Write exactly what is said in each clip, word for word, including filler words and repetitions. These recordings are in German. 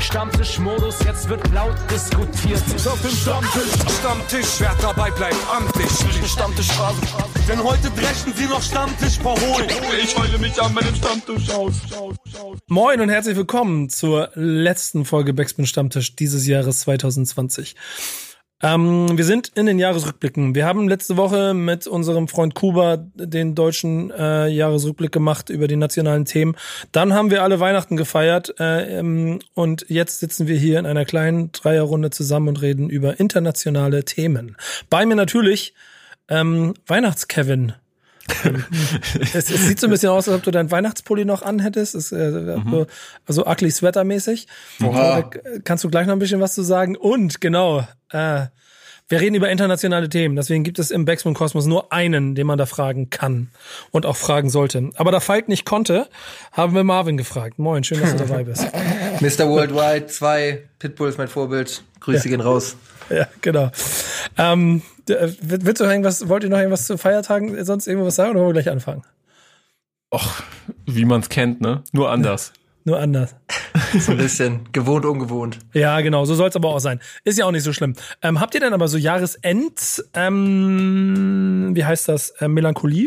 Stammtischmodus, jetzt wird laut diskutiert. Auf dem Stammtisch, Stammtisch, wer dabei bleibt, amtlich. Stammtisch Phase. Denn heute dreschen sie noch Stammtisch verholen. Ich heule mich an meinem Stammtisch aus. Moin und herzlich willkommen zur letzten Folge Backspin Stammtisch dieses Jahres zwanzig zwanzig. Ähm, wir sind in den Jahresrückblicken. Wir haben letzte Woche mit unserem Freund Kuba den deutschen äh, Jahresrückblick gemacht über die nationalen Themen. Dann haben wir alle Weihnachten gefeiert äh, ähm, und jetzt sitzen wir hier in einer kleinen Dreierrunde zusammen und reden über internationale Themen. Bei mir natürlich ähm, Weihnachts-Kevin. es, es sieht so ein bisschen aus, als ob du deinen Weihnachtspulli noch anhättest. Es, äh, mhm. Also ugly sweater-mäßig. Da kannst du gleich noch ein bisschen was zu sagen. Und genau, äh, wir reden über internationale Themen. Deswegen gibt es im Backspin Kosmos nur einen, den man da fragen kann und auch fragen sollte. Aber da Falk nicht konnte, haben wir Marvin gefragt. Moin, schön, dass du dabei bist. Mister Worldwide zwei, Pitbull ist mein Vorbild. Grüße ja. gehen raus. Ja, genau. Ähm, willst du noch irgendwas, wollt ihr noch irgendwas zu Feiertagen sonst irgendwas sagen oder wollen wir gleich anfangen? Och, wie man es kennt, ne? Nur anders. Ja, nur anders. So ein bisschen gewohnt, ungewohnt. Ja, genau, so soll es aber auch sein. Ist ja auch nicht so schlimm. Ähm, habt ihr denn aber so Jahresend, ähm, wie heißt das, äh, Melancholie?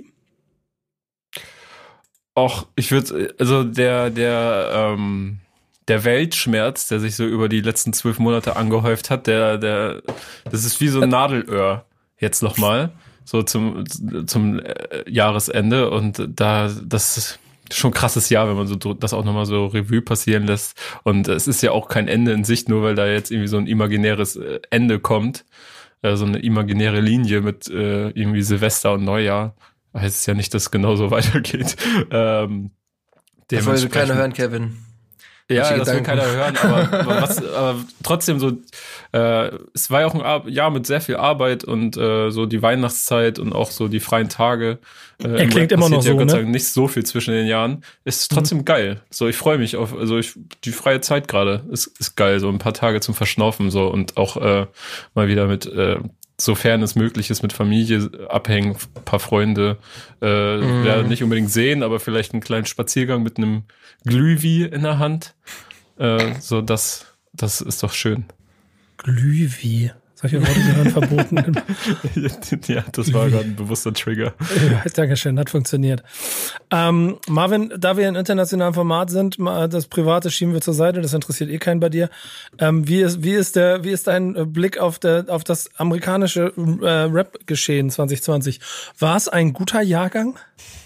Och, ich würde, also der, der, ähm, der Weltschmerz, der sich so über die letzten zwölf Monate angehäuft hat, der, der, das ist wie so ein Nadelöhr jetzt nochmal, so zum, zum Jahresende und da, das ist schon ein krasses Jahr, wenn man so das auch nochmal so Revue passieren lässt und es ist ja auch kein Ende in Sicht, nur weil da jetzt irgendwie so ein imaginäres Ende kommt, äh, so eine imaginäre Linie mit äh, irgendwie Silvester und Neujahr, heißt es ja nicht, dass es genauso weitergeht. Ähm, das wollte keiner hören, Kevin. Ja, das will keiner hören, aber, aber, was, aber trotzdem so, äh, es war ja auch ein Ar- Jahr mit sehr viel Arbeit und äh, so die Weihnachtszeit und auch so die freien Tage. Äh, er klingt immer noch ja so, Gott sei ne? Dank nicht so viel zwischen den Jahren. Ist trotzdem mhm. geil. So, ich freue mich auf, also ich, die freie Zeit gerade ist, ist geil, so ein paar Tage zum Verschnaufen so und auch äh, mal wieder mit, äh, sofern es möglich ist, mit Familie abhängen, ein paar Freunde, äh, mm. werden nicht unbedingt sehen, aber vielleicht einen kleinen Spaziergang mit einem Glühwi in der Hand. Äh, so, das, das ist doch schön. Glühwi. Solche Worte gehören verboten. Ja, das war gerade ein bewusster Trigger. Ja, Dankeschön, hat funktioniert. Ähm, Marvin, da wir in internationalem Format sind, das Private schieben wir zur Seite, das interessiert eh keinen bei dir. Ähm, wie ist, wie ist der, wie ist dein Blick auf der, auf das amerikanische äh, Rap-Geschehen zwanzig zwanzig? War es ein guter Jahrgang?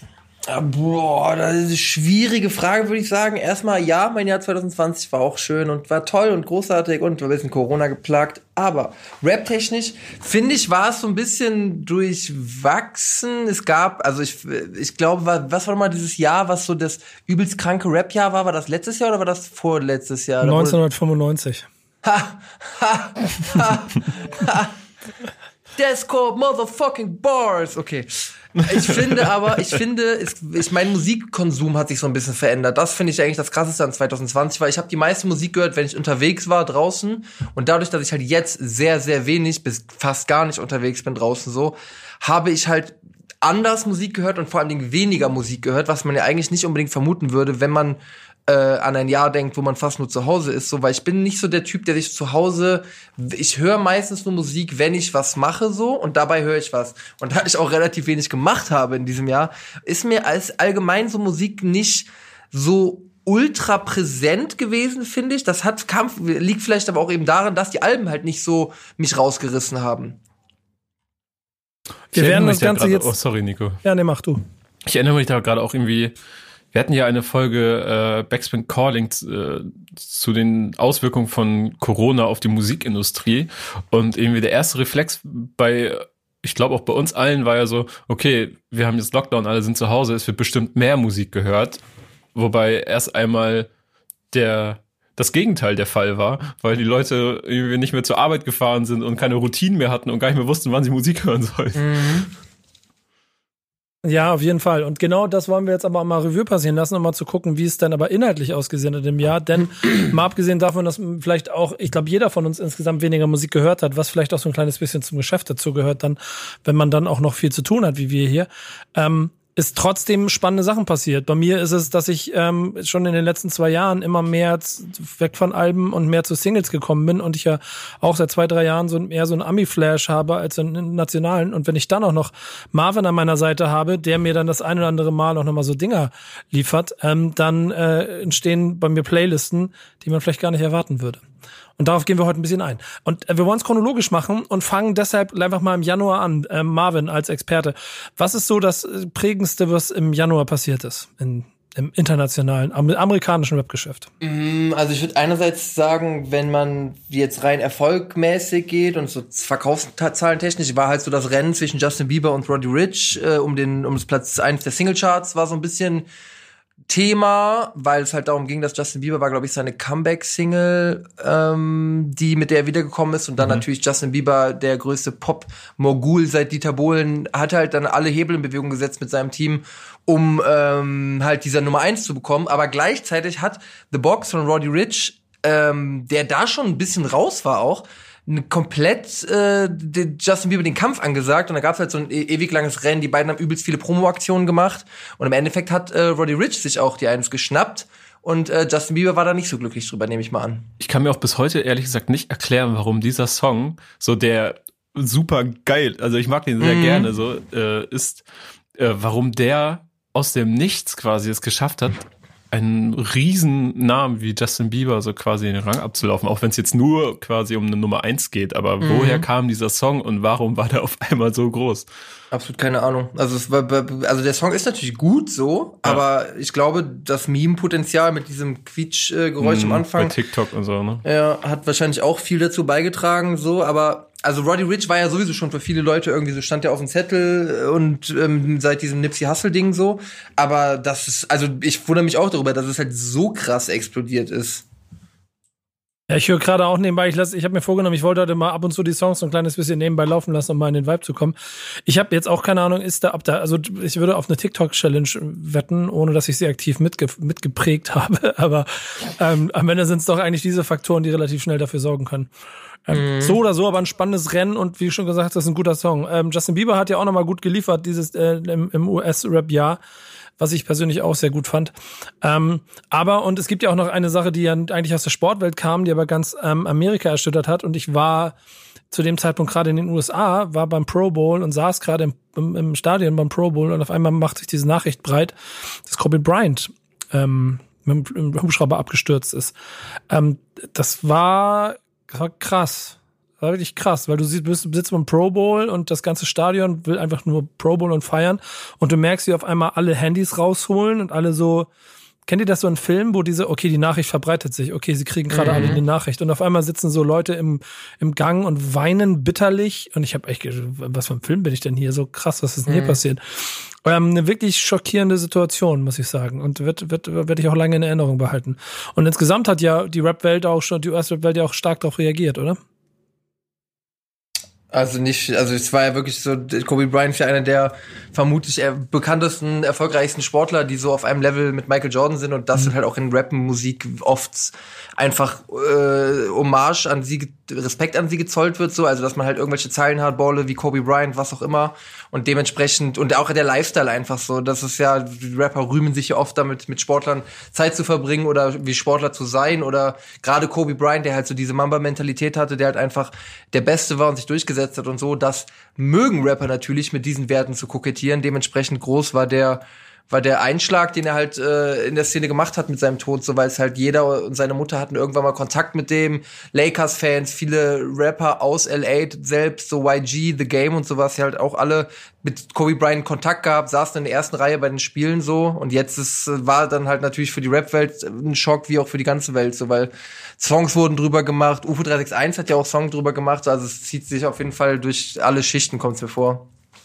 Boah, das ist eine schwierige Frage, würde ich sagen. Erstmal, ja, mein Jahr zwanzig zwanzig war auch schön und war toll und großartig und war ein bisschen Corona geplagt. Aber rap-technisch, finde ich, war es so ein bisschen durchwachsen. Es gab, also ich ich glaube, was war nochmal dieses Jahr, was so das übelst kranke Rap-Jahr war? War das letztes Jahr oder war das vorletztes Jahr? neunzehnhundertfünfundneunzig. Ha, ha, ha, ha. Desco motherfucking bars. Okay. Ich finde aber, ich finde, es, ich, mein Musikkonsum hat sich so ein bisschen verändert. Das finde ich eigentlich das Krasseste an zwanzig zwanzig, weil ich habe die meiste Musik gehört, wenn ich unterwegs war draußen. Und dadurch, dass ich halt jetzt sehr, sehr wenig bis fast gar nicht unterwegs bin draußen so, habe ich halt anders Musik gehört und vor allen Dingen weniger Musik gehört, was man ja eigentlich nicht unbedingt vermuten würde, wenn man äh, an ein Jahr denkt, wo man fast nur zu Hause ist, so, weil ich bin nicht so der Typ, der sich zu Hause, ich höre meistens nur Musik, wenn ich was mache, so, und dabei höre ich was. Und da ich auch relativ wenig gemacht habe in diesem Jahr, ist mir als allgemein so Musik nicht so ultra präsent gewesen, finde ich. Das hat, kam, liegt vielleicht aber auch eben daran, dass die Alben halt nicht so mich rausgerissen haben. Wir werden das Ganze grade, jetzt... Oh, sorry, Nico. Ja, ne, mach du. Ich erinnere mich da gerade auch irgendwie... Wir hatten ja eine Folge äh, Backspin Calling äh, zu den Auswirkungen von Corona auf die Musikindustrie und irgendwie der erste Reflex bei, ich glaube auch bei uns allen war ja so, okay, wir haben jetzt Lockdown, alle sind zu Hause, es wird bestimmt mehr Musik gehört, wobei erst einmal der das Gegenteil der Fall war, weil die Leute irgendwie nicht mehr zur Arbeit gefahren sind und keine Routinen mehr hatten und gar nicht mehr wussten, wann sie Musik hören sollten. Mhm. Ja, auf jeden Fall. Und genau das wollen wir jetzt aber mal Revue passieren lassen, um mal zu gucken, wie es dann aber inhaltlich ausgesehen hat im Jahr. Denn mal abgesehen davon, dass vielleicht auch, ich glaube, jeder von uns insgesamt weniger Musik gehört hat, was vielleicht auch so ein kleines bisschen zum Geschäft dazu gehört, dann, wenn man dann auch noch viel zu tun hat, wie wir hier, ähm, ist trotzdem spannende Sachen passiert. Bei mir ist es, dass ich ähm, schon in den letzten zwei Jahren immer mehr z- weg von Alben und mehr zu Singles gekommen bin und ich ja auch seit zwei, drei Jahren so eher so einen Ami-Flash habe als so einen nationalen. Und wenn ich dann auch noch Marvin an meiner Seite habe, der mir dann das ein oder andere Mal auch nochmal so Dinger liefert, ähm, dann äh, entstehen bei mir Playlisten, die man vielleicht gar nicht erwarten würde. Und darauf gehen wir heute ein bisschen ein. Und äh, wir wollen es chronologisch machen und fangen deshalb einfach mal im Januar an. Äh, Marvin als Experte. Was ist so das äh, Prägendste, was im Januar passiert ist in, im internationalen, am, amerikanischen Webgeschäft? Also ich würde einerseits sagen, wenn man jetzt rein erfolgmäßig geht und so Verkaufszahlen-technisch, war halt so das Rennen zwischen Justin Bieber und Roddy Ricch äh, um den um das Platz eins der Singlecharts war so ein bisschen Thema, weil es halt darum ging, dass Justin Bieber war, glaube ich, seine Comeback-Single, ähm, die mit der er wiedergekommen ist und dann mhm. natürlich Justin Bieber, der größte Pop-Mogul seit Dieter Bohlen, hat halt dann alle Hebel in Bewegung gesetzt mit seinem Team, um ähm, halt dieser Nummer eins zu bekommen, aber gleichzeitig hat The Box von Roddy Ricch, ähm, der da schon ein bisschen raus war auch, komplett äh, Justin Bieber den Kampf angesagt und da gab es halt so ein e- ewig langes Rennen. Die beiden haben übelst viele Promo-Aktionen gemacht und im Endeffekt hat äh, Roddy Ricch sich auch die eins geschnappt und äh, Justin Bieber war da nicht so glücklich drüber, nehme ich mal an. Ich kann mir auch bis heute ehrlich gesagt nicht erklären, warum dieser Song so der super geil, also ich mag den sehr mhm. gerne, so äh, ist, äh, warum der aus dem Nichts quasi es geschafft hat, einen riesen Namen wie Justin Bieber so quasi in den Rang abzulaufen, auch wenn es jetzt nur quasi um eine Nummer eins geht, aber mhm. woher kam dieser Song und warum war der auf einmal so groß? Absolut keine Ahnung. Also es war, also der Song ist natürlich gut so, ja. aber ich glaube, das Meme-Potenzial mit diesem Quietsch-Geräusch mhm, am Anfang. Bei TikTok und so, ne? Ja, hat wahrscheinlich auch viel dazu beigetragen, so, aber also Roddy Ricch war ja sowieso schon für viele Leute irgendwie so, stand ja auf dem Zettel und ähm, seit diesem Nipsey Hussle-Ding so, aber das ist, also ich wundere mich auch darüber, dass es halt so krass explodiert ist. Ja, ich höre gerade auch nebenbei, ich lasse, ich habe mir vorgenommen, ich wollte heute mal ab und zu die Songs so ein kleines bisschen nebenbei laufen lassen, um mal in den Vibe zu kommen. Ich habe jetzt auch keine Ahnung, ist da, ob da, also ich würde auf eine TikTok-Challenge wetten, ohne dass ich sie aktiv mitge, mitgeprägt habe, aber ähm, am Ende sind es doch eigentlich diese Faktoren, die relativ schnell dafür sorgen können. Ähm, mhm. So oder so, aber ein spannendes Rennen und wie schon gesagt, das ist ein guter Song. Ähm, Justin Bieber hat ja auch nochmal gut geliefert, dieses äh, im, im U S-Rap-Jahr, was ich persönlich auch sehr gut fand. Ähm, aber, und es gibt ja auch noch eine Sache, die ja eigentlich aus der Sportwelt kam, die aber ganz ähm, Amerika erschüttert hat und ich war zu dem Zeitpunkt gerade in den U S A, war beim Pro Bowl und saß gerade im, im, im Stadion beim Pro Bowl und auf einmal macht sich diese Nachricht breit, dass Kobe Bryant ähm, mit dem Hubschrauber abgestürzt ist. Ähm, das war Das war krass. Das war wirklich krass, weil du siehst, du sitzt beim Pro Bowl und das ganze Stadion will einfach nur Pro Bowl und feiern und du merkst, wie auf einmal alle Handys rausholen und alle so, kennt ihr das so in Filmen, wo diese, okay, die Nachricht verbreitet sich, okay, sie kriegen gerade mhm. alle eine Nachricht und auf einmal sitzen so Leute im im Gang und weinen bitterlich und ich habe echt, was für ein Film bin ich denn hier? So krass, was ist denn hier mhm. passiert? Ähm, eine wirklich schockierende Situation, muss ich sagen. Und wird, wird, werde ich auch lange in Erinnerung behalten. Und insgesamt hat ja die Rap-Welt auch schon, die U S-Rap-Welt ja auch stark darauf reagiert, oder? Also nicht, also es war ja wirklich so, Kobe Bryant ist ja einer der vermutlich bekanntesten, erfolgreichsten Sportler, die so auf einem Level mit Michael Jordan sind und das mhm. sind halt auch in Rap-Musik oft einfach äh, Hommage an sie, Respekt an sie gezollt wird, so, also dass man halt irgendwelche Zeilen hat, Balle wie Kobe Bryant, was auch immer und dementsprechend, und auch der Lifestyle einfach so, das ist ja, die Rapper rühmen sich ja oft damit, mit Sportlern Zeit zu verbringen oder wie Sportler zu sein oder gerade Kobe Bryant, der halt so diese Mamba-Mentalität hatte, der halt einfach der Beste war und sich durchgesetzt hat und so, das mögen Rapper natürlich mit diesen Werten zu kokettieren, dementsprechend groß war der war der Einschlag, den er halt äh, in der Szene gemacht hat mit seinem Tod, so weil es halt jeder und seine Mutter hatten irgendwann mal Kontakt mit dem, Lakers-Fans, viele Rapper aus L A selbst, so Y G, The Game und sowas, die halt auch alle mit Kobe Bryant Kontakt gehabt, saßen in der ersten Reihe bei den Spielen so und jetzt ist, war dann halt natürlich für die Rap-Welt ein Schock, wie auch für die ganze Welt, so weil Songs wurden drüber gemacht, U F O drei sechs eins hat ja auch Songs drüber gemacht, also es zieht sich auf jeden Fall durch alle Schichten, kommt's mir vor.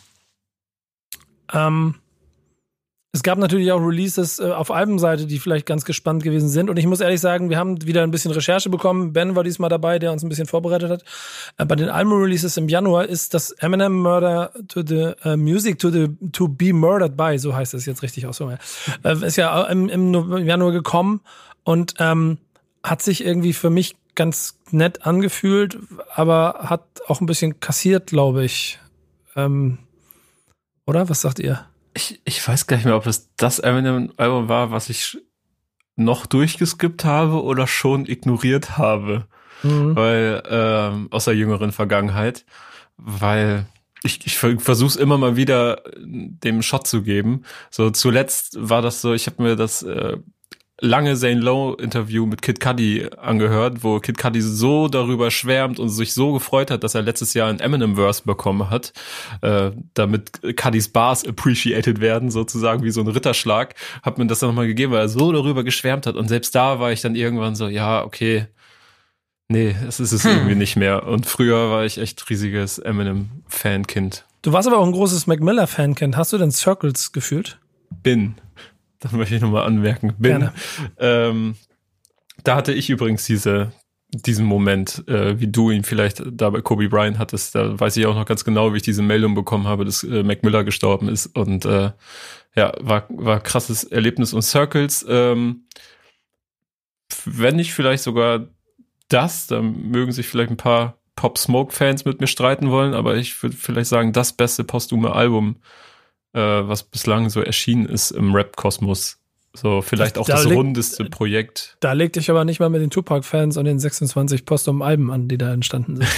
Ähm Es gab natürlich auch Releases äh, auf Albenseite, die vielleicht ganz gespannt gewesen sind. Und ich muss ehrlich sagen, wir haben wieder ein bisschen Recherche bekommen. Ben war diesmal dabei, der uns ein bisschen vorbereitet hat. Äh, bei den Album-Releases im Januar ist das Eminem Murder to the uh, Music to the to be Murdered by, so heißt es jetzt richtig auch so. Äh, ist ja im, im Januar gekommen und ähm, hat sich irgendwie für mich ganz nett angefühlt, aber hat auch ein bisschen kassiert, glaube ich. Ähm, oder? Was sagt ihr? ich, ich weiß gar nicht mehr, ob es das Eminem-Album war, was ich noch durchgeskippt habe oder schon ignoriert habe. Mhm. Weil, ähm, aus der jüngeren Vergangenheit. Weil ich, ich versuche es immer mal wieder dem Shot zu geben. So zuletzt war das so, ich habe mir das äh, lange Zane Lowe-Interview mit Kid Cudi angehört, wo Kid Cudi so darüber schwärmt und sich so gefreut hat, dass er letztes Jahr ein Eminem-Verse bekommen hat, äh, damit Cudis Bars appreciated werden, sozusagen wie so ein Ritterschlag, hat mir das dann nochmal gegeben, weil er so darüber geschwärmt hat. Und selbst da war ich dann irgendwann so, ja, okay, nee, es ist es hm. irgendwie nicht mehr. Und früher war ich echt riesiges Eminem-Fankind. Du warst aber auch ein großes Mac Miller-Fankind. Hast du denn Circles gefühlt? Bin. Das möchte ich nochmal anmerken. Bin. Ähm, da hatte ich übrigens diese, diesen Moment, äh, wie du ihn vielleicht da bei Kobe Bryant hattest. Da weiß ich auch noch ganz genau, wie ich diese Meldung bekommen habe, dass äh, Mac Miller gestorben ist. Und äh, ja, war war krasses Erlebnis. Und Circles, ähm, wenn nicht vielleicht sogar das, dann mögen sich vielleicht ein paar Pop-Smoke-Fans mit mir streiten wollen, aber ich würde vielleicht sagen, das beste posthume Album, äh, was bislang so erschienen ist im Rap-Kosmos. So, vielleicht auch da das leg, rundeste Projekt. Da leg dich aber nicht mal mit den Tupac-Fans und den sechsundzwanzig posthumen Alben an, die da entstanden sind.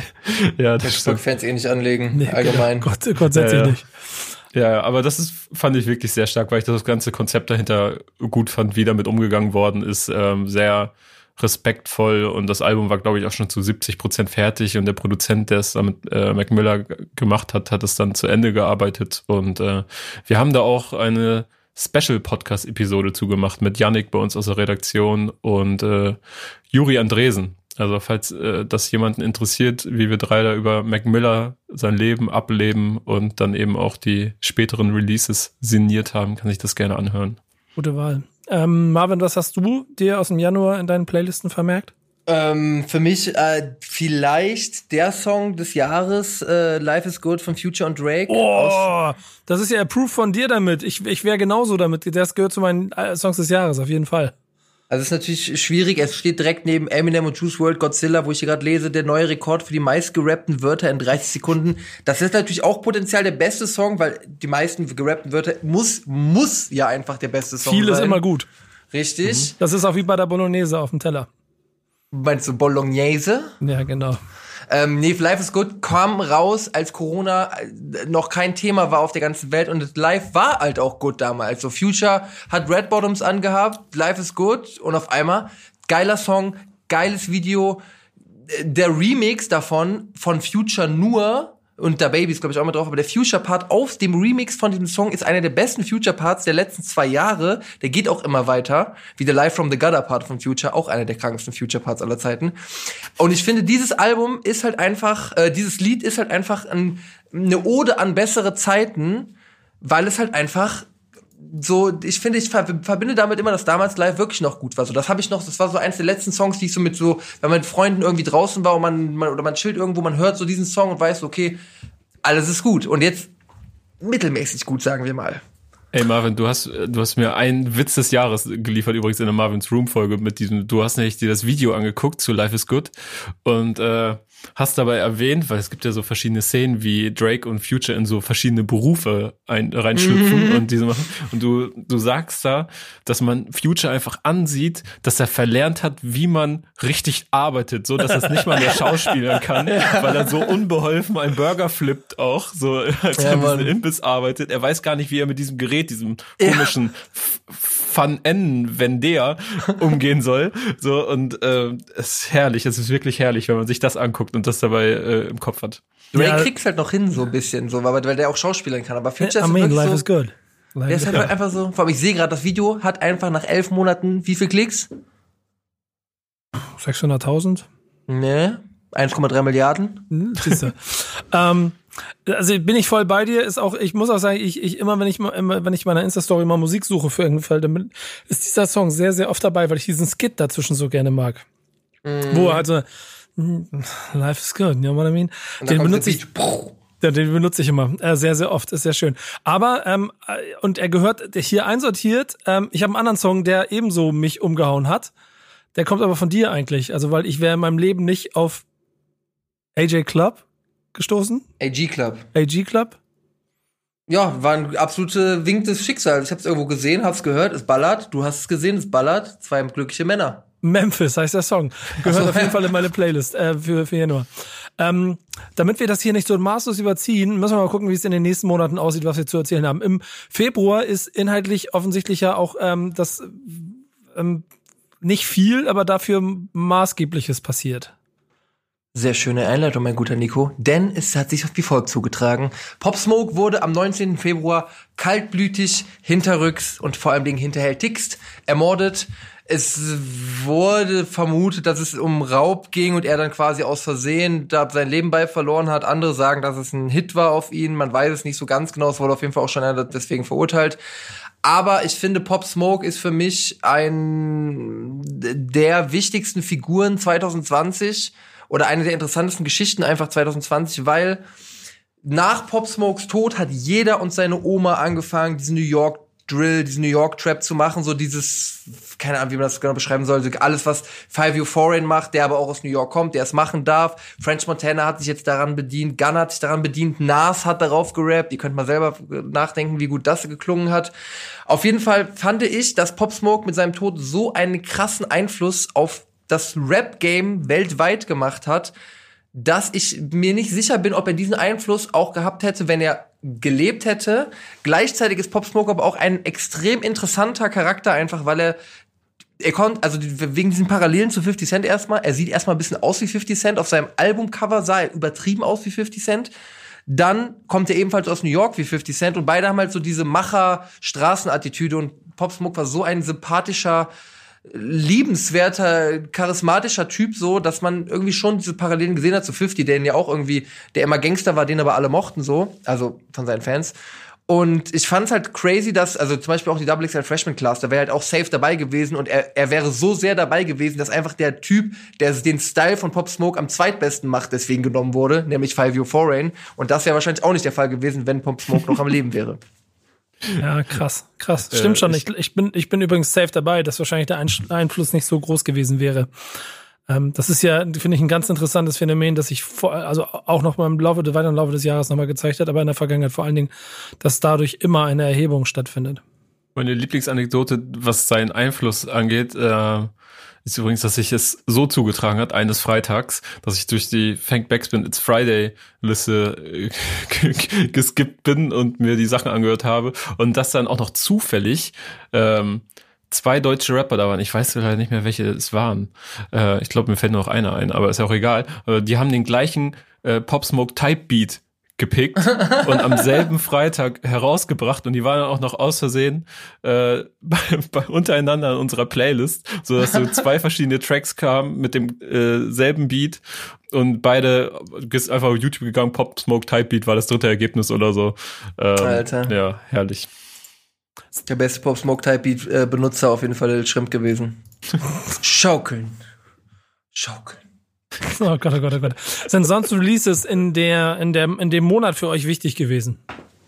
Ja, das Tupac-Fans eh nicht anlegen, nee, allgemein. Genau. Gott, grundsätzlich ja, ja. nicht. Ja, aber das ist, fand ich wirklich sehr stark, weil ich das ganze Konzept dahinter gut fand, wie damit umgegangen worden ist. Ähm, sehr respektvoll, und das Album war, glaube ich, auch schon zu siebzig Prozent fertig, und der Produzent, der es damit äh, Mac Miller g- gemacht hat, hat es dann zu Ende gearbeitet, und äh, wir haben da auch eine Special-Podcast-Episode zugemacht mit Yannick bei uns aus der Redaktion und äh, Juri Andresen. Also falls äh, das jemanden interessiert, wie wir drei da über Mac Miller sein Leben ableben und dann eben auch die späteren Releases sinniert haben, kann sich das gerne anhören. Gute Wahl. Ähm, Marvin, was hast du dir aus dem Januar in deinen Playlisten vermerkt? Ähm, für mich äh, vielleicht der Song des Jahres, äh, Life is Good von Future und Drake. Oh, das ist ja approved von dir damit. Ich, ich wäre genauso damit. Das gehört zu meinen Songs des Jahres, auf jeden Fall. Also es ist natürlich schwierig, es steht direkt neben Eminem und Juice world Godzilla, wo ich hier gerade lese, der neue Rekord für die meist gerappten Wörter in dreißig Sekunden. Das ist natürlich auch potenziell der beste Song, weil die meisten gerappten Wörter muss, muss ja einfach der beste Song Viel sein. Viel ist immer gut. Richtig. Das ist auch wie bei der Bolognese auf dem Teller. Meinst du Bolognese? Ja, genau. Ähm, nee, Life is Good kam raus, als Corona noch kein Thema war auf der ganzen Welt, und Life war halt auch gut damals. Also Future hat Red Bottoms angehabt, Life is Good, und auf einmal geiler Song, geiles Video. Der Remix davon von Future nur, und der Baby ist, glaube ich, auch mit drauf, aber der Future-Part auf dem Remix von diesem Song ist einer der besten Future-Parts der letzten zwei Jahre. Der geht auch immer weiter, wie der Live from the Gutter-Part von Future, auch einer der krankesten Future-Parts aller Zeiten. Und ich finde, dieses Album ist halt einfach, äh, dieses Lied ist halt einfach ein, eine Ode an bessere Zeiten, weil es halt einfach so, ich finde, ich verbinde damit immer, dass damals live wirklich noch gut war. So, das habe ich noch, das war so eins der letzten Songs, die ich so mit so, wenn man mit Freunden irgendwie draußen war und man, man oder man chillt irgendwo, man hört so diesen Song und weiß, okay, alles ist gut. Und jetzt mittelmäßig gut, sagen wir mal. Ey Marvin, du hast du hast mir einen Witz des Jahres geliefert, übrigens in der Marvin's Room Folge mit diesem, du hast nämlich dir das Video angeguckt zu Life is Good und äh, hast dabei erwähnt, weil es gibt ja so verschiedene Szenen, wie Drake und Future in so verschiedene Berufe ein, reinschlüpfen mhm. und diese machen. Und du du sagst da, dass man Future einfach ansieht, dass er verlernt hat, wie man richtig arbeitet, so dass er es nicht mal mehr schauspielern kann, weil er so unbeholfen einen Burger flippt auch, so als er in diesem Imbiss arbeitet. Er weiß gar nicht, wie er mit diesem Gerät, diesem komischen ja. Fan-N-Vendea umgehen soll. So, und äh, es ist herrlich, es ist wirklich herrlich, wenn man sich das anguckt und das dabei äh, im Kopf hat. Drake ja. kriegt's halt noch hin, so ein bisschen, so, weil, weil der auch schauspielern kann. Aber Future I mean, ist life so, is good. Life der ist halt ja. einfach so, vor allem ich sehe gerade, das Video hat einfach nach elf Monaten wie viel Klicks? sechshunderttausend? Nee, eins Komma drei Milliarden. Hm, siehst du. ähm, also bin ich voll bei dir, ist auch, ich muss auch sagen, ich, ich immer, wenn ich mal, immer, wenn ich meiner Insta-Story mal Musik suche für irgendeinen Fall, dann ist dieser Song sehr, sehr oft dabei, weil ich diesen Skit dazwischen so gerne mag. Mm. Wo er halt so, life is good, you know what I mean? Den benutze ich, ja, den benutze ich immer, äh, sehr, sehr oft, ist sehr schön. Aber, ähm, und er gehört hier einsortiert, ähm, ich habe einen anderen Song, der ebenso mich umgehauen hat, der kommt aber von dir eigentlich, also weil ich wäre in meinem Leben nicht auf A J Club gestoßen. A G Club. A G Club. Ja, war ein absolute Wink des Schicksals. Ich hab's irgendwo gesehen, hab's gehört, es ballert. Du hast es gesehen, es ballert. Zwei glückliche Männer. Memphis heißt der Song. Gehört so, auf jeden Fall in meine Playlist äh, für, für Januar. Ähm, damit wir das hier nicht so maßlos überziehen, müssen wir mal gucken, wie es in den nächsten Monaten aussieht, was wir zu erzählen haben. Im Februar ist inhaltlich offensichtlich ja auch ähm, das ähm, nicht viel, aber dafür Maßgebliches passiert. Sehr schöne Einleitung, mein guter Nico, denn es hat sich wie folgt zugetragen. Pop Smoke wurde am neunzehnten Februar kaltblütig, hinterrücks und vor allem hinterhältigst ermordet. Es wurde vermutet, dass es um Raub ging und er dann quasi aus Versehen da sein Leben bei verloren hat. Andere sagen, dass es ein Hit war auf ihn. Man weiß es nicht so ganz genau. Es wurde auf jeden Fall auch schon einer deswegen verurteilt. Aber ich finde, Pop Smoke ist für mich ein der wichtigsten Figuren zwanzig zwanzig oder eine der interessantesten Geschichten einfach zwanzig zwanzig, weil nach Pop Smokes Tod hat jeder und seine Oma angefangen, diesen New York Drill, diesen New York Trap zu machen, so dieses, keine Ahnung, wie man das genau beschreiben soll, alles, was Five U Foreign macht, der aber auch aus New York kommt, der es machen darf. French Montana hat sich jetzt daran bedient, Gunna hat sich daran bedient, Nas hat darauf gerappt, ihr könnt mal selber nachdenken, wie gut das geklungen hat. Auf jeden Fall fand ich, dass Pop Smoke mit seinem Tod so einen krassen Einfluss auf das Rap-Game weltweit gemacht hat, dass ich mir nicht sicher bin, ob er diesen Einfluss auch gehabt hätte, wenn er gelebt hätte. Gleichzeitig ist Pop Smoke aber auch ein extrem interessanter Charakter, einfach weil er er konnte, also wegen diesen Parallelen zu fifty Cent erstmal, er sieht erstmal ein bisschen aus wie fifty Cent, auf seinem Albumcover sah er übertrieben aus wie fifty Cent. Dann kommt er ebenfalls aus New York wie fifty Cent und beide haben halt so diese Macher-Straßenattitüde und Pop Smoke war so ein sympathischer, liebenswerter, charismatischer Typ, so, dass man irgendwie schon diese Parallelen gesehen hat zu fifty, der ja auch irgendwie, der immer Gangster war, den aber alle mochten, so, also von seinen Fans. Und ich fand's halt crazy, dass, also zum Beispiel auch die Double X L Freshman Class, da wäre halt auch safe dabei gewesen und er, er wäre so sehr dabei gewesen, dass einfach der Typ, der den Style von Pop Smoke am zweitbesten macht, deswegen genommen wurde, nämlich Five U Foreign. Und das wäre wahrscheinlich auch nicht der Fall gewesen, wenn Pop Smoke noch am Leben wäre. Ja, krass, krass. Stimmt äh, schon. Ich, ich, bin, ich bin übrigens safe dabei, dass wahrscheinlich der Einfluss nicht so groß gewesen wäre. Ähm, das ist ja, finde ich, ein ganz interessantes Phänomen, das sich vor, also auch noch mal im Laufe, weiteren Laufe des Jahres nochmal gezeigt hat, aber in der Vergangenheit vor allen Dingen, dass dadurch immer eine Erhebung stattfindet. Meine Lieblingsanekdote, was seinen Einfluss angeht, äh, ist übrigens, dass sich es so zugetragen hat, eines Freitags, dass ich durch die Thank Backspin It's Friday Liste äh, geskippt bin und mir die Sachen angehört habe und dass dann auch noch zufällig ähm, zwei deutsche Rapper da waren. Ich weiß leider nicht mehr, welche es waren. Äh, ich glaube, mir fällt nur noch einer ein, aber ist ja auch egal. Aber die haben den gleichen äh, Pop Smoke Type Beat gepickt und am selben Freitag herausgebracht und die waren dann auch noch aus Versehen äh, bei, bei untereinander in unserer Playlist, so dass so zwei verschiedene Tracks kamen mit dem äh, selben Beat und beide ist einfach auf YouTube gegangen, Pop Smoke Type Beat war das dritte Ergebnis oder so. Ähm, Alter. Ja, herrlich. Der beste Pop Smoke Type Beat äh, Benutzer auf jeden Fall Shrimp gewesen. Schaukeln. Schaukeln. Oh Gott, oh Gott, oh Gott. Sind sonst Releases in der, in der, in dem Monat für euch wichtig gewesen?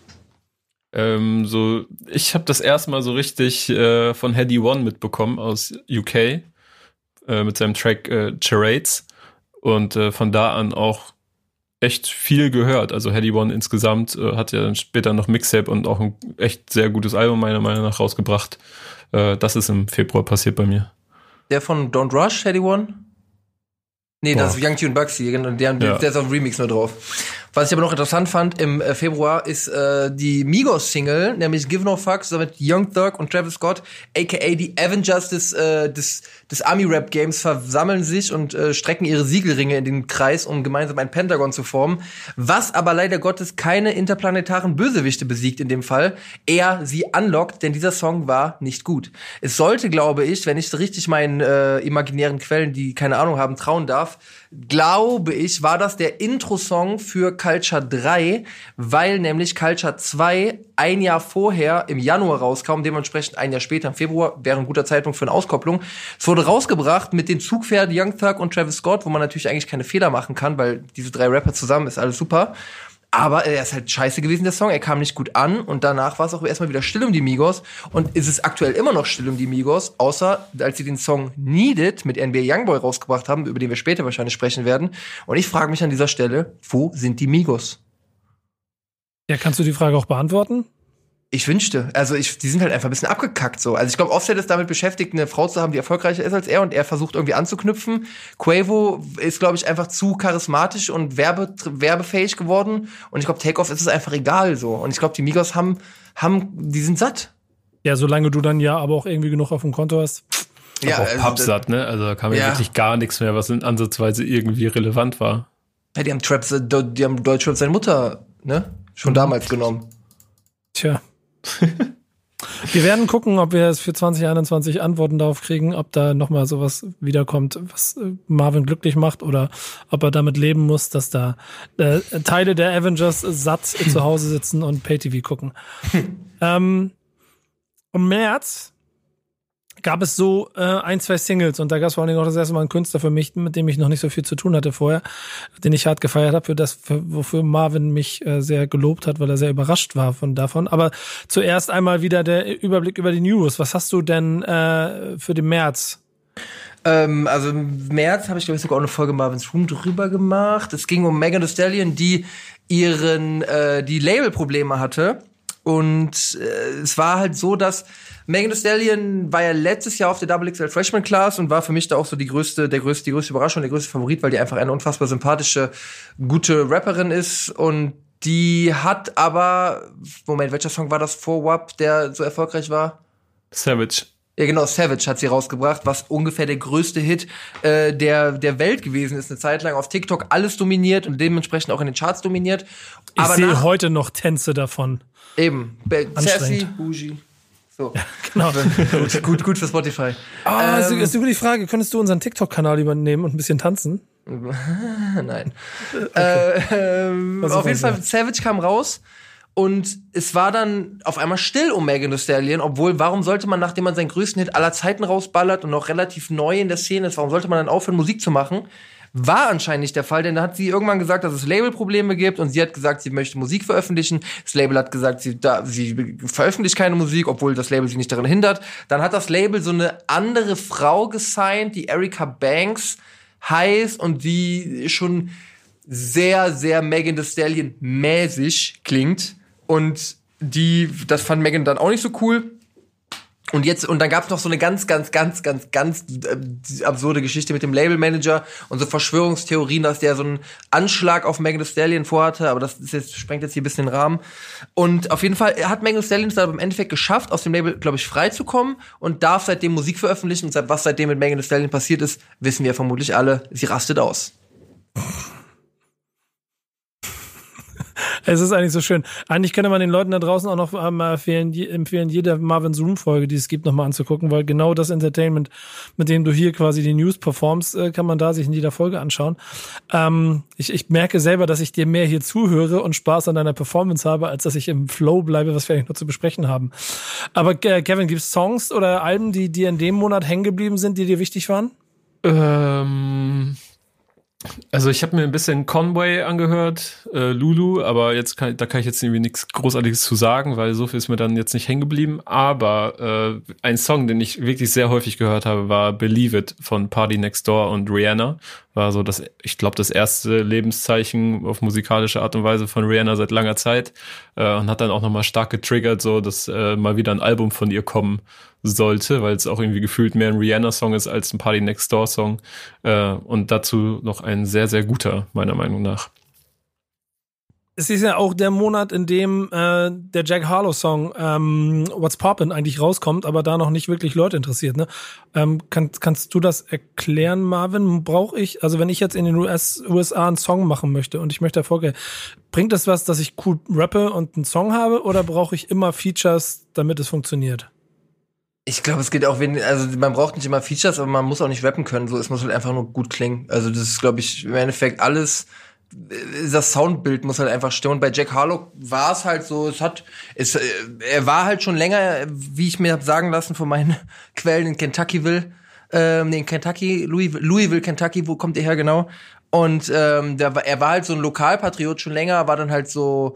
Ähm, so, ich habe das erstmal so richtig äh, von Headie One mitbekommen aus U K äh, mit seinem Track äh, Charades und äh, von da an auch echt viel gehört. Also Headie One insgesamt äh, hat ja dann später noch Mixtape und auch ein echt sehr gutes Album meiner Meinung nach rausgebracht. Äh, das ist im Februar passiert bei mir. Der von Don't Rush, Headie One? Nee, Boah. Das ist Young Tune Bugsy, der, der, ja. der ist auf dem Remix nur drauf. Was ich aber noch interessant fand, im Februar ist äh, die Migos-Single, nämlich Give No Fucks, mit Young Thug und Travis Scott, aka die Avengers des, äh, des, des Army-Rap-Games, versammeln sich und äh, strecken ihre Siegelringe in den Kreis, um gemeinsam ein Pentagon zu formen. Was aber leider Gottes keine interplanetaren Bösewichte besiegt in dem Fall, eher sie anlockt, denn dieser Song war nicht gut. Es sollte, glaube ich, wenn ich richtig meinen äh, imaginären Quellen, die keine Ahnung haben, trauen darf, glaube ich, war das der Intro-Song für Culture drei, weil nämlich Culture zwei ein Jahr vorher im Januar rauskam, dementsprechend ein Jahr später im Februar, wäre ein guter Zeitpunkt für eine Auskopplung. Es wurde rausgebracht mit den Zugpferden Young Thug und Travis Scott, wo man natürlich eigentlich keine Fehler machen kann, weil diese drei Rapper zusammen ist alles super. Aber er ist halt scheiße gewesen, der Song. Er kam nicht gut an und danach war es auch erstmal wieder still um die Migos. Und ist es aktuell immer noch still um die Migos, außer als sie den Song Need It mit N B A Youngboy rausgebracht haben, über den wir später wahrscheinlich sprechen werden. Und ich frage mich an dieser Stelle, wo sind die Migos? Ja, kannst du die Frage auch beantworten? Ich wünschte. Also ich, die sind halt einfach ein bisschen abgekackt so. Also ich glaube, Offset ist damit beschäftigt, eine Frau zu haben, die erfolgreicher ist als er und er versucht irgendwie anzuknüpfen. Quavo ist, glaube ich, einfach zu charismatisch und werbe, werbefähig geworden und ich glaube, Takeoff ist es einfach egal so. Und ich glaube, die Migos haben, haben, die sind satt. Ja, solange du dann ja aber auch irgendwie genug auf dem Konto hast. Ja, aber auch also, pappsatt, ne? Also da kam ja, ja wirklich gar nichts mehr, was in ansatzweise irgendwie relevant war. Ja, die haben Trap, die haben Deutschrap seine Mutter, ne? Schon mhm. damals genommen. Tja. Wir werden gucken, ob wir es für zwanzig einundzwanzig Antworten darauf kriegen, ob da nochmal sowas wiederkommt, was Marvin glücklich macht oder ob er damit leben muss, dass da äh, Teile der Avengers satt zu Hause sitzen und Pay-T V gucken. ähm, Im März gab es so äh, ein, zwei Singles und da gab es vor allen Dingen auch das erste Mal einen Künstler für mich, mit dem ich noch nicht so viel zu tun hatte vorher, den ich hart gefeiert habe, für das, für, wofür Marvin mich äh, sehr gelobt hat, weil er sehr überrascht war von davon. Aber zuerst einmal wieder der Überblick über die News. Was hast du denn äh, für den März? Ähm, also im März habe ich, glaube ich, sogar auch eine Folge Marvin's Room drüber gemacht. Es ging um Megan Thee Stallion, die ihren, äh, die Label-Probleme hatte. Und äh, es war halt so, dass Megan Thee Stallion war ja letztes Jahr auf der Double X L Freshman Class und war für mich da auch so die größte, der größte, die größte Überraschung, der größte Favorit, weil die einfach eine unfassbar sympathische, gute Rapperin ist. Und die hat aber, Moment, welcher Song war das vor W A P, der so erfolgreich war? Savage. Ja, genau, Savage hat sie rausgebracht, was ungefähr der größte Hit äh, der der Welt gewesen ist. Eine Zeit lang auf TikTok alles dominiert und dementsprechend auch in den Charts dominiert. Ich sehe heute noch Tänze davon. Eben, Sassy, Bougie. So. Ja, genau. gut, gut, gut für Spotify. Ah, ähm, ist eine gute Frage. Könntest du unseren TikTok-Kanal übernehmen und ein bisschen tanzen? Nein. Okay. Äh, ähm, auf jeden Fall, Savage kam raus und es war dann auf einmal still um Megan Thee Stallion, obwohl, warum sollte man, nachdem man seinen größten Hit aller Zeiten rausballert und noch relativ neu in der Szene ist, warum sollte man dann aufhören, Musik zu machen? War anscheinend nicht der Fall, denn da hat sie irgendwann gesagt, dass es Labelprobleme gibt und sie hat gesagt, sie möchte Musik veröffentlichen. Das Label hat gesagt, sie, da, sie veröffentlicht keine Musik, obwohl das Label sie nicht daran hindert. Dann hat das Label so eine andere Frau gesigned, die Erica Banks heißt und die schon sehr, sehr Megan Thee Stallion mäßig klingt. Und die, das fand Megan dann auch nicht so cool. Und jetzt, und dann gab's noch so eine ganz, ganz, ganz, ganz, ganz äh, absurde Geschichte mit dem Labelmanager und so Verschwörungstheorien, dass der so einen Anschlag auf Megan Thee Stallion vorhatte, aber das ist jetzt, sprengt jetzt hier ein bisschen den Rahmen. Und auf jeden Fall hat Megan Thee Stallion es aber im Endeffekt geschafft, aus dem Label, glaube ich, freizukommen und darf seitdem Musik veröffentlichen. Und was seitdem mit Megan Thee Stallion passiert ist, wissen wir vermutlich alle. Sie rastet aus. Es ist eigentlich so schön. Eigentlich könnte man den Leuten da draußen auch noch ähm, empfehlen, die, empfehlen, jede Marvin's Room-Folge, die es gibt, nochmal anzugucken, weil genau das Entertainment, mit dem du hier quasi die News performst, äh, kann man da sich in jeder Folge anschauen. Ähm, ich, ich merke selber, dass ich dir mehr hier zuhöre und Spaß an deiner Performance habe, als dass ich im Flow bleibe, was wir eigentlich noch zu besprechen haben. Aber äh, Kevin, gibt es Songs oder Alben, die dir in dem Monat hängen geblieben sind, die dir wichtig waren? Ähm... Also ich habe mir ein bisschen Conway angehört, äh, Lulu, aber jetzt kann, da kann ich jetzt irgendwie nichts Großartiges zu sagen, weil so viel ist mir dann jetzt nicht hängen geblieben. Aber äh, ein Song, den ich wirklich sehr häufig gehört habe, war Believe It von Party Next Door und Rihanna. War so das, ich glaube, das erste Lebenszeichen auf musikalische Art und Weise von Rihanna seit langer Zeit äh, und hat dann auch nochmal stark getriggert, so dass äh, mal wieder ein Album von ihr kommen sollte, weil es auch irgendwie gefühlt mehr ein Rihanna-Song ist als ein Party Next Door-Song. Äh, und dazu noch ein sehr, sehr guter, meiner Meinung nach. Es ist ja auch der Monat, in dem äh, der Jack Harlow-Song ähm, What's Poppin' eigentlich rauskommt, aber da noch nicht wirklich Leute interessiert. Ne? Ähm, kann, kannst du das erklären, Marvin? Brauche ich, also wenn ich jetzt in den U S, U S A einen Song machen möchte und ich möchte Erfolg, bringt das was, dass ich cool rappe und einen Song habe, oder brauche ich immer Features, damit es funktioniert? Ich glaube, es geht auch, wenn, also man braucht nicht immer Features, aber man muss auch nicht rappen können. So, es muss halt einfach nur gut klingen. Also das ist, glaube ich, im Endeffekt alles. Das Soundbild muss halt einfach stimmen. Und bei Jack Harlow war es halt so, es hat, es, er war halt schon länger, wie ich mir hab sagen lassen von meinen Quellen in Kentuckyville, ähm, nee, in Kentucky, Louisville, Louisville, Kentucky, wo kommt er her genau? Und ähm, der, er war halt so ein Lokalpatriot schon länger, war dann halt so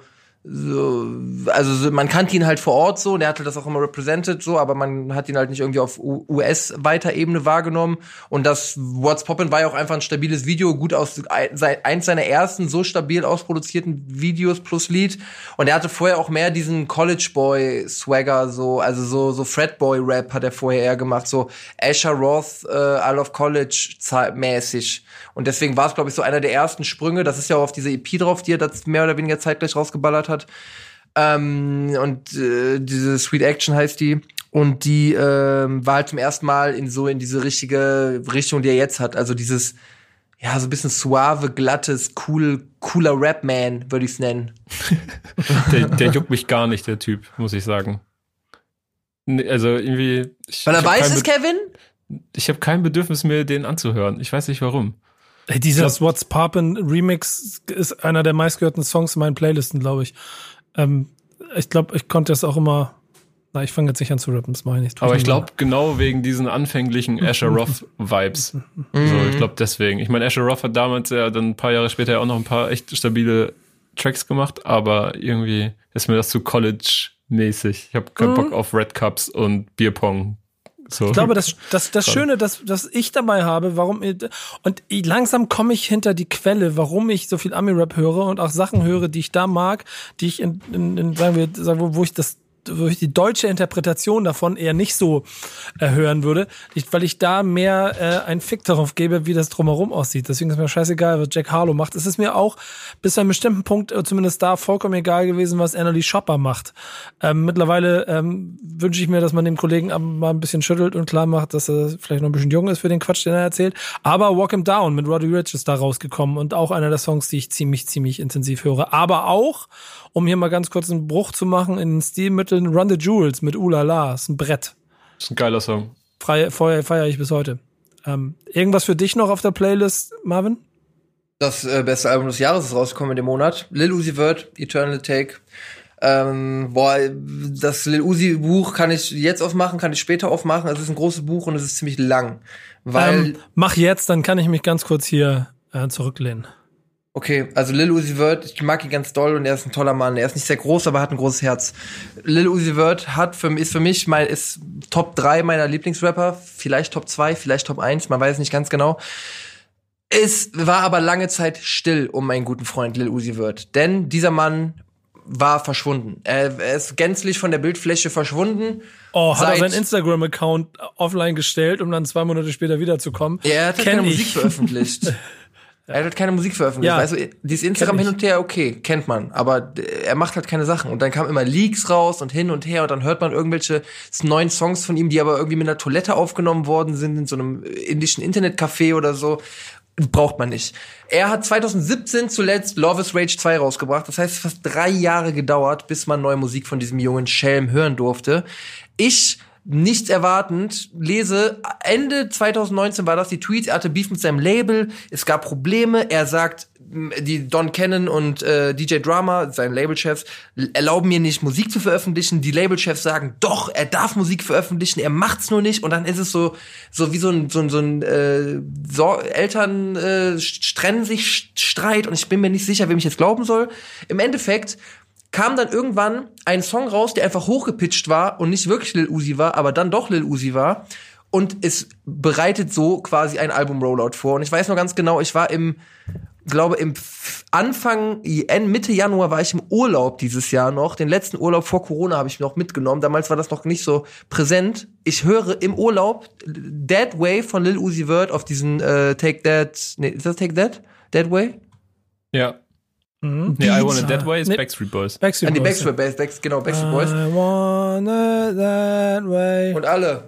so, also so, man kannte ihn halt vor Ort so, und er hatte das auch immer represented so, aber man hat ihn halt nicht irgendwie auf U S-weiter Ebene wahrgenommen. Und das What's Poppin' war ja auch einfach ein stabiles Video, gut aus, eins seiner ersten so stabil ausproduzierten Videos plus Lied. Und er hatte vorher auch mehr diesen College Boy Swagger, so, also so, so Frat Boy Rap hat er vorher eher gemacht, so Asher Roth, äh, I Love College mäßig. Und deswegen war es, glaube ich, so einer der ersten Sprünge. Das ist ja auch auf diese E P drauf, die er das mehr oder weniger zeitgleich rausgeballert hat. Ähm, und äh, diese Sweet Action heißt die. Und die ähm, war halt zum ersten Mal in so in diese richtige Richtung, die er jetzt hat. Also dieses, ja, so ein bisschen suave, glattes, cool, cooler Rap-Man, würde ich es nennen. der, der juckt mich gar nicht, der Typ, muss ich sagen. Also irgendwie... Ich, Weil er ich weiß es, Kevin? Ich habe kein Bedürfnis mehr, den anzuhören. Ich weiß nicht, warum. Hey, dieser What's Poppin' Remix ist einer der meistgehörten Songs in meinen Playlisten, glaube ich. Ähm, ich glaube, ich konnte das auch immer. Na, ich fange jetzt nicht an zu rappen, das mache ich nicht. Aber ich glaube, genau wegen diesen anfänglichen Asher Roth-Vibes. So, ich glaube deswegen. Ich meine, Asher Roth hat damals ja dann ein paar Jahre später ja auch noch ein paar echt stabile Tracks gemacht, aber irgendwie ist mir das zu College-mäßig. Ich habe keinen mhm. Bock auf Red Cups und Bierpong. So. Ich glaube, das, das, das Schöne, dass, dass ich dabei habe, warum, und langsam komme ich hinter die Quelle, warum ich so viel Ami-Rap höre und auch Sachen höre, die ich da mag, die ich in, in, in sagen wir, sagen wir, wo ich das, wo ich die deutsche Interpretation davon eher nicht so äh, hören würde, ich, weil ich da mehr äh, einen Fick darauf gebe, wie das drumherum aussieht. Deswegen ist mir scheißegal, was Jack Harlow macht. Es ist mir auch bis zu einem bestimmten Punkt, äh, zumindest da, vollkommen egal gewesen, was Annalie Chopper macht. Ähm, mittlerweile ähm, wünsche ich mir, dass man dem Kollegen mal ein bisschen schüttelt und klar macht, dass er vielleicht noch ein bisschen jung ist für den Quatsch, den er erzählt. Aber Walk Him Down mit Roddy Ricch ist da rausgekommen und auch einer der Songs, die ich ziemlich, ziemlich intensiv höre. Aber auch, um hier mal ganz kurz einen Bruch zu machen in den Stilmitteln, Run the Jewels mit Ulala, ist ein Brett. Ist ein geiler Song. Feier, feiere ich bis heute. Ähm, irgendwas für dich noch auf der Playlist, Marvin? Das äh, beste Album des Jahres ist rausgekommen in dem Monat. Lil Uzi Vert, Eternal Take. Ähm, boah, das Lil Uzi Buch kann ich jetzt aufmachen, kann ich später aufmachen. Es ist ein großes Buch und es ist ziemlich lang. Weil ähm, mach jetzt, dann kann ich mich ganz kurz hier äh, zurücklehnen. Okay, also Lil Uzi Vert, ich mag ihn ganz doll und er ist ein toller Mann. Er ist nicht sehr groß, aber hat ein großes Herz. Lil Uzi Vert hat für, ist für mich mein, ist Top drei meiner Lieblingsrapper. Vielleicht Top zwei, vielleicht Top eins, man weiß nicht ganz genau. Es war aber lange Zeit still um meinen guten Freund Lil Uzi Vert. Denn dieser Mann war verschwunden. Er, er ist gänzlich von der Bildfläche verschwunden. Oh, hat er seinen Instagram-Account offline gestellt, um dann zwei Monate später wiederzukommen? Ja, er hat keine Musik veröffentlicht. Er hat keine Musik veröffentlicht. Ja, weißt du, dieses Instagram hin und her, okay, kennt man. Aber er macht halt keine Sachen. Und dann kamen immer Leaks raus und hin und her. Und dann hört man irgendwelche neuen Songs von ihm, die aber irgendwie mit einer Toilette aufgenommen worden sind, in so einem indischen Internetcafé oder so. Braucht man nicht. Er hat zwanzig siebzehn zuletzt Love is Rage zwei rausgebracht. Das heißt, es hat fast drei Jahre gedauert, bis man neue Musik von diesem jungen Schelm hören durfte. Ich... Nichts erwartend, lese, Ende zwanzig neunzehn war das, die Tweets, er hatte Beef mit seinem Label, es gab Probleme, er sagt, die Don Cannon und äh, D J Drama, sein Labelchef, erlauben mir nicht, Musik zu veröffentlichen, die Labelchefs sagen, doch, er darf Musik veröffentlichen, er macht's nur nicht, und dann ist es so, so wie so ein, so ein, so ein äh, so, Eltern äh, strennen sich Streit, und ich bin mir nicht sicher, wem ich jetzt glauben soll. Im Endeffekt kam dann irgendwann ein Song raus, der einfach hochgepitcht war und nicht wirklich Lil Uzi war, aber dann doch Lil Uzi war. Und es bereitet so quasi ein Album-Rollout vor. Und ich weiß noch ganz genau, ich war im, glaube im Anfang, Mitte Januar war ich im Urlaub dieses Jahr noch. Den letzten Urlaub vor Corona habe ich noch mitgenommen. Damals war das noch nicht so präsent. Ich höre im Urlaub That Way von Lil Uzi Vert auf diesen äh, Take That, nee, ist das Take That? That Way? Ja. Mhm. Nee, I Want It That Way ist nee. Backstreet Boys. Backstreet Boys. Die Backstreet Boys, Backstreet, genau, Backstreet Boys. I want it that way. Und alle.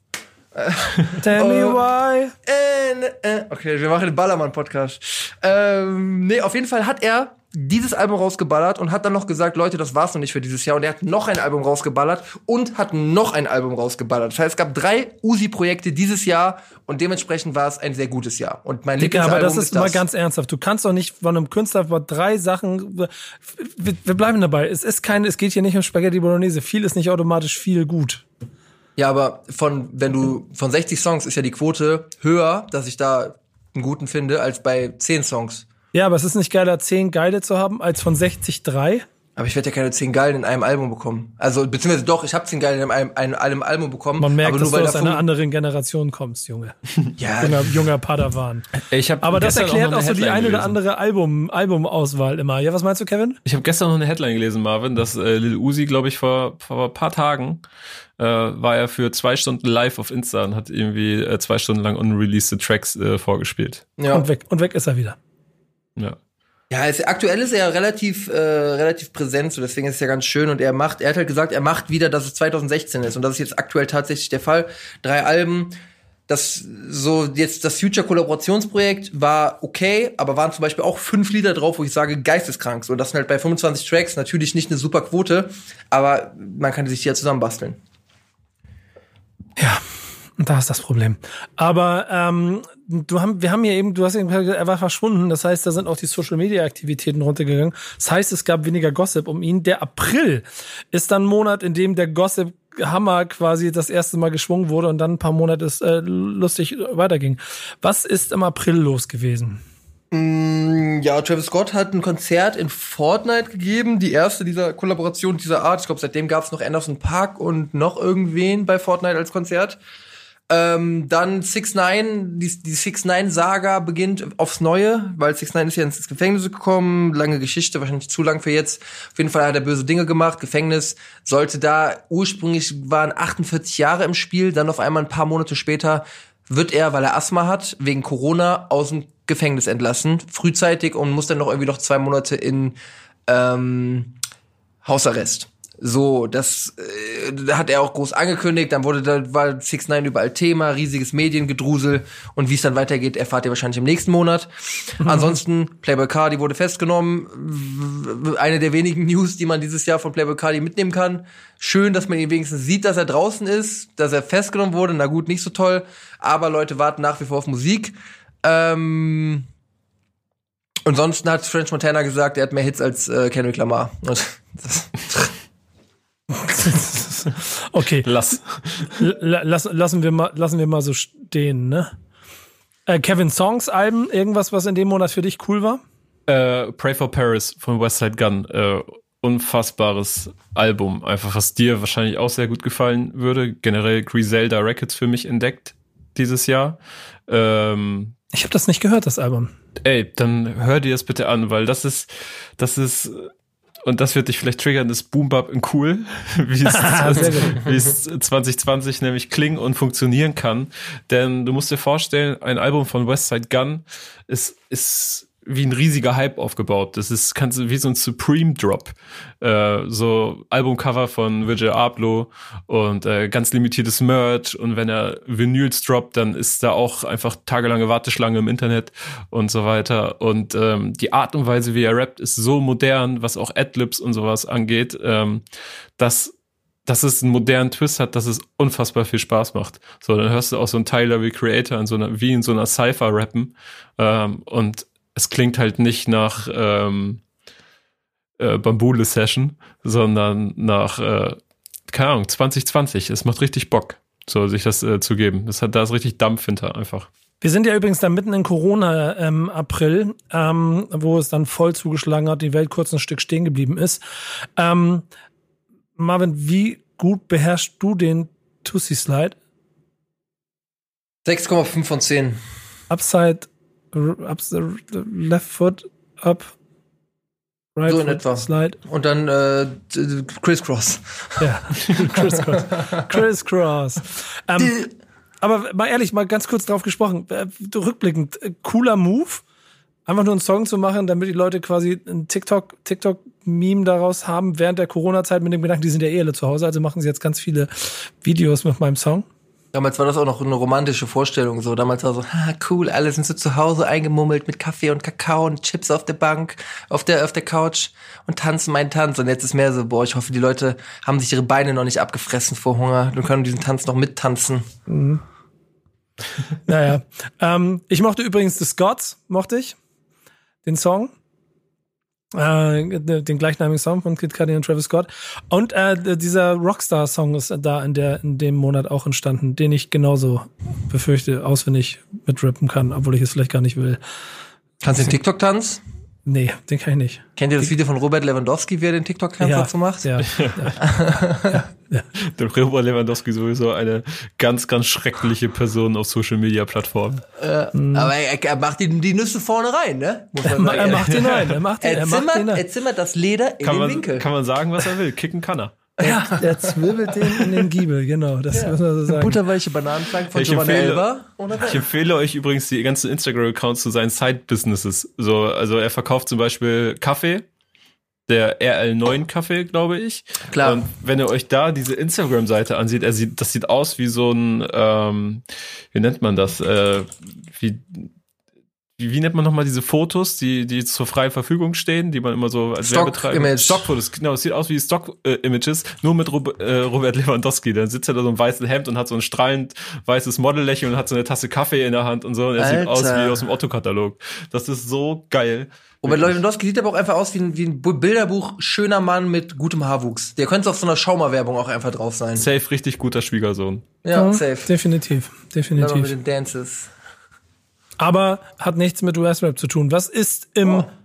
Tell me why. Okay, wir machen den Ballermann-Podcast. Ähm, nee, auf jeden Fall hat er dieses Album rausgeballert und hat dann noch gesagt, Leute, das war's noch nicht für dieses Jahr. Und er hat noch ein Album rausgeballert und hat noch ein Album rausgeballert. Das heißt, es gab drei Uzi-Projekte dieses Jahr und dementsprechend war es ein sehr gutes Jahr. Und mein Digga, aber das ist, ist mal das. ganz ernsthaft. Du kannst doch nicht von einem Künstler über drei Sachen, wir, wir bleiben dabei. Es ist keine, es geht hier nicht um Spaghetti Bolognese. Viel ist nicht automatisch viel gut. Ja, aber von, wenn du, von sechzig Songs ist ja die Quote höher, dass ich da einen guten finde, als bei zehn Songs. Ja, aber es ist nicht geiler, zehn geile zu haben, als von sechzig drei. Aber ich werde ja keine zehn Geilen in einem Album bekommen. Also, beziehungsweise doch, ich habe zehn Geilen in einem, einem, einem Album bekommen. Man merkt, aber dass nur, du weil aus einer anderen Generation kommst, Junge. ja, junger, junger Padawan. Ich hab aber das gestern erklärt noch auch so die Headline eine oder gelesen. andere Album, Albumauswahl immer. Ja, was meinst du, Kevin? Ich habe gestern noch eine Headline gelesen, Marvin, dass äh, Lil Uzi, glaube ich, vor, vor ein paar Tagen äh, war er für zwei Stunden live auf Insta und hat irgendwie äh, zwei Stunden lang unreleased Tracks äh, vorgespielt. ja. Und weg, und weg ist er wieder. Ja. Ja, es, aktuell ist er ja relativ, äh, relativ präsent, so deswegen ist es ja ganz schön. Und er macht, er hat halt gesagt, er macht wieder, dass es zwanzig sechzehn ist. Und das ist jetzt aktuell tatsächlich der Fall. Drei Alben. Das, so, jetzt, das Future-Kollaborationsprojekt war okay, aber waren zum Beispiel auch fünf Lieder drauf, wo ich sage, geisteskrank. So, das sind halt bei fünfundzwanzig Tracks natürlich nicht eine super Quote, aber man kann sich die ja zusammenbasteln. Ja, und da ist das Problem. Aber ähm, du haben, wir haben hier eben, du hast eben gesagt, er war verschwunden. Das heißt, da sind auch die Social-Media-Aktivitäten runtergegangen. Das heißt, es gab weniger Gossip um ihn. Der April ist dann ein Monat, in dem der Gossip-Hammer quasi das erste Mal geschwungen wurde und dann ein paar Monate es äh, lustig weiterging. Was ist im April los gewesen? Ja, Travis Scott hat ein Konzert in Fortnite gegeben, die erste dieser Kollaboration dieser Art. Ich glaube, seitdem gab es noch Anderson .Paak und noch irgendwen bei Fortnite als Konzert. Ähm, dann six nine, die, die six nine Saga beginnt aufs Neue, weil six nine ist ja ins Gefängnis gekommen, lange Geschichte, wahrscheinlich zu lang für jetzt. Auf jeden Fall hat er böse Dinge gemacht, Gefängnis, sollte da, ursprünglich waren achtundvierzig Jahre im Spiel, dann auf einmal ein paar Monate später wird er, weil er Asthma hat, wegen Corona aus dem Gefängnis entlassen, frühzeitig, und muss dann noch irgendwie noch zwei Monate in ähm, Hausarrest. So, das äh, hat er auch groß angekündigt, dann wurde da war six nine überall Thema, riesiges Mediengedrusel, und wie es dann weitergeht, erfahrt ihr wahrscheinlich im nächsten Monat. Mhm. Ansonsten, Playboi Carti wurde festgenommen, eine der wenigen News, die man dieses Jahr von Playboi Carti mitnehmen kann. Schön, dass man ihn wenigstens sieht, dass er draußen ist, dass er festgenommen wurde, na gut, nicht so toll, aber Leute warten nach wie vor auf Musik. Ähm und sonst hat French Montana gesagt, er hat mehr Hits als äh, Kendrick Lamar. Okay. Lass. L- lass, lassen wir mal, lassen wir mal so stehen, ne? Äh, Kevin, Songs, Alben, irgendwas, was in dem Monat für dich cool war? Äh, Pray for Paris von Westside Gunn. Äh, unfassbares Album. Einfach, was dir wahrscheinlich auch sehr gut gefallen würde. Generell Griselda Records für mich entdeckt dieses Jahr. Ähm, ich habe das nicht gehört, das Album. Ey, dann hör dir das bitte an, weil das ist, das ist, und das wird dich vielleicht triggern, das Boom Bap in cool, wie es, wie es zwanzig zwanzig nämlich klingen und funktionieren kann. Denn du musst dir vorstellen, ein Album von Westside Gunn ist, ist wie ein riesiger Hype aufgebaut. Das ist kannst du wie so ein Supreme Drop. Äh, so Albumcover von Virgil Abloh und äh, ganz limitiertes Merch, und wenn er Vinyls droppt, dann ist da auch einfach tagelange Warteschlange im Internet und so weiter. Und ähm, die Art und Weise, wie er rappt, ist so modern, was auch Adlibs und sowas angeht, ähm, dass dass es einen modernen Twist hat, dass es unfassbar viel Spaß macht. So, dann hörst du auch so einen Tyler, wie Creator in so einer, wie in so einer Cypher rappen, ähm, und es klingt halt nicht nach ähm, äh, Bambule-Session, sondern nach, äh, keine Ahnung, zwanzig zwanzig. Es macht richtig Bock, so sich das äh, zu geben. Das hat, da ist richtig Dampf hinter einfach. Wir sind ja übrigens da mitten in Corona im April, ähm, wo es dann voll zugeschlagen hat, die Welt kurz ein Stück stehen geblieben ist. Ähm, Marvin, wie gut beherrschst du den Tussi Slide? sechs Komma fünf von zehn. Upside, up, left foot, up, right so in foot, etwa. slide. Und dann äh, Crisscross. Ja, Crisscross. Crisscross. Ähm, aber mal ehrlich, mal ganz kurz drauf gesprochen, äh, rückblickend, äh, cooler Move, einfach nur einen Song zu machen, damit die Leute quasi ein TikTok, TikTok-Meme daraus haben während der Corona-Zeit mit dem Gedanken, die sind ja eh alle zu Hause, also machen sie jetzt ganz viele Videos mit meinem Song. Damals war das auch noch eine romantische Vorstellung, so. Damals war so, ha, cool, alle sind so zu Hause eingemummelt mit Kaffee und Kakao und Chips auf der Bank, auf der, auf der Couch und tanzen meinen Tanz. Und jetzt ist mehr so, boah, ich hoffe, die Leute haben sich ihre Beine noch nicht abgefressen vor Hunger und können diesen Tanz noch mittanzen. Mhm. Naja. ähm, ich mochte übrigens The Scots, mochte ich. Den Song. Äh, den gleichnamigen Song von Kid Cudi und Travis Scott. Und äh, dieser Rockstar-Song ist da in der in dem Monat auch entstanden, den ich genauso befürchte, auswendig mitrappen kann, obwohl ich es vielleicht gar nicht will. Kannst du den TikTok-Tanz? Nee, den kann ich nicht. Kennt ihr das Video von Robert Lewandowski, wie er den TikTok-Tanz Ja, dazu macht? ja. ja. ja. Der Robert Lewandowski sowieso eine ganz, ganz schreckliche Person auf Social-Media-Plattformen. Äh, mhm. Aber er, er macht die, die Nüsse vorne rein, ne? Muss man sagen. Er macht ihn rein. Er macht ihn, er, er, zimmert, macht ihn rein. er zimmert das Leder in kann den man, Winkel. Kann man sagen, was er will. Kicken kann er. Ja, der zwirbelt den in den Giebel, genau. Das ja. muss man so sagen. Butterweiche Bananenflanken von ich Giovanna empfehle, Elba. Ich empfehle euch übrigens die ganzen Instagram-Accounts zu seinen Side-Businesses. So, also er verkauft zum Beispiel Kaffee, der R L neun Kaffee, glaube ich. Klar. Und wenn ihr euch da diese Instagram-Seite ansieht, er sieht, das sieht aus wie so ein, ähm, wie nennt man das? Äh, wie Wie, wie nennt man nochmal diese Fotos, die die zur freien Verfügung stehen, die man immer so als Werbetreiber... Stockfotos, genau. Es sieht aus wie Stock-Images, nur mit Rob, äh, Robert Lewandowski. Dann sitzt er da so im weißen Hemd und hat so ein strahlend weißes Model-Lächeln und hat so eine Tasse Kaffee in der Hand und so. Und er Alter. sieht aus wie aus dem Otto-Katalog. Das ist so geil. Robert Lewandowski sieht aber auch einfach aus wie ein, wie ein Bilderbuch, schöner Mann mit gutem Haarwuchs. Der könnte auf so einer Schaumer-Werbung auch einfach drauf sein. Safe, richtig guter Schwiegersohn. Ja, ja safe. Definitiv, definitiv. Dann noch mit den Dances. Aber hat nichts mit U S-Rap zu tun. Was ist im... Oh.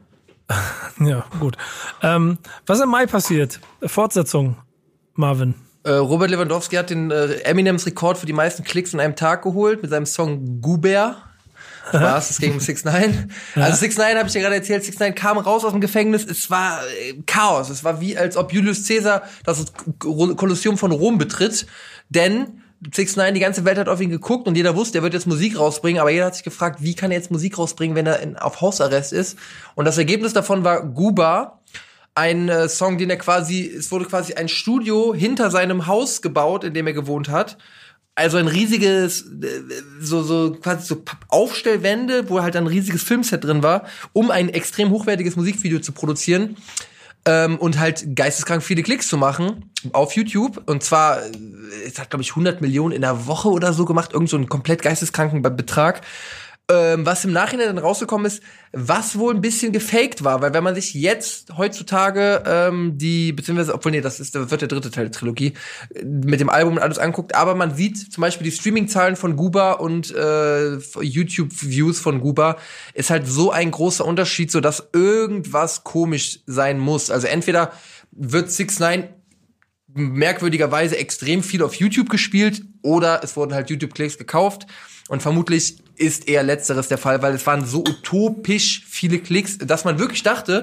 ja, gut. Ähm, was im Mai passiert? Fortsetzung, Marvin. Äh, Robert Lewandowski hat den äh, Eminems Rekord für die meisten Klicks in einem Tag geholt mit seinem Song Goober. Spaß, es ging um six nine. Ja. Also six nine habe ich ja gerade erzählt, six nine kam raus aus dem Gefängnis, es war äh, Chaos. Es war wie, als ob Julius Caesar das Kolosseum von Rom betritt. Denn six nine, die ganze Welt hat auf ihn geguckt und jeder wusste, er wird jetzt Musik rausbringen, aber jeder hat sich gefragt, wie kann er jetzt Musik rausbringen, wenn er in, auf Hausarrest ist? Und das Ergebnis davon war Goober, ein äh, Song, den er quasi, es wurde quasi ein Studio hinter seinem Haus gebaut, in dem er gewohnt hat. Also ein riesiges, so, so quasi so Aufstellwände, wo halt ein riesiges Filmset drin war, um ein extrem hochwertiges Musikvideo zu produzieren. Ähm, und halt geisteskrank viele Klicks zu machen auf YouTube. Und zwar, es hat, glaube ich, hundert Millionen in der Woche oder so gemacht. Irgend so einen komplett geisteskranken Betrag. Ähm, was im Nachhinein dann rausgekommen ist, was wohl ein bisschen gefaked war. Weil wenn man sich jetzt heutzutage ähm, die, beziehungsweise, obwohl, nee, das ist, das wird der dritte Teil der Trilogie, mit dem Album und alles anguckt. Aber man sieht zum Beispiel die Streaming-Zahlen von Goober und äh, YouTube-Views von Goober ist halt so ein großer Unterschied, so dass irgendwas komisch sein muss. Also entweder wird six nine merkwürdigerweise extrem viel auf YouTube gespielt oder es wurden halt YouTube-Klicks gekauft. Und vermutlich ist eher Letzteres der Fall, weil es waren so utopisch viele Klicks, dass man wirklich dachte,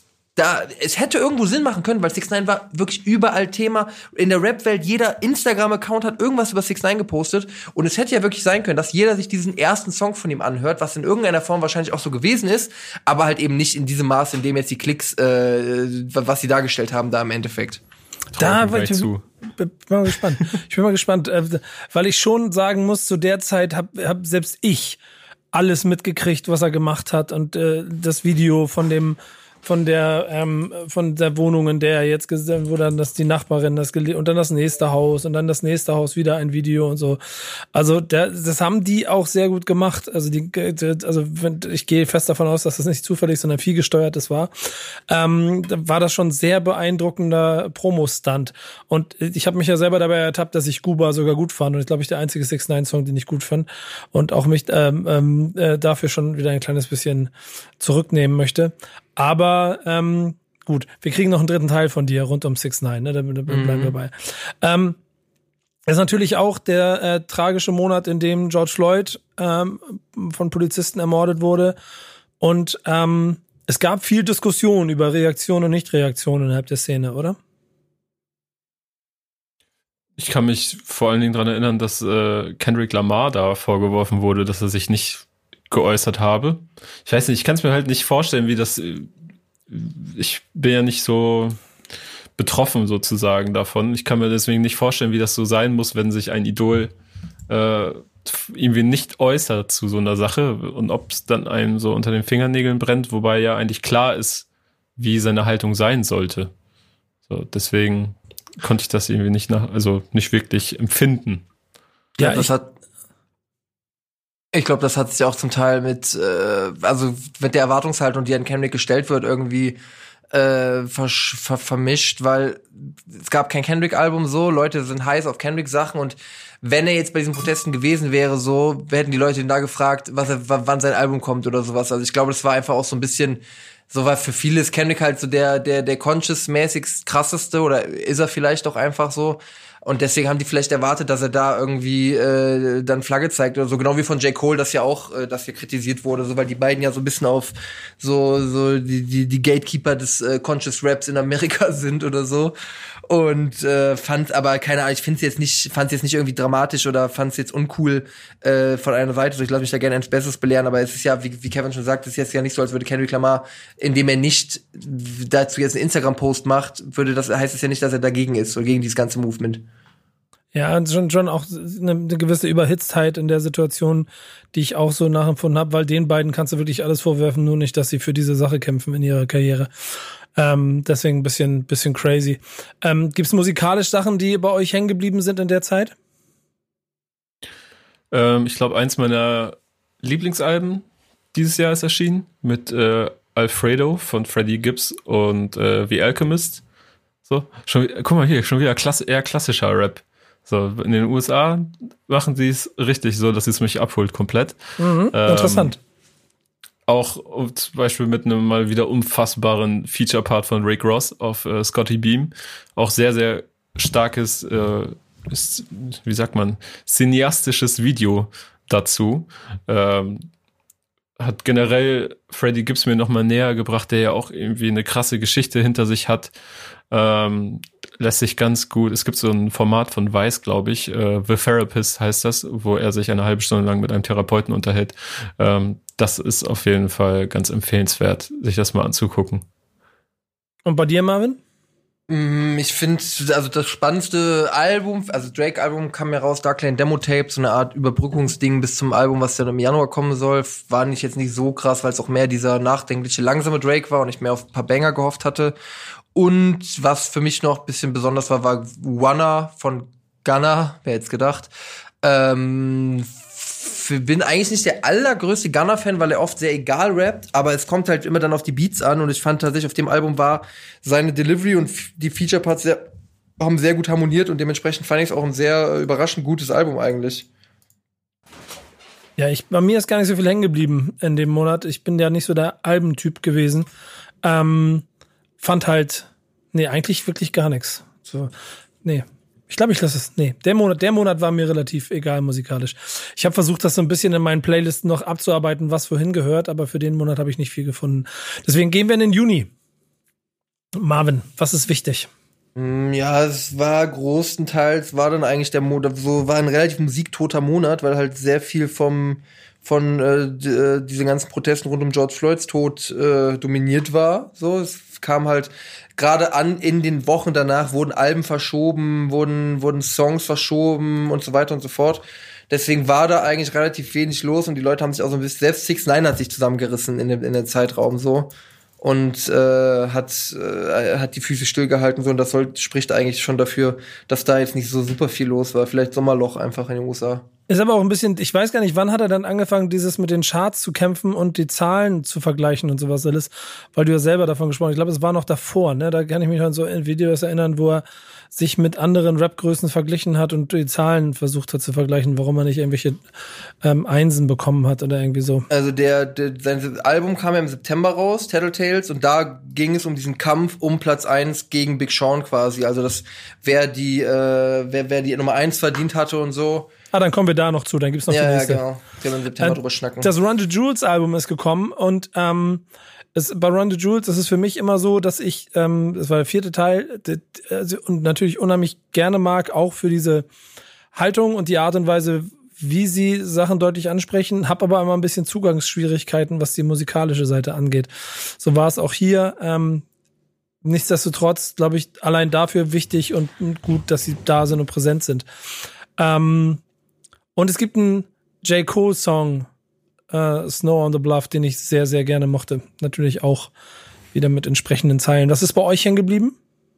da, es hätte irgendwo Sinn machen können, weil six nine war wirklich überall Thema. In der Rap-Welt, jeder Instagram-Account hat irgendwas über six nine gepostet. Und es hätte ja wirklich sein können, dass jeder sich diesen ersten Song von ihm anhört, was in irgendeiner Form wahrscheinlich auch so gewesen ist, aber halt eben nicht in diesem Maß, in dem jetzt die Klicks, äh, was sie dargestellt haben, da im Endeffekt. Da bin ich zu. Bin mal gespannt. Ich bin mal gespannt, weil ich schon sagen muss, zu der Zeit habe hab selbst ich alles mitgekriegt, was er gemacht hat und äh, das Video von dem von der ähm, von der Wohnung, in der er jetzt, wo dann das die Nachbarin das gele- und dann das nächste Haus und dann das nächste Haus wieder ein Video und so. Also der, das haben die auch sehr gut gemacht. Also die, also wenn, ich gehe fest davon aus, dass das nicht zufällig, sondern viel gesteuertes war. Ähm, da war das schon sehr beeindruckender Promo-Stunt. Und ich habe mich ja selber dabei ertappt, dass ich Goober sogar gut fand und ich glaube ich der einzige six nine Song, den ich gut fand und auch mich ähm, ähm, äh, dafür schon wieder ein kleines bisschen zurücknehmen möchte. Aber ähm, gut, wir kriegen noch einen dritten Teil von dir rund um six nine, ne? Da, da bleiben mhm. wir bei. Ähm, ist natürlich auch der äh, tragische Monat, in dem George Floyd ähm, von Polizisten ermordet wurde. Und ähm, es gab viel Diskussion über Reaktion und Nichtreaktion innerhalb der Szene, oder? Ich kann mich vor allen Dingen daran erinnern, dass äh, Kendrick Lamar da vorgeworfen wurde, dass er sich nicht geäußert habe. Ich weiß nicht, ich kann es mir halt nicht vorstellen, wie das, ich bin ja nicht so betroffen sozusagen davon. Ich kann mir deswegen nicht vorstellen, wie das so sein muss, wenn sich ein Idol äh, irgendwie nicht äußert zu so einer Sache und ob es dann einem so unter den Fingernägeln brennt, wobei ja eigentlich klar ist, wie seine Haltung sein sollte. So, deswegen konnte ich das irgendwie nicht nach, also nicht wirklich empfinden. Ja, das hat Ich glaube, das hat sich auch zum Teil mit, äh, also mit der Erwartungshaltung, die an Kendrick gestellt wird, irgendwie äh, versch- ver- vermischt, weil es gab kein Kendrick-Album so, Leute sind heiß auf Kendrick-Sachen und wenn er jetzt bei diesen Protesten gewesen wäre, so, hätten die Leute ihn da gefragt, was er, w- wann sein Album kommt oder sowas. Also ich glaube, das war einfach auch so ein bisschen, so war für viele ist Kendrick halt so der, der, der conscious-mäßig krasseste oder ist er vielleicht auch einfach so. Und deswegen haben die vielleicht erwartet, dass er da irgendwie äh, dann Flagge zeigt oder so, genau wie von J. Cole, das ja auch, äh, das hier kritisiert wurde, so weil die beiden ja so ein bisschen auf so so die die, die Gatekeeper des äh, Conscious Raps in Amerika sind oder so. Und äh, fand aber keine Ahnung, ich finde es jetzt nicht, fand es jetzt nicht irgendwie dramatisch oder fand es jetzt uncool äh, von einer Seite. So, ich lasse mich da gerne eins Besseres belehren, aber es ist ja, wie, wie Kevin schon sagt, es ist jetzt ja nicht so, als würde Kendrick Lamar, indem er nicht dazu jetzt einen Instagram-Post macht, würde das heißt es ja nicht, dass er dagegen ist oder gegen dieses ganze Movement. Ja, schon, schon auch eine, eine gewisse Überhitztheit in der Situation, die ich auch so nachempfunden habe, weil den beiden kannst du wirklich alles vorwerfen, nur nicht, dass sie für diese Sache kämpfen in ihrer Karriere. Ähm, deswegen ein bisschen, bisschen crazy. Ähm, gibt's musikalisch Sachen, die bei euch hängen geblieben sind in der Zeit? Ähm, ich glaube, eins meiner Lieblingsalben dieses Jahr ist erschienen mit äh, Alfredo von Freddie Gibbs und äh, The Alchemist. So, schon, guck mal hier, schon wieder klass- eher klassischer Rap. So, in den U S A machen sie es richtig so, dass es mich abholt komplett. Mhm, ähm, interessant. Auch zum Beispiel mit einem mal wieder unfassbaren Feature-Part von Rick Ross auf äh, Scotty Beam. Auch sehr, sehr starkes, äh, ist, wie sagt man, cineastisches Video dazu. Ähm, hat generell Freddie Gibbs mir nochmal näher gebracht, der ja auch irgendwie eine krasse Geschichte hinter sich hat. Ähm, lässt sich ganz gut, es gibt so ein Format von Vice, glaube ich, äh, The Therapist heißt das, wo er sich eine halbe Stunde lang mit einem Therapeuten unterhält. Ähm, das ist auf jeden Fall ganz empfehlenswert, sich das mal anzugucken. Und bei dir, Marvin? Ich finde, also das spannendste Album, also Drake-Album kam ja raus, Dark Lane Demo-Tape, so eine Art Überbrückungsding bis zum Album, was dann im Januar kommen soll, war nicht jetzt nicht so krass, weil es auch mehr dieser nachdenkliche, langsame Drake war und ich mehr auf ein paar Banger gehofft hatte. Und was für mich noch ein bisschen besonders war, war Wanna von Gunna, wer jetzt gedacht. Ähm, f- bin eigentlich nicht der allergrößte Gunna-Fan, weil er oft sehr egal rappt, aber es kommt halt immer dann auf die Beats an und ich fand tatsächlich, auf dem Album war seine Delivery und f- die Feature-Parts sehr, haben sehr gut harmoniert und dementsprechend fand ich es auch ein sehr äh, überraschend gutes Album eigentlich. Ja, ich, bei mir ist gar nicht so viel hängen geblieben in dem Monat. Ich bin ja nicht so der Albentyp gewesen. Ähm, fand halt, nee, eigentlich wirklich gar nichts. So, nee. Ich glaube, ich lasse es. Nee, der Monat, der Monat war mir relativ egal musikalisch. Ich habe versucht, das so ein bisschen in meinen Playlisten noch abzuarbeiten, was wohin gehört, aber für den Monat habe ich nicht viel gefunden. Deswegen gehen wir in den Juni. Marvin, was ist wichtig? Ja, es war großenteils, war dann eigentlich der Monat, so war ein relativ musiktoter Monat, weil halt sehr viel vom von äh, d- äh, diesen ganzen Protesten rund um George Floyds Tod äh, dominiert war. So, es kam halt gerade an in den Wochen danach wurden Alben verschoben, wurden wurden Songs verschoben und so weiter und so fort. Deswegen war da eigentlich relativ wenig los und die Leute haben sich auch so ein bisschen, selbst six ix-Nine hat sich zusammengerissen in dem in dem Zeitraum so und äh, hat äh, hat die Füße stillgehalten so und das soll, spricht eigentlich schon dafür, dass da jetzt nicht so super viel los war. Vielleicht Sommerloch einfach in den U S A. Ist aber auch ein bisschen, ich weiß gar nicht, wann hat er dann angefangen, dieses mit den Charts zu kämpfen und die Zahlen zu vergleichen und sowas alles, weil du ja selber davon gesprochen hast. Ich glaube, es war noch davor, ne? Da kann ich mich an so Videos erinnern, wo er sich mit anderen Rap-Größen verglichen hat und die Zahlen versucht hat zu vergleichen, warum er nicht irgendwelche ähm, Einsen bekommen hat oder irgendwie so. Also der, der sein Album kam ja im September raus, Tattletales, und da ging es um diesen Kampf um Platz eins gegen Big Sean quasi. Also das, wer die, äh, wer, wer die Nummer eins verdient hatte und so. Ah, dann kommen wir da noch zu, dann gibt's noch Ja, die ja, nächste. genau. Wir werden im September Äh, drüber schnacken. Das Run the Jewels Album ist gekommen und ähm, es, bei Run the Jewels ist es für mich immer so, dass ich, ähm, das war der vierte Teil d- d- also, und natürlich unheimlich gerne mag, auch für diese Haltung und die Art und Weise, wie sie Sachen deutlich ansprechen, habe aber immer ein bisschen Zugangsschwierigkeiten, was die musikalische Seite angeht. So war es auch hier. Ähm, nichtsdestotrotz, glaube ich, allein dafür wichtig und, und gut, dass sie da sind und präsent sind. Ähm, Und es gibt einen J. Cole-Song, äh, Snow on the Bluff, den ich sehr, sehr gerne mochte. Natürlich auch wieder mit entsprechenden Zeilen. Was ist bei euch hängen geblieben?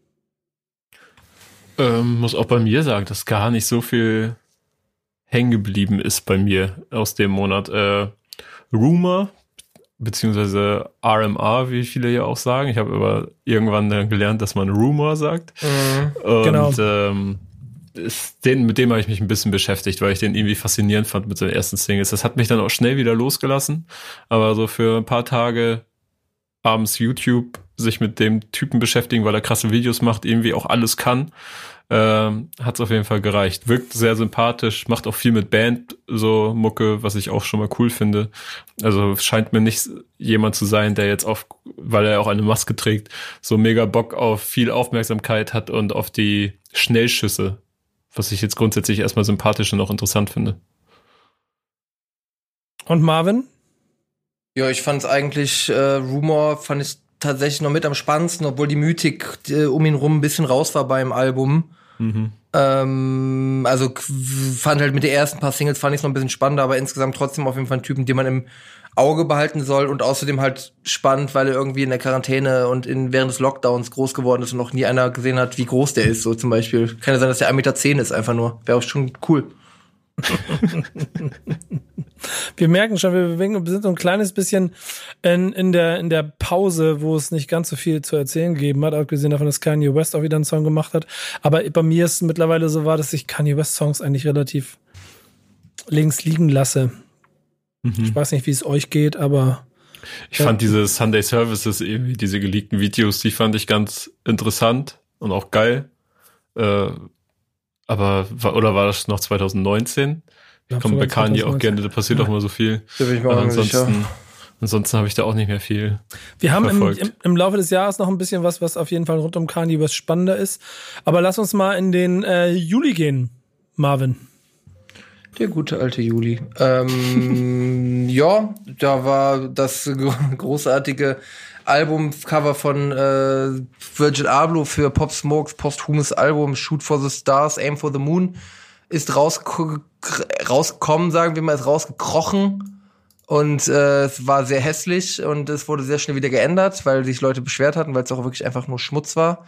Ähm, muss auch bei mir sagen, dass gar nicht so viel hängen geblieben ist bei mir aus dem Monat. Äh, Rumor beziehungsweise R M R, wie viele ja auch sagen. Ich habe aber irgendwann dann gelernt, dass man Rumor sagt. Mhm. Und Genau. ähm, ist, den, mit dem habe ich mich ein bisschen beschäftigt, weil ich den irgendwie faszinierend fand mit den ersten Singles. Das hat mich dann auch schnell wieder losgelassen. Aber so für ein paar Tage abends YouTube sich mit dem Typen beschäftigen, weil er krasse Videos macht, irgendwie auch alles kann, ähm, hat es auf jeden Fall gereicht. Wirkt sehr sympathisch, macht auch viel mit Band, so Mucke, was ich auch schon mal cool finde. Also scheint mir nicht jemand zu sein, der jetzt auf, weil er auch eine Maske trägt, so mega Bock auf viel Aufmerksamkeit hat und auf die Schnellschüsse, was ich jetzt grundsätzlich erstmal sympathisch und auch interessant finde. Und Marvin? Ja, ich fand es eigentlich, äh, Rumor fand ich tatsächlich noch mit am spannendsten, obwohl die Mythik äh, um ihn rum ein bisschen raus war beim Album. Mhm. Ähm, also k- fand halt mit den ersten paar Singles fand ich noch ein bisschen spannender, aber insgesamt trotzdem auf jeden Fall ein Typen, den man im Auge behalten soll und außerdem halt spannend, weil er irgendwie in der Quarantäne und in, während des Lockdowns groß geworden ist und noch nie einer gesehen hat, wie groß der ist, so zum Beispiel. Kann ja sein, dass der ein Meter zehn ist einfach nur. Wäre auch schon cool. Wir merken schon, wir bewegen, wir sind so ein kleines bisschen in, in der, in der Pause, wo es nicht ganz so viel zu erzählen gegeben hat, abgesehen davon, dass Kanye West auch wieder einen Song gemacht hat. Aber bei mir ist es mittlerweile so war, dass ich Kanye West Songs eigentlich relativ links liegen lasse. Mhm. Ich weiß nicht, wie es euch geht, aber Ich fand diese Sunday Services, irgendwie diese geleakten Videos, die fand ich ganz interessant und auch geil. Äh, aber, wa- oder war das noch zwanzig neunzehn? Ich komme bei Kanye auch gerne, da passiert auch immer so viel. Da bin ich mir Aber auch nicht sicher. ansonsten, ansonsten habe ich da auch nicht mehr viel. wir haben im, verfolgt. im, im Laufe des Jahres noch ein bisschen was, was auf jeden Fall rund um Kanye West spannender ist. Aber lass uns mal in den äh, Juli gehen, Marvin. Der gute alte Juli. Ähm, ja, da war das gro- großartige Albumcover von äh, Virgil Abloh für Pop Smokes posthumes Album Shoot for the Stars, Aim for the Moon ist rausko- rausgekommen, sagen wir mal, ist rausgekrochen und äh, es war sehr hässlich und es wurde sehr schnell wieder geändert, weil sich Leute beschwert hatten, weil es auch wirklich einfach nur Schmutz war.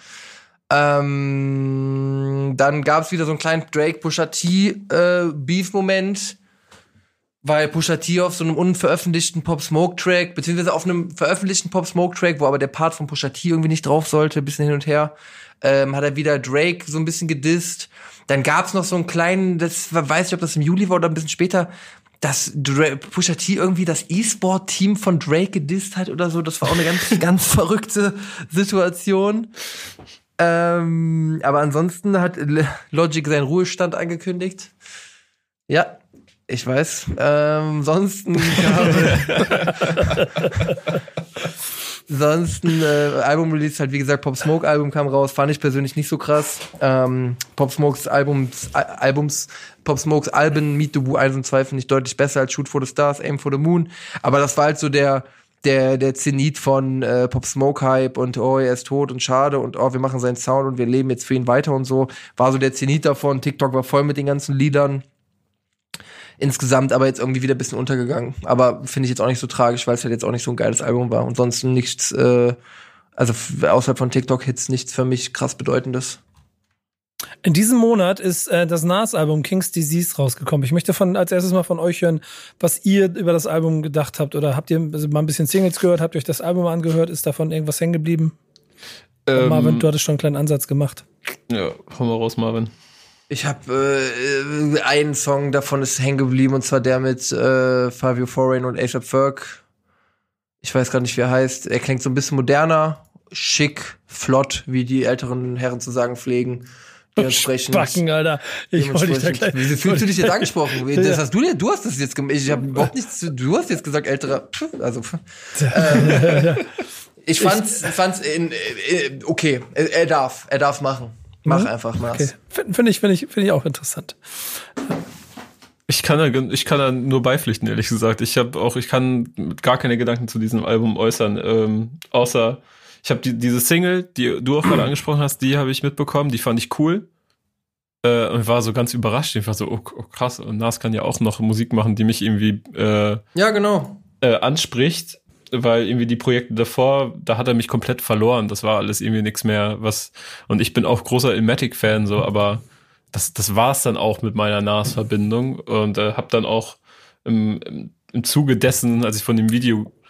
Ähm, dann gab es wieder so einen kleinen Drake-Pusha T-Beef-Moment, weil Pusha T auf so einem unveröffentlichten Pop-Smoke-Track, beziehungsweise auf einem veröffentlichten Pop-Smoke-Track, wo aber der Part von Pusha T irgendwie nicht drauf sollte, ein bisschen hin und her, ähm, hat er wieder Drake so ein bisschen gedisst. Dann gab's noch so einen kleinen, das weiß ich, ob das im Juli war oder ein bisschen später, dass Dra- Pusha T irgendwie das E-Sport-Team von Drake gedisst hat oder so. Das war auch eine ganz, ganz verrückte Situation. Ähm, aber ansonsten hat L- Logic seinen Ruhestand angekündigt. Ja, ich weiß. Ähm, ansonsten Ansonsten, äh, Album-Release halt, wie gesagt, Pop Smoke-Album kam raus, fand ich persönlich nicht so krass. Ähm, Pop Smokes Albums, Al- Albums, Pop Smokes Alben, Meet the Woo eins und zwei finde ich deutlich besser als Shoot for the Stars, Aim for the Moon. Aber das war halt so der, der, der Zenit von äh, Pop Smoke-Hype und oh, er ist tot und schade und oh, wir machen seinen Sound und wir leben jetzt für ihn weiter und so. War so der Zenit davon. TikTok war voll mit den ganzen Liedern. Insgesamt aber jetzt irgendwie wieder ein bisschen untergegangen. Aber finde ich jetzt auch nicht so tragisch, weil es halt jetzt auch nicht so ein geiles Album war. Und sonst nichts, äh, also f- außerhalb von TikTok-Hits nichts für mich krass Bedeutendes. In diesem Monat ist äh, das Nas-Album King's Disease rausgekommen. Ich möchte von als erstes mal von euch hören, was ihr über das Album gedacht habt. Oder habt ihr also mal ein bisschen Singles gehört? Habt ihr euch das Album angehört? Ist davon irgendwas hängen geblieben? Ähm, Marvin, du hattest schon einen kleinen Ansatz gemacht. Ja, hau mal raus, Marvin. Ich habe äh, einen Song davon ist hängen geblieben, und zwar der mit äh, Fabio Foreign und A$AP Ferg. Ich weiß gar nicht, wie er heißt. Er klingt so ein bisschen moderner, schick, flott, wie die älteren Herren zu sagen pflegen. Dementsprechend. Backen, Alter. Ich wollte dich da gleich. Wie fühlst du dich jetzt angesprochen? Das hast du dir, du hast das jetzt gemacht. Ich habe überhaupt nichts zu, du hast jetzt gesagt, älterer. Pff, also, pff. ähm, ich fand's, fand's in, in, okay. Er, er darf, er darf machen. Mach Mhm. einfach mal. Okay. Finde find ich, finde ich, finde ich auch interessant. Ich kann da, ich kann da nur beipflichten, ehrlich gesagt. Ich habe auch, ich kann gar keine Gedanken zu diesem Album äußern, ähm, außer ich habe die, diese Single, die du auch gerade angesprochen hast, die habe ich mitbekommen, die fand ich cool äh, und war so ganz überrascht. Ich war so, oh, oh krass, und Nas kann ja auch noch Musik machen, die mich irgendwie äh, Ja, genau. äh, anspricht, weil irgendwie die Projekte davor, da hat er mich komplett verloren. Das war alles irgendwie nichts mehr, was, und ich bin auch großer Illmatic-Fan, so, aber das, das war's dann auch mit meiner Nas-Verbindung und äh, hab dann auch im, im, im Zuge dessen, als ich von dem Video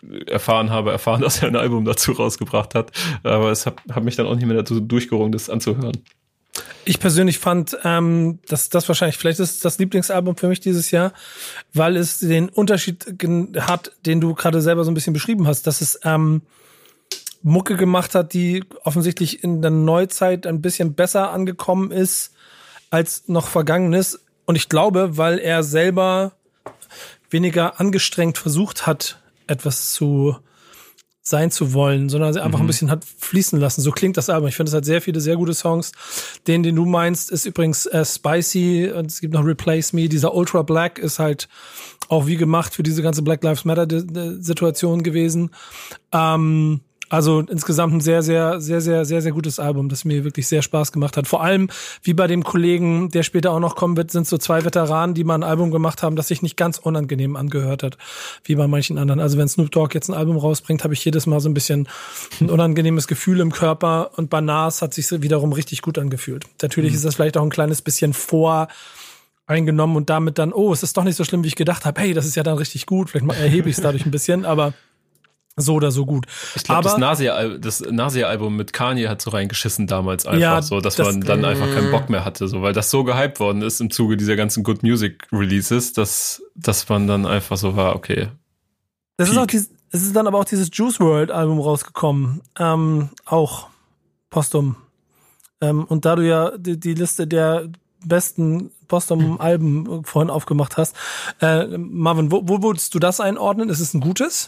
erfahren habe, erfahren, dass er ein Album dazu rausgebracht hat. Aber es hat, hat mich dann auch nicht mehr dazu durchgerungen, das anzuhören. Ich persönlich fand, ähm, dass das wahrscheinlich, vielleicht ist das Lieblingsalbum für mich dieses Jahr, weil es den Unterschied gen- hat, den du gerade selber so ein bisschen beschrieben hast, dass es ähm, Mucke gemacht hat, die offensichtlich in der Neuzeit ein bisschen besser angekommen ist als noch Vergangenes. Und ich glaube, weil er selber weniger angestrengt versucht hat, etwas zu sein zu wollen, sondern einfach mhm. ein bisschen hat fließen lassen. So klingt das Album. Ich finde, es hat sehr viele sehr gute Songs. Den, den du meinst, ist übrigens äh, Spicy und es gibt noch Replace Me. Dieser Ultra Black ist halt auch wie gemacht für diese ganze Black Lives Matter Situation gewesen. Ähm, Also insgesamt ein sehr, sehr, sehr, sehr, sehr, sehr gutes Album, das mir wirklich sehr Spaß gemacht hat. Vor allem, wie bei dem Kollegen, der später auch noch kommen wird, sind so zwei Veteranen, die mal ein Album gemacht haben, das sich nicht ganz unangenehm angehört hat, wie bei manchen anderen. Also wenn Snoop Dogg jetzt ein Album rausbringt, habe ich jedes Mal so ein bisschen ein unangenehmes Gefühl im Körper. Und bei Nas hat sich wiederum richtig gut angefühlt. Natürlich mhm. ist das vielleicht auch ein kleines bisschen vor eingenommen und damit dann, oh, es ist doch nicht so schlimm, wie ich gedacht habe. Hey, das ist ja dann richtig gut. Vielleicht erhebe ich es dadurch ein bisschen, aber so oder so gut. Ich glaube, das Nasia-Album das Nasia-Album mit Kanye hat so reingeschissen damals einfach ja, so, dass das, man dann einfach keinen Bock mehr hatte, so, weil das so gehypt worden ist im Zuge dieser ganzen Good Music Releases, dass, dass man dann einfach so war, okay. Das ist auch dieses, es ist dann aber auch dieses Juice World Album rausgekommen, ähm, auch postum. Ähm, und da du ja die, die Liste der besten Postum-Alben vorhin aufgemacht hast, äh, Marvin, wo, wo würdest du das einordnen? Ist es ein gutes?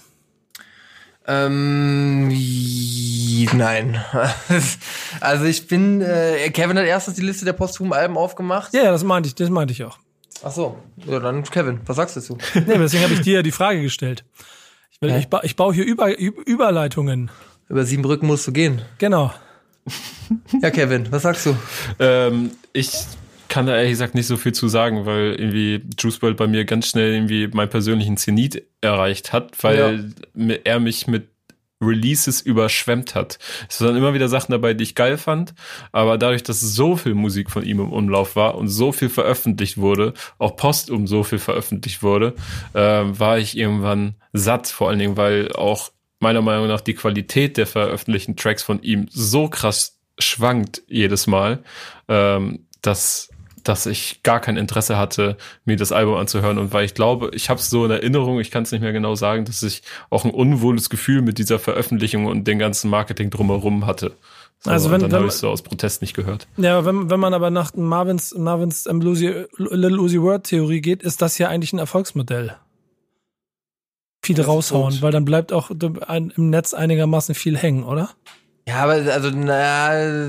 Ähm, nein. Also ich bin, äh, Kevin hat erstens die Liste der posthumen Alben aufgemacht. Ja, ja, das meinte ich, das meinte ich auch. Ach so, ja dann Kevin, was sagst du dazu? Nee, deswegen habe ich dir ja die Frage gestellt. Ich, will, ich, ba- ich baue hier Über, Überleitungen. Über sieben Brücken musst du gehen. Genau. Ja, Kevin, was sagst du? Ähm, ich kann da ehrlich gesagt nicht so viel zu sagen, weil irgendwie Juice world bei mir ganz schnell irgendwie meinen persönlichen Zenit erreicht hat, weil ja. er mich mit Releases überschwemmt hat. Es waren immer wieder Sachen dabei, die ich geil fand, aber dadurch, dass so viel Musik von ihm im Umlauf war und so viel veröffentlicht wurde, auch postum so viel veröffentlicht wurde, äh, war ich irgendwann satt, vor allen Dingen, weil auch meiner Meinung nach die Qualität der veröffentlichten Tracks von ihm so krass schwankt jedes Mal, ähm, dass dass ich gar kein Interesse hatte, mir das Album anzuhören. Und weil ich glaube, ich habe es so in Erinnerung, ich kann es nicht mehr genau sagen, dass ich auch ein unwohles Gefühl mit dieser Veröffentlichung und dem ganzen Marketing drumherum hatte. So, also wenn, und dann wenn habe ich es so aus Protest nicht gehört. Ja, wenn, wenn man aber nach Marvins, Marvins ähm, Lucy, Little Uzi Vert Theorie geht, ist das ja eigentlich ein Erfolgsmodell. Viel raushauen, gut. Weil dann bleibt auch im Netz einigermaßen viel hängen, oder? Ja, aber also na, äh,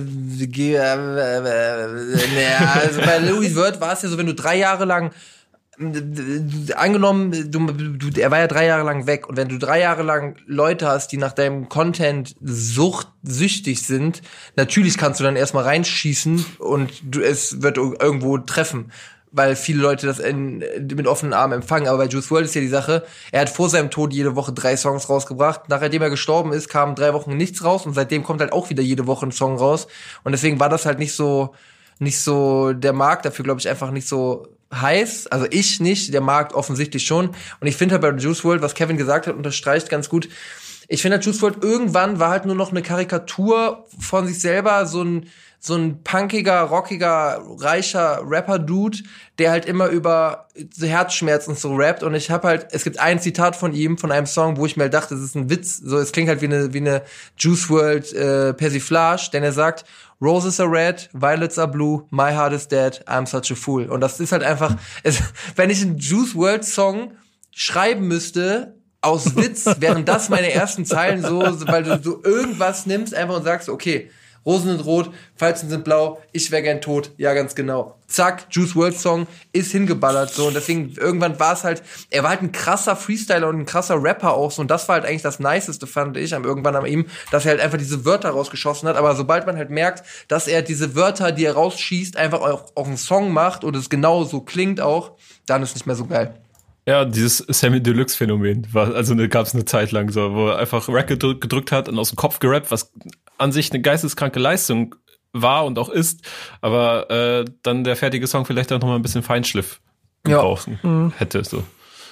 na also bei Louis Vert war es ja so, wenn du drei Jahre lang äh, angenommen, du, du, er war ja drei Jahre lang weg und wenn du drei Jahre lang Leute hast, die nach deinem Content sucht, süchtig sind, natürlich kannst du dann erstmal reinschießen und du, es wird irgendwo treffen, weil viele Leute das in, mit offenen Armen empfangen. Aber bei Juice world ist ja die Sache, er hat vor seinem Tod jede Woche drei Songs rausgebracht. Nachdem er gestorben ist, kamen drei Wochen nichts raus und seitdem kommt halt auch wieder jede Woche ein Song raus. Und deswegen war das halt nicht so, nicht so der Markt dafür, glaube ich, einfach nicht so heiß. Also ich nicht, der Markt offensichtlich schon. Und ich finde halt bei Juice world, was Kevin gesagt hat, unterstreicht ganz gut. Ich finde halt Juice world irgendwann war halt nur noch eine Karikatur von sich selber, so ein so ein punkiger, rockiger, reicher Rapper-Dude, der halt immer über Herzschmerzen so rappt. Und ich habe halt, es gibt ein Zitat von ihm, von einem Song, wo ich mir halt dachte, das ist ein Witz. So, es klingt halt wie eine, wie eine Juice world äh, Persiflage, denn er sagt, Roses are red, violets are blue, my heart is dead, I'm such a fool. Und das ist halt einfach, es, wenn ich einen Juice world Song schreiben müsste, aus Witz, wären das meine ersten Zeilen so, weil du so irgendwas nimmst einfach und sagst, okay, Rosen sind rot, Falzen sind blau, ich wäre gern tot, ja ganz genau. Zack, Juice world Song ist hingeballert so und deswegen irgendwann war es halt, er war halt ein krasser Freestyler und ein krasser Rapper auch so und das war halt eigentlich das Niceste, fand ich, am irgendwann an ihm, dass er halt einfach diese Wörter rausgeschossen hat, aber sobald man halt merkt, dass er diese Wörter, die er rausschießt, einfach auf, auf einen Song macht und es genau so klingt auch, dann ist es nicht mehr so geil. Ja, dieses Sammy Deluxe-Phänomen war, also ne, gab es eine Zeit lang so, wo er einfach Rack gedrückt, gedrückt hat und aus dem Kopf gerappt, was an sich eine geisteskranke Leistung war und auch ist, aber äh, dann der fertige Song vielleicht auch noch mal ein bisschen Feinschliff gebraucht ja. hätte. So.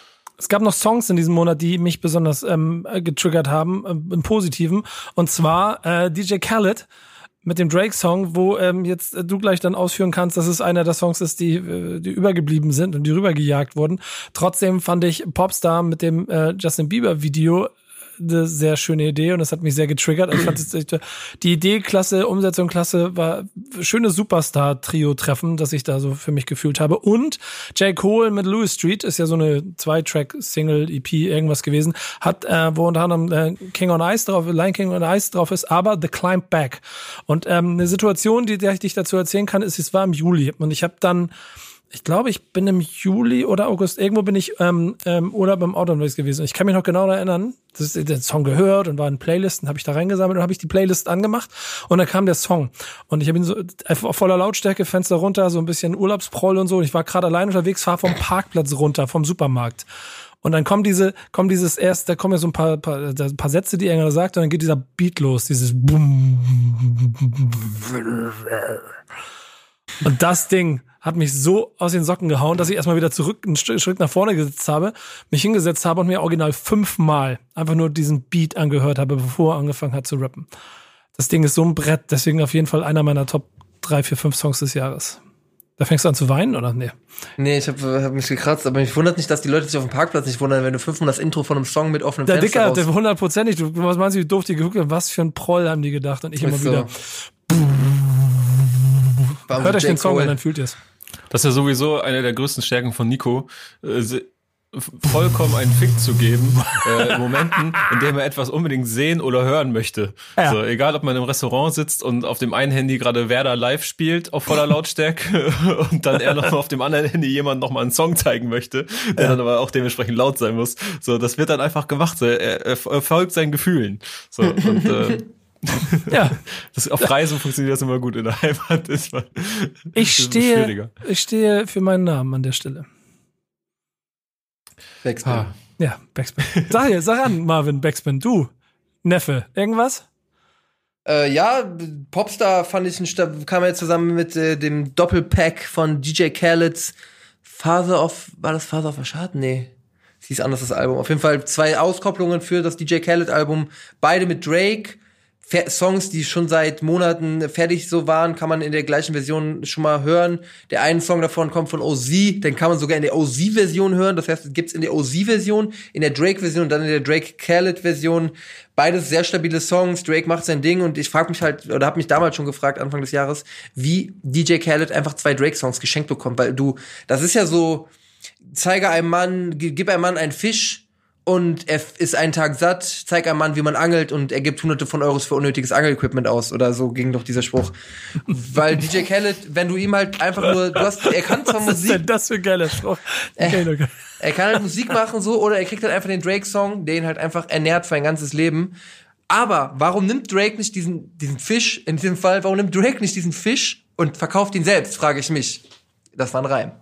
Es gab noch Songs in diesem Monat, die mich besonders ähm, getriggert haben, äh, im Positiven. Und zwar äh, D J Khaled mit dem Drake-Song, wo ähm, jetzt äh, du gleich dann ausführen kannst, dass es einer der Songs ist, die, äh, die übergeblieben sind und die rübergejagt wurden. Trotzdem fand ich Popstar mit dem äh, Justin Bieber-Video eine sehr schöne Idee und das hat mich sehr getriggert. Also ich fand es, die Idee klasse, Umsetzung klasse, war schönes Superstar-Trio-Treffen, das ich da so für mich gefühlt habe. Und J. Cole mit Louis Street ist ja so eine Zwei-Track-Single-E P irgendwas gewesen, hat, äh, wo unter anderem äh, King on Ice drauf, Lion King on Ice drauf ist, aber The Climb Back. Und ähm, eine Situation, die der ich dich dazu erzählen kann, ist, es war im Juli und ich habe dann Ich glaube, ich bin im Juli oder August, irgendwo bin ich ähm, ähm, Urlaub im Auto unterwegs gewesen. Ich kann mich noch genau erinnern, dass ich den Song gehört und war in Playlisten, habe ich da reingesammelt und habe ich die Playlist angemacht und dann kam der Song. Und ich habe ihn so auf voller Lautstärke, Fenster runter, so ein bisschen Urlaubsproll und so. Und ich war gerade allein unterwegs, fahre vom Parkplatz runter, vom Supermarkt. Und dann kommen diese, kommen dieses erst, da kommen ja so ein paar, paar, ein paar Sätze, die er sagt, und dann geht dieser Beat los, dieses Bum. Und das Ding hat mich so aus den Socken gehauen, dass ich erstmal wieder zurück, einen Schritt nach vorne gesetzt habe, mich hingesetzt habe und mir original fünfmal einfach nur diesen Beat angehört habe, bevor er angefangen hat zu rappen. Das Ding ist so ein Brett, deswegen auf jeden Fall einer meiner Top drei, vier, fünf Songs des Jahres. Da fängst du an zu weinen, oder? Nee. Nee, ich hab, hab mich gekratzt, aber mich wundert nicht, dass die Leute sich auf dem Parkplatz nicht wundern, wenn du fünfmal das Intro von einem Song mit offenem der Fenster Dicker, der hundertprozentig, du, was meinst du, wie doof die geguckt haben, was für ein Proll haben die gedacht und ich immer so. wieder. Hört euch den Song an, dann fühlt ihr es. Das ist ja sowieso eine der größten Stärken von Nico, äh, vollkommen einen Fick zu geben, äh, in Momenten, in denen er etwas unbedingt sehen oder hören möchte. Ja. So, egal, ob man im Restaurant sitzt und auf dem einen Handy gerade Werder live spielt, auf voller Lautstärke, und dann er noch auf dem anderen Handy jemand noch mal einen Song zeigen möchte, der ja. dann aber auch dementsprechend laut sein muss. So, das wird dann einfach gemacht. So, er, er folgt seinen Gefühlen. So, und, äh, ja, das, auf Reisen funktioniert das immer gut, in der Heimat ist man. Ich stehe, ich stehe für meinen Namen an der Stelle. Backspin. Ah. Ja, Backspin. Sag hier, sag an, Marvin, Backspin. Du, Neffe, irgendwas? Äh, ja, Popstar fand ich, ein, kam ja zusammen mit äh, dem Doppelpack von D J Khaled's Father of, war das Father of a Shard? Nee. Es hieß anders, das Album. Auf jeden Fall zwei Auskopplungen für das D J Khaled-Album. Beide mit Drake. Songs, die schon seit Monaten fertig so waren, kann man in der gleichen Version schon mal hören. Der eine Song davon kommt von O Z, den kann man sogar in der O Z-Version hören. Das heißt, gibt's in der O Z-Version, in der Drake-Version und dann in der Drake-Khaled-Version. Beides sehr stabile Songs. Drake macht sein Ding und ich frage mich halt, oder habe mich damals schon gefragt, Anfang des Jahres, wie D J Khaled einfach zwei Drake-Songs geschenkt bekommt. Weil du, das ist ja so, zeige einem Mann, gib einem Mann einen Fisch, und er ist einen Tag satt, zeig einem Mann, wie man angelt und er gibt hunderte von Euros für unnötiges Angelequipment aus. Oder so ging doch dieser Spruch. Weil D J Khaled, wenn du ihm halt einfach nur, du hast, er kann zwar Was Musik. Was ist denn das für ein geiler Spruch? Okay, okay. Er kann halt Musik machen so, oder er kriegt halt einfach den Drake-Song, der ihn halt einfach ernährt für ein ganzes Leben. Aber warum nimmt Drake nicht diesen, diesen Fisch, in diesem Fall, warum nimmt Drake nicht diesen Fisch und verkauft ihn selbst, frage ich mich. Das war ein Reim.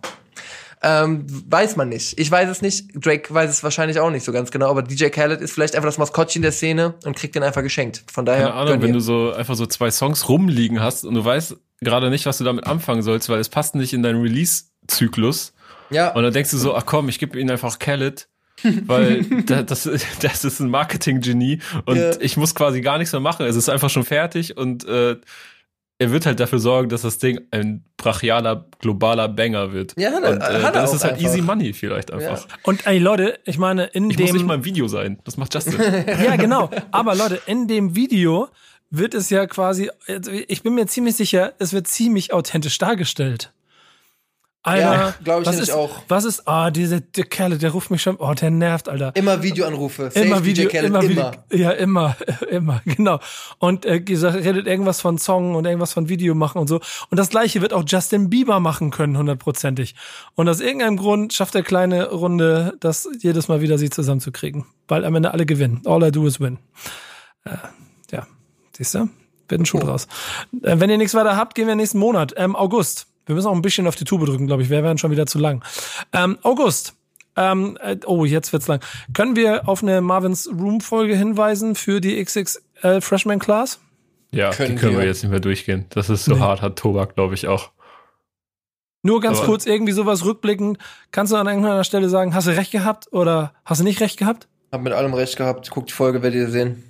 Ähm, weiß man nicht. Ich weiß es nicht. Drake weiß es wahrscheinlich auch nicht so ganz genau. Aber D J Khaled ist vielleicht einfach das Maskottchen der Szene und kriegt den einfach geschenkt. Von daher. Keine Ahnung, wenn du so einfach so zwei Songs rumliegen hast und du weißt gerade nicht, was du damit anfangen sollst, weil es passt nicht in deinen Release-Zyklus. Ja. Und dann denkst du so, ach komm, ich gebe ihnen einfach Khaled, weil das, das ist ein Marketing-Genie und yeah. ich muss quasi gar nichts mehr machen. Es ist einfach schon fertig und äh, er wird halt dafür sorgen, dass das Ding ein brachialer, globaler Banger wird. Ja, und, äh, hat dann ist es halt einfach. easy money vielleicht einfach. Ja. Und ey Leute, ich meine, in ich dem... Ich muss nicht mal im Video sein, das macht Justin. Ja, genau. Aber Leute, in dem Video wird es ja quasi, ich bin mir ziemlich sicher, es wird ziemlich authentisch dargestellt. Alter, ja, glaube ich was nicht ist, auch. Was ist, ah, oh, dieser der Kerl, der ruft mich schon, oh, der nervt, Alter. Immer Videoanrufe. Immer Video, Khaled, immer, immer. Video, ja, immer, immer, genau. Und äh, gesagt, redet irgendwas von Song und irgendwas von Video machen und so. Und das Gleiche wird auch Justin Bieber machen können, hundertprozentig. Und aus irgendeinem Grund schafft der kleine Runde, das jedes Mal wieder sie zusammenzukriegen. Weil am Ende alle gewinnen. All I do is win. Äh, ja, siehst du? Wird ein Schuh oh. draus. Äh, wenn ihr nichts weiter habt, gehen wir nächsten Monat, ähm, August. Wir müssen auch ein bisschen auf die Tube drücken, glaube ich. Wir werden schon wieder zu lang. Ähm, August. Ähm, äh, oh, jetzt wird's lang. Können wir auf eine Marvin's Room-Folge hinweisen für die X X L Freshman Class? Ja, können die können wir. wir jetzt nicht mehr durchgehen. Das ist so nee. hart, hat Tobak, glaube ich, auch. Nur ganz Aber kurz irgendwie sowas rückblickend. Kannst du an irgendeiner Stelle sagen, hast du recht gehabt oder hast du nicht recht gehabt? Hab mit allem recht gehabt. Guckt die Folge, werdet ihr sehen.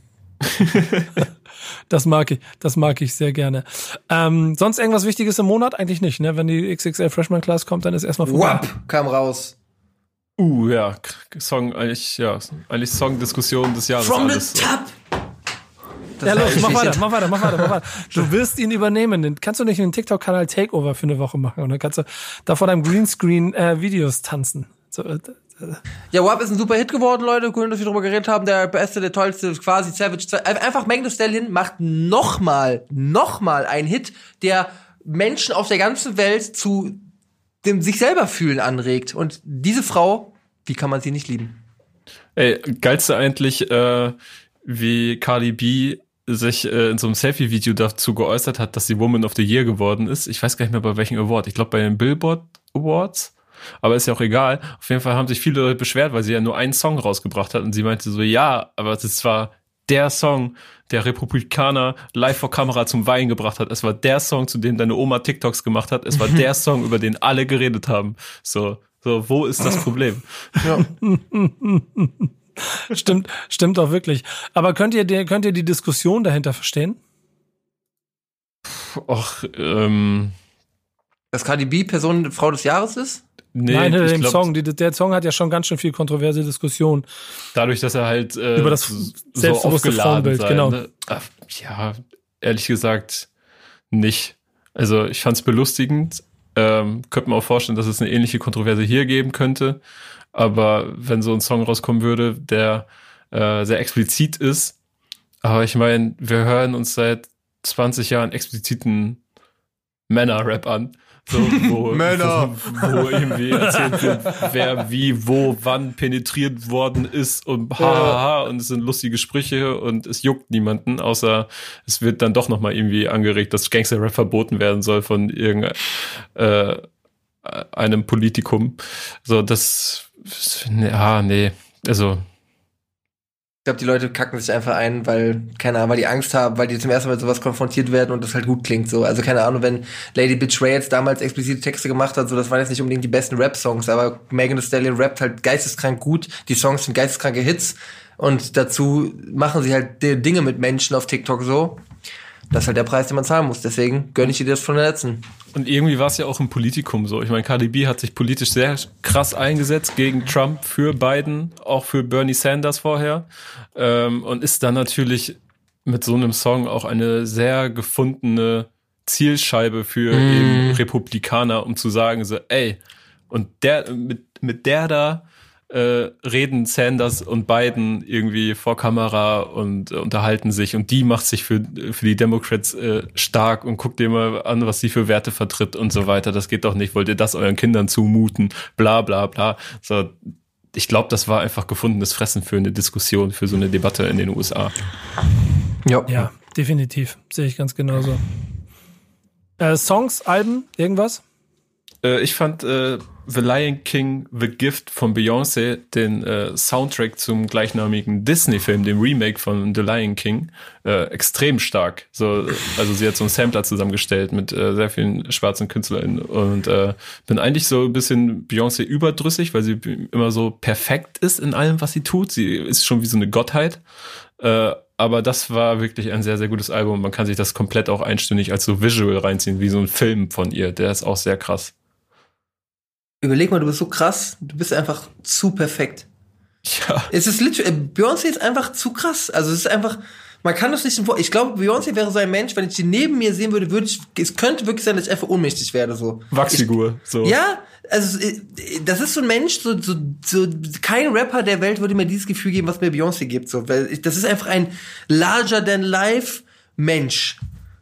Das mag ich, das mag ich sehr gerne. Ähm, sonst irgendwas Wichtiges im Monat? Eigentlich nicht, ne? Wenn die X X L Freshman Class kommt, dann ist erstmal vorbei. Wap kam raus. Uh, ja, Song, eigentlich, ja, eigentlich Song-Diskussion des Jahres. From the alles, so. top. Das Ja, los, heißt, mach ich- weiter, mach weiter, mach weiter, mach weiter. Du wirst ihn übernehmen. Den- Kannst du nicht einen TikTok-Kanal Takeover für eine Woche machen? Und dann kannst du da vor deinem Greenscreen äh, Videos tanzen. So, äh, Ja, W A P ist ein super Hit geworden, Leute. Cool, dass wir drüber geredet haben. Der beste, der tollste, quasi Savage zwei. Einfach Megan Thee Stallion macht nochmal, nochmal einen Hit, der Menschen auf der ganzen Welt zu dem sich selber fühlen anregt. Und diese Frau, wie kann man sie nicht lieben? Ey, geilste eigentlich, äh, wie Cardi B sich äh, in so einem Selfie-Video dazu geäußert hat, dass sie Woman of the Year geworden ist. Ich weiß gar nicht mehr bei welchem Award. Ich glaube bei den Billboard Awards. Aber ist ja auch egal. Auf jeden Fall haben sich viele Leute beschwert, weil sie ja nur einen Song rausgebracht hat. Und sie meinte so, ja, aber das war der Song, der Republikaner live vor Kamera zum Weinen gebracht hat. Es war der Song, zu dem deine Oma TikToks gemacht hat. Es war der Song, über den alle geredet haben. So, so, wo ist das Problem? Ja. stimmt, stimmt auch wirklich. Aber könnt ihr, die- könnt ihr die Diskussion dahinter verstehen? Och, ähm, Dass Cardi B Person Frau des Jahres ist? nee, Nein, hinter ich dem glaub, Song. Die, der Song hat ja schon ganz schön viel kontroverse Diskussion. dadurch, dass er halt äh, Über das so selbstbewusste aufgeladen Frauenbild, sei, genau. Ne? Ach, ja, ehrlich gesagt nicht. Also ich fand's belustigend. Ähm, könnte man auch vorstellen, dass es eine ähnliche Kontroverse hier geben könnte. Aber wenn so ein Song rauskommen würde, der äh, sehr explizit ist, aber ich meine, wir hören uns seit zwanzig Jahren expliziten Männer-Rap an. So, wo, Männer. Wo, wo irgendwie erzählt wird, wer wie, wo, wann penetriert worden ist und haha und es sind lustige Sprüche und es juckt niemanden, außer es wird dann doch nochmal irgendwie angeregt, dass Gangster-Rap verboten werden soll von irgendeinem äh, einem Politikum. So, das, ja, nee, also Ich glaube, die Leute kacken sich einfach ein, weil, keine Ahnung, weil die Angst haben, weil die zum ersten Mal mit sowas konfrontiert werden und das halt gut klingt, so. Also, keine Ahnung, wenn Lady Bitch Ray jetzt damals explizite Texte gemacht hat, so, das waren jetzt nicht unbedingt die besten Rap-Songs, aber Megan Thee Stallion rappt halt geisteskrank gut, die Songs sind geisteskranke Hits und dazu machen sie halt die Dinge mit Menschen auf TikTok so. Das ist halt der Preis, den man zahlen muss, deswegen gönne ich dir das von der letzten. und irgendwie war es ja auch im Politikum so. Ich meine, Cardi B hat sich politisch sehr krass eingesetzt gegen Trump, für Biden, auch für Bernie Sanders vorher. Ähm, und ist dann natürlich mit so einem Song auch eine sehr gefundene Zielscheibe für Mm. eben Republikaner, um zu sagen so, ey, und der mit, mit der da äh, reden Sanders und Biden irgendwie vor Kamera und äh, unterhalten sich und die macht sich für für die Democrats äh, stark und guckt dir mal an, was sie für Werte vertritt und so weiter. Das geht doch nicht. Wollt ihr das euren Kindern zumuten? Bla bla bla. So, ich glaube, das war einfach gefundenes Fressen für eine Diskussion, für so eine Debatte in den U S A. Ja. Ja, definitiv. Sehe ich ganz genauso. Äh, Songs, Alben, irgendwas? Äh, ich fand äh, The Lion King, The Gift von Beyoncé, den äh, Soundtrack zum gleichnamigen Disney-Film, dem Remake von The Lion King, äh, extrem stark. So, also sie hat so einen Sampler zusammengestellt mit äh, sehr vielen schwarzen KünstlerInnen und äh, bin eigentlich so ein bisschen Beyoncé überdrüssig, weil sie immer so perfekt ist in allem, was sie tut. Sie ist schon wie so eine Gottheit. Äh, aber das war wirklich ein sehr, sehr gutes Album. Man kann sich das komplett auch einstündig als so Visual reinziehen, wie so ein Film von ihr. Der ist auch sehr krass. Überleg mal, du bist so krass, du bist einfach zu perfekt. Ja. Es ist literally, Beyoncé ist einfach zu krass. Also es ist einfach, man kann das nicht, ich glaube, Beyoncé wäre so ein Mensch, wenn ich die neben mir sehen würde, würde ich, es könnte wirklich sein, dass ich einfach ohnmächtig werde, so. Wachsfigur. So. Ja, also das ist so ein Mensch, so, so, so kein Rapper der Welt würde mir dieses Gefühl geben, was mir Beyoncé gibt, so, weil ich, das ist einfach ein larger than life Mensch.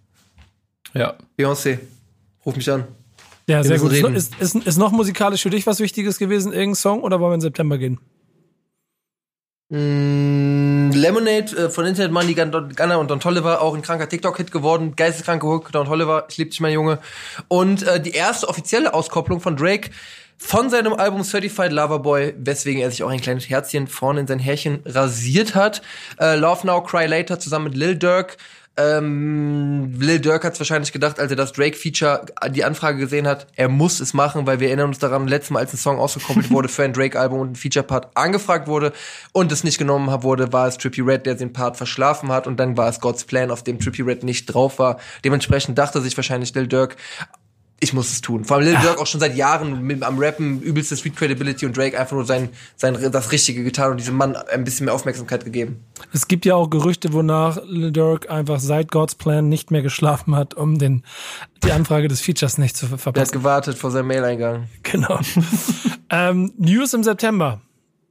Ja. Beyoncé, ruf mich an. Ja, sehr müssen gut. Ist, reden. ist, ist, ist noch musikalisch für dich was Wichtiges gewesen, irgendein Song, oder wollen wir in September gehen? Mm, Lemonade äh, von Internet Money, Gunna und Don Toliver, auch ein kranker TikTok-Hit geworden, geisteskranke Hook, Don Toliver, ich lieb dich, mein Junge. Und äh, die erste offizielle Auskopplung von Drake von seinem Album Certified Lover Boy, weswegen er sich auch ein kleines Herzchen vorne in sein Härchen rasiert hat. Äh, Love Now, Cry Later zusammen mit Lil Durk. Ähm, Lil Durk hat's wahrscheinlich gedacht, als er das Drake-Feature, die Anfrage gesehen hat, er muss es machen, weil wir erinnern uns daran, letztes Mal, als ein Song ausgekoppelt wurde für ein Drake-Album und ein Feature-Part angefragt wurde und es nicht genommen wurde, war es Trippie Redd, der den Part verschlafen hat, und dann war es God's Plan, auf dem Trippie Redd nicht drauf war. Dementsprechend dachte sich wahrscheinlich Lil Durk, ich muss es tun. Vor allem Lil Durk auch schon seit Jahren mit, am Rappen, übelste Street Credibility, und Drake einfach nur sein, sein, das Richtige getan und diesem Mann ein bisschen mehr Aufmerksamkeit gegeben. Es gibt ja auch Gerüchte, wonach Lil Durk einfach seit God's Plan nicht mehr geschlafen hat, um den, die Anfrage des Features nicht zu verpassen. Der hat gewartet vor seinem Mail-Eingang. Genau. ähm, News im September.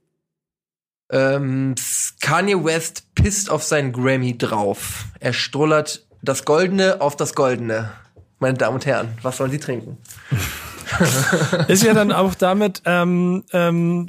Ähm, Kanye West pisst auf seinen Grammy drauf. Er strullert das Goldene auf das Goldene. Meine Damen und Herren, was sollen Sie trinken? Ist ja dann auch damit, ähm, ähm,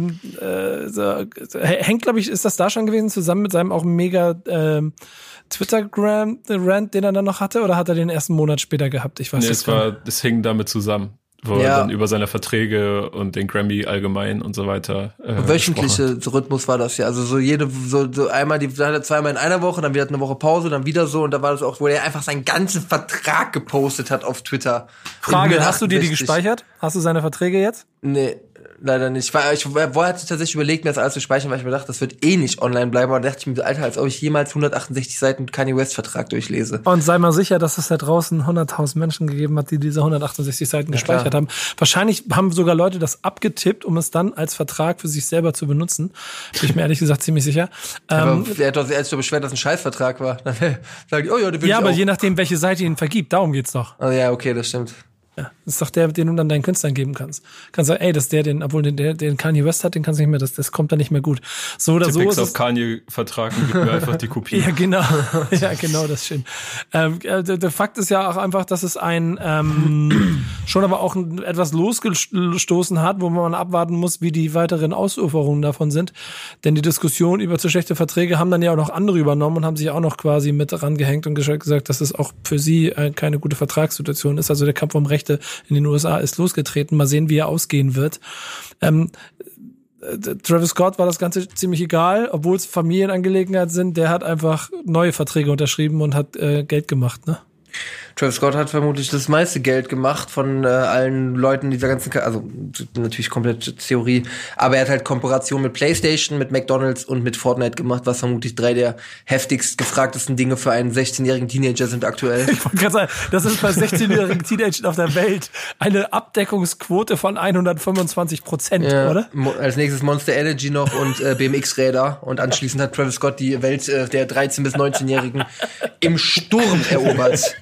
äh, so, hängt, glaube ich, ist das da schon gewesen, zusammen mit seinem auch mega ähm, Twitter-Rant, den er dann noch hatte, oder hat er den ersten Monat später gehabt? Ich weiß nee, nicht. Es war, das hing damit zusammen, wo ja. er dann über seine Verträge und den Grammy allgemein und so weiter äh, wöchentliche Rhythmus war das ja, also so jede, so, so einmal, die zweimal in einer Woche, dann wieder eine Woche Pause, dann wieder so, und da war das auch, wo er einfach seinen ganzen Vertrag gepostet hat auf Twitter. Frage, hast du dir die gespeichert? Hast du seine Verträge jetzt? Nee, leider nicht. Ich, ich, ich hatte tatsächlich überlegt, mir das alles zu speichern, weil ich mir dachte, das wird eh nicht online bleiben, aber da dachte ich mir, Alter, als ob ich jemals hundertachtundsechzig Seiten Kanye West Vertrag durchlese. Und sei mal sicher, dass es da draußen hunderttausend Menschen gegeben hat, die diese hundertachtundsechzig Seiten gespeichert klar. haben. Wahrscheinlich haben sogar Leute das abgetippt, um es dann als Vertrag für sich selber zu benutzen. Bin ich mir ehrlich gesagt ziemlich sicher. Aber ähm, er hat doch sich beschwert, dass ein Scheißvertrag war. Dann sag ich, oh ja, den will ja, ich aber auch. je nachdem, welche Seite ihn vergibt, darum geht's doch. Oh ja, okay, das stimmt. Ja, das ist doch der, den du dann deinen Künstlern geben kannst. Kannst sagen, ey, das ist der, den, obwohl den, der, den Kanye West hat, den kannst du nicht mehr, das, das kommt dann nicht mehr gut. So oder so ist auf es. Kanye-Vertrag und gib mir einfach die Kopie. Ja, genau. Ja, genau, das stimmt. Ähm, der, der Fakt ist ja auch einfach, dass es ein ähm, schon aber auch ein, etwas losgestoßen hat, wo man abwarten muss, wie die weiteren Ausuferungen davon sind. Denn die Diskussion über zu schlechte Verträge haben dann ja auch noch andere übernommen und haben sich auch noch quasi mit rangehängt und gesagt, dass es auch für sie äh, keine gute Vertragssituation ist. Also der Kampf um Rechte in den U S A ist losgetreten. Mal sehen, wie er ausgehen wird. Ähm, Travis Scott war das Ganze ziemlich egal, obwohl es Familienangelegenheiten sind. Der hat einfach neue Verträge unterschrieben und hat äh, Geld gemacht, ne? Travis Scott hat vermutlich das meiste Geld gemacht von äh, allen Leuten dieser ganzen, Ka- also natürlich komplett Theorie, aber er hat halt Kooperation mit PlayStation, mit McDonald's und mit Fortnite gemacht, was vermutlich drei der heftigst gefragtesten Dinge für einen sechzehnjährigen Teenager sind aktuell. Ich wollte gerade sagen, das ist bei sechzehnjährigen Teenagern auf der Welt eine Abdeckungsquote von hundertfünfundzwanzig Prozent, Ja, oder? Mo- als nächstes Monster Energy noch und äh, B M X-Räder, und anschließend hat Travis Scott die Welt äh, der dreizehn- bis neunzehnjährigen im Sturm erobert.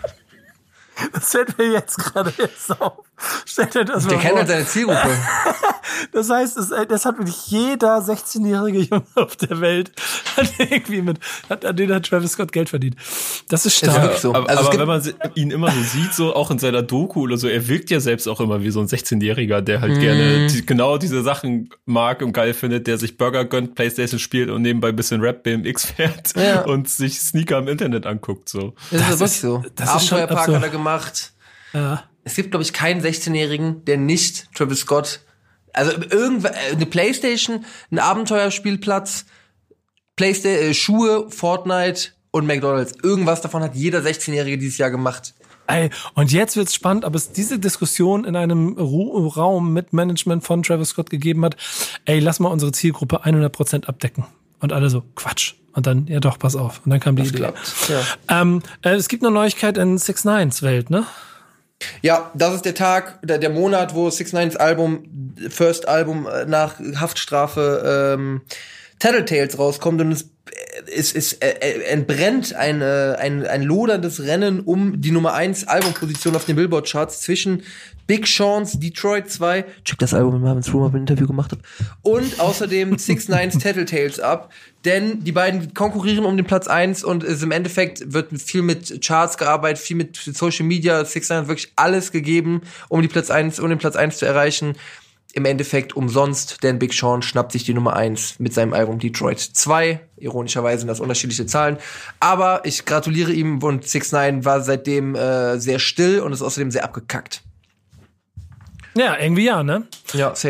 Das fällt mir jetzt gerade jetzt auf. Stellt euch das mal Der vor. kennt halt seine Zielgruppe. Das heißt, das, das hat wirklich jeder sechzehnjährige Junge auf der Welt hat irgendwie mit, hat, an den hat Travis Scott Geld verdient. Das ist stark. wirklich so. Aber, Also es aber gibt- wenn man si- ihn immer so sieht, so auch in seiner Doku oder so, er wirkt ja selbst auch immer wie so ein sechzehnjähriger, der halt Mhm. gerne die, genau diese Sachen mag und geil findet, der sich Burger gönnt, Playstation spielt und nebenbei ein bisschen Rap B M X fährt Ja. und sich Sneaker im Internet anguckt. So. Das, ist ist- wirklich so. das ist schon Abenteuerpark absurd. hat er gemacht. Ja. Es gibt, glaube ich, keinen sechzehnjährigen, der nicht Travis Scott, also irgendwann eine Playstation, ein Abenteuerspielplatz, Playstation, äh, Schuhe, Fortnite und McDonald's. Irgendwas davon hat jeder sechzehnjährige dieses Jahr gemacht. Ey, und jetzt wird's spannend, ob es diese Diskussion in einem Ru- Raum mit Management von Travis Scott gegeben hat. Ey, lass mal unsere Zielgruppe hundert Prozent abdecken. Und alle so, Quatsch. Und dann, ja doch, pass auf. Und dann kam die Das Idee. klappt. Ja. Ähm, äh, es gibt eine Neuigkeit in six nines Welt, ne? Ja, das ist der Tag, der, der Monat, wo six nines Album, First Album äh, nach Haftstrafe ähm, Tattletales rauskommt, und es, es, es äh, entbrennt ein, äh, ein, ein loderndes Rennen um die Nummer eins Albumposition auf den Billboard-Charts zwischen Big Sean's Detroit zwei, check das Album, wenn Marvin's Room ein Interview gemacht hat, und außerdem six nines Tattletales ab, denn die beiden konkurrieren um den Platz eins, und es im Endeffekt wird viel mit Charts gearbeitet, viel mit Social Media. six nine hat wirklich alles gegeben, um die Platz eins, um den Platz eins zu erreichen. Im Endeffekt umsonst, denn Big Sean schnappt sich die Nummer eins mit seinem Album Detroit zwei. Ironischerweise sind das unterschiedliche Zahlen. Aber ich gratuliere ihm, und six nine war seitdem äh, sehr still und ist außerdem sehr abgekackt. Ja, irgendwie ja, ne? Ja, safe.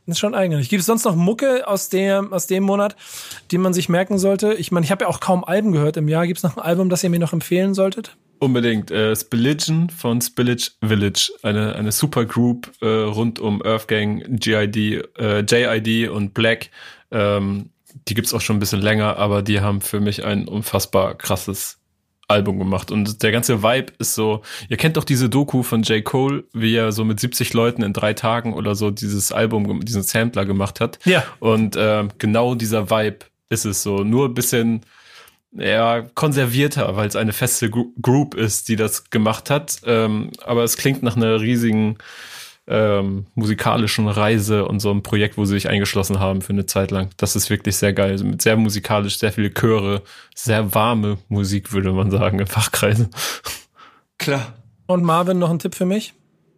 ist schon eigenartig. Gibt es sonst noch Mucke aus dem, aus dem Monat, die man sich merken sollte? Ich meine, ich habe ja auch kaum Alben gehört im Jahr. Gibt es noch ein Album, das ihr mir noch empfehlen solltet? Unbedingt. Äh, Spilligion von Spillage Village. Eine, eine Supergroup äh, rund um Earthgang, G I D, äh, J I D und Black. Ähm, die gibt's auch schon ein bisschen länger, aber die haben für mich ein unfassbar krasses Album gemacht. Und der ganze Vibe ist so, ihr kennt doch diese Doku von J. Cole, wie er so mit siebzig Leuten in drei Tagen oder so dieses Album, diesen Sampler gemacht hat. Ja. Und äh, genau dieser Vibe ist es so. Nur ein bisschen ja, konservierter, weil es eine feste Gru- Group ist, die das gemacht hat. Ähm, aber es klingt nach einer riesigen ähm, musikalischen Reise und so einem Projekt, wo sie sich eingeschlossen haben für eine Zeit lang. Das ist wirklich sehr geil. Also mit sehr musikalisch, sehr viele Chöre, sehr warme Musik, würde man sagen, in Fachkreisen. Klar. Und Marvin, noch ein Tipp für mich?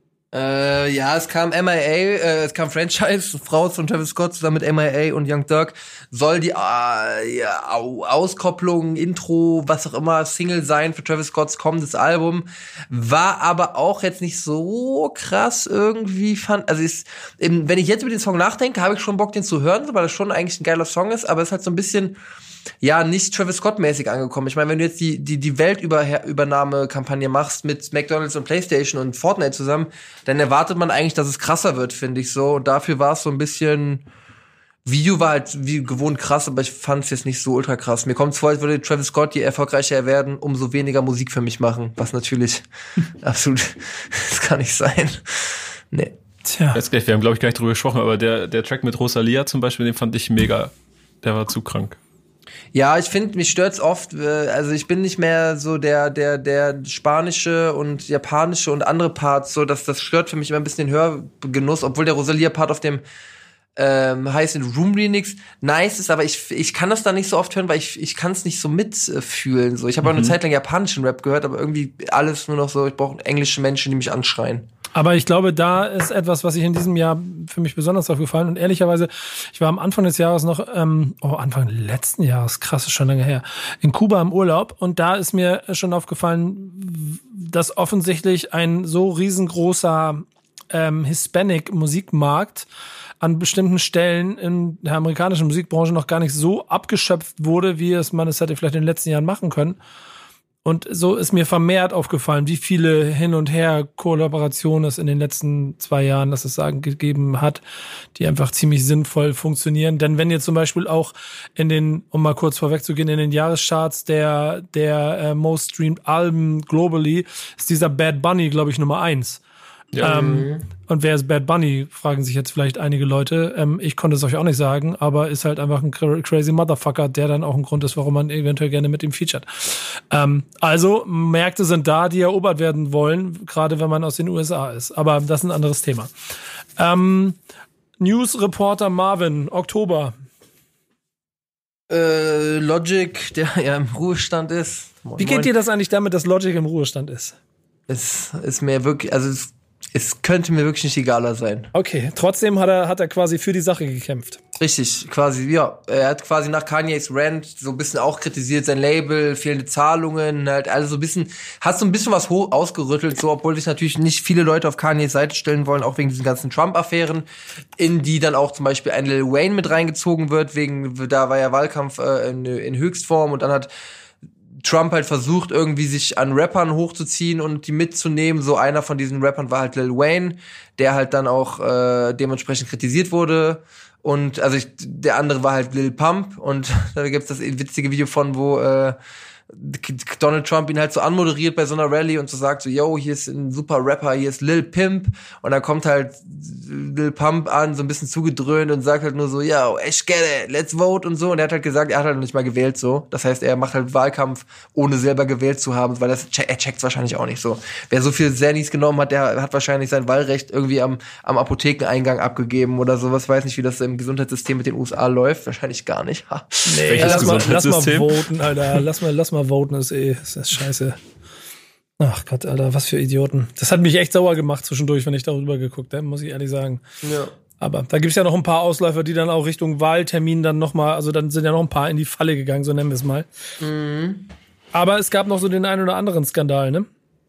Äh, ja, es kam M I A, äh, es kam Franchise, Frau von Travis Scott zusammen mit M I A und Young Dirk, soll die äh, ja, Au- Auskopplung, Intro, was auch immer, Single sein für Travis Scotts kommendes Album, war aber auch jetzt nicht so krass irgendwie, fand, also ist, eben, wenn ich jetzt über den Song nachdenke, habe ich schon Bock, den zu hören, weil das schon eigentlich ein geiler Song ist, aber es ist halt so ein bisschen ja, nicht Travis Scott-mäßig angekommen. Ich meine, wenn du jetzt die, die, die Weltübernahme-Kampagne machst mit McDonald's und PlayStation und Fortnite zusammen, dann erwartet man eigentlich, dass es krasser wird, finde ich so. Und dafür war es so ein bisschen, Video war halt wie gewohnt krass, aber ich fand es jetzt nicht so ultra krass. Mir kommt es vor, als würde Travis Scott, je erfolgreicher er werden, umso weniger Musik für mich machen. Was natürlich absolut, das kann nicht sein. Nee. Tja. Jetzt gleich, wir haben, glaube ich, gar nicht drüber gesprochen, aber der, der Track mit Rosalia zum Beispiel, den fand ich mega. Der war zu krank. Ja, ich finde, mich stört's oft, äh, also ich bin nicht mehr so der der der spanische und japanische und andere Parts, so dass das stört für mich immer ein bisschen den Hörgenuss, obwohl der Rosalia-Part auf dem ähm, heißen Room Remix nice ist, aber ich ich kann das da nicht so oft hören, weil ich ich kann es nicht so mitfühlen. So, ich habe mhm. auch eine Zeit lang japanischen Rap gehört, aber irgendwie alles nur noch so, ich brauche englische Menschen, die mich anschreien. Aber ich glaube, da ist etwas, was sich in diesem Jahr für mich besonders aufgefallen. Und ehrlicherweise, ich war am Anfang des Jahres noch, ähm, oh, Anfang letzten Jahres, krass, ist schon lange her, in Kuba im Urlaub. Und da ist mir schon aufgefallen, dass offensichtlich ein so riesengroßer ähm, Hispanic-Musikmarkt an bestimmten Stellen in der amerikanischen Musikbranche noch gar nicht so abgeschöpft wurde, wie es man es hätte vielleicht in den letzten Jahren machen können. Und so ist mir vermehrt aufgefallen, wie viele Hin- und Her-Kollaborationen es in den letzten zwei Jahren, dass es sagen, gegeben hat, die einfach ziemlich sinnvoll funktionieren. Denn wenn ihr zum Beispiel auch in den, um mal kurz vorwegzugehen, in den Jahrescharts der, der äh, Most Streamed Alben globally, ist dieser Bad Bunny, glaube ich, Nummer eins. Ja. Ähm, und wer ist Bad Bunny, fragen sich jetzt vielleicht einige Leute. Ähm, ich konnte es euch auch nicht sagen, aber ist halt einfach ein crazy Motherfucker, der dann auch ein Grund ist, warum man eventuell gerne mit ihm featuret. Ähm, also Märkte sind da, die erobert werden wollen, gerade wenn man aus den U S A ist. Aber das ist ein anderes Thema. Ähm, News-Reporter Marvin, Oktober. Äh, Logic, der ja im Ruhestand ist. Moin, Wie geht moin. dir das eigentlich damit, dass Logic im Ruhestand ist? Es ist mir wirklich, also es, es könnte mir wirklich nicht egaler sein. Okay, trotzdem hat er, hat er quasi für die Sache gekämpft. Richtig, quasi, ja. Er hat quasi nach Kanye's Rant so ein bisschen auch kritisiert, sein Label, fehlende Zahlungen, halt, also so ein bisschen, hat so ein bisschen was hoch ausgerüttelt, so, obwohl sich natürlich nicht viele Leute auf Kanye's Seite stellen wollen, auch wegen diesen ganzen Trump-Affären, in die dann auch zum Beispiel ein Lil Wayne mit reingezogen wird, wegen, da war ja Wahlkampf äh, in, in Höchstform und dann hat Trump halt versucht, irgendwie sich an Rappern hochzuziehen und die mitzunehmen. So einer von diesen Rappern war halt Lil Wayne, der halt dann auch äh, dementsprechend kritisiert wurde. Und also ich, der andere war halt Lil Pump. Und da gibt's das witzige Video von, wo äh, Donald Trump ihn halt so anmoderiert bei so einer Rallye und so sagt so, yo, hier ist ein super Rapper, hier ist Lil Pimp. Und dann kommt halt Lil Pump an, so ein bisschen zugedröhnt und sagt halt nur so, yo, ich get it, let's vote und so. Und er hat halt gesagt, er hat halt noch nicht mal gewählt so. Das heißt, er macht halt Wahlkampf, ohne selber gewählt zu haben, weil das, er checkt's wahrscheinlich auch nicht so. Wer so viel Xannies genommen hat, der hat wahrscheinlich sein Wahlrecht irgendwie am, am Apothekeneingang abgegeben oder sowas. Weiß nicht, wie das im Gesundheitssystem mit den U S A läuft. Wahrscheinlich gar nicht. Ha. Nee, Welches lass mal, lass mal Gesundheitssystem? voten, Alter. Lass mal, lass mal voten, ist eh, ist, ist scheiße. Ach Gott, Alter, was für Idioten. Das hat mich echt sauer gemacht zwischendurch, wenn ich darüber geguckt habe, muss ich ehrlich sagen. Ja. Aber da gibt's ja noch ein paar Ausläufer, die dann auch Richtung Wahltermin dann nochmal, also dann sind ja noch ein paar in die Falle gegangen, so nennen wir es mal. Mhm. Aber es gab noch so den einen oder anderen Skandal, ne?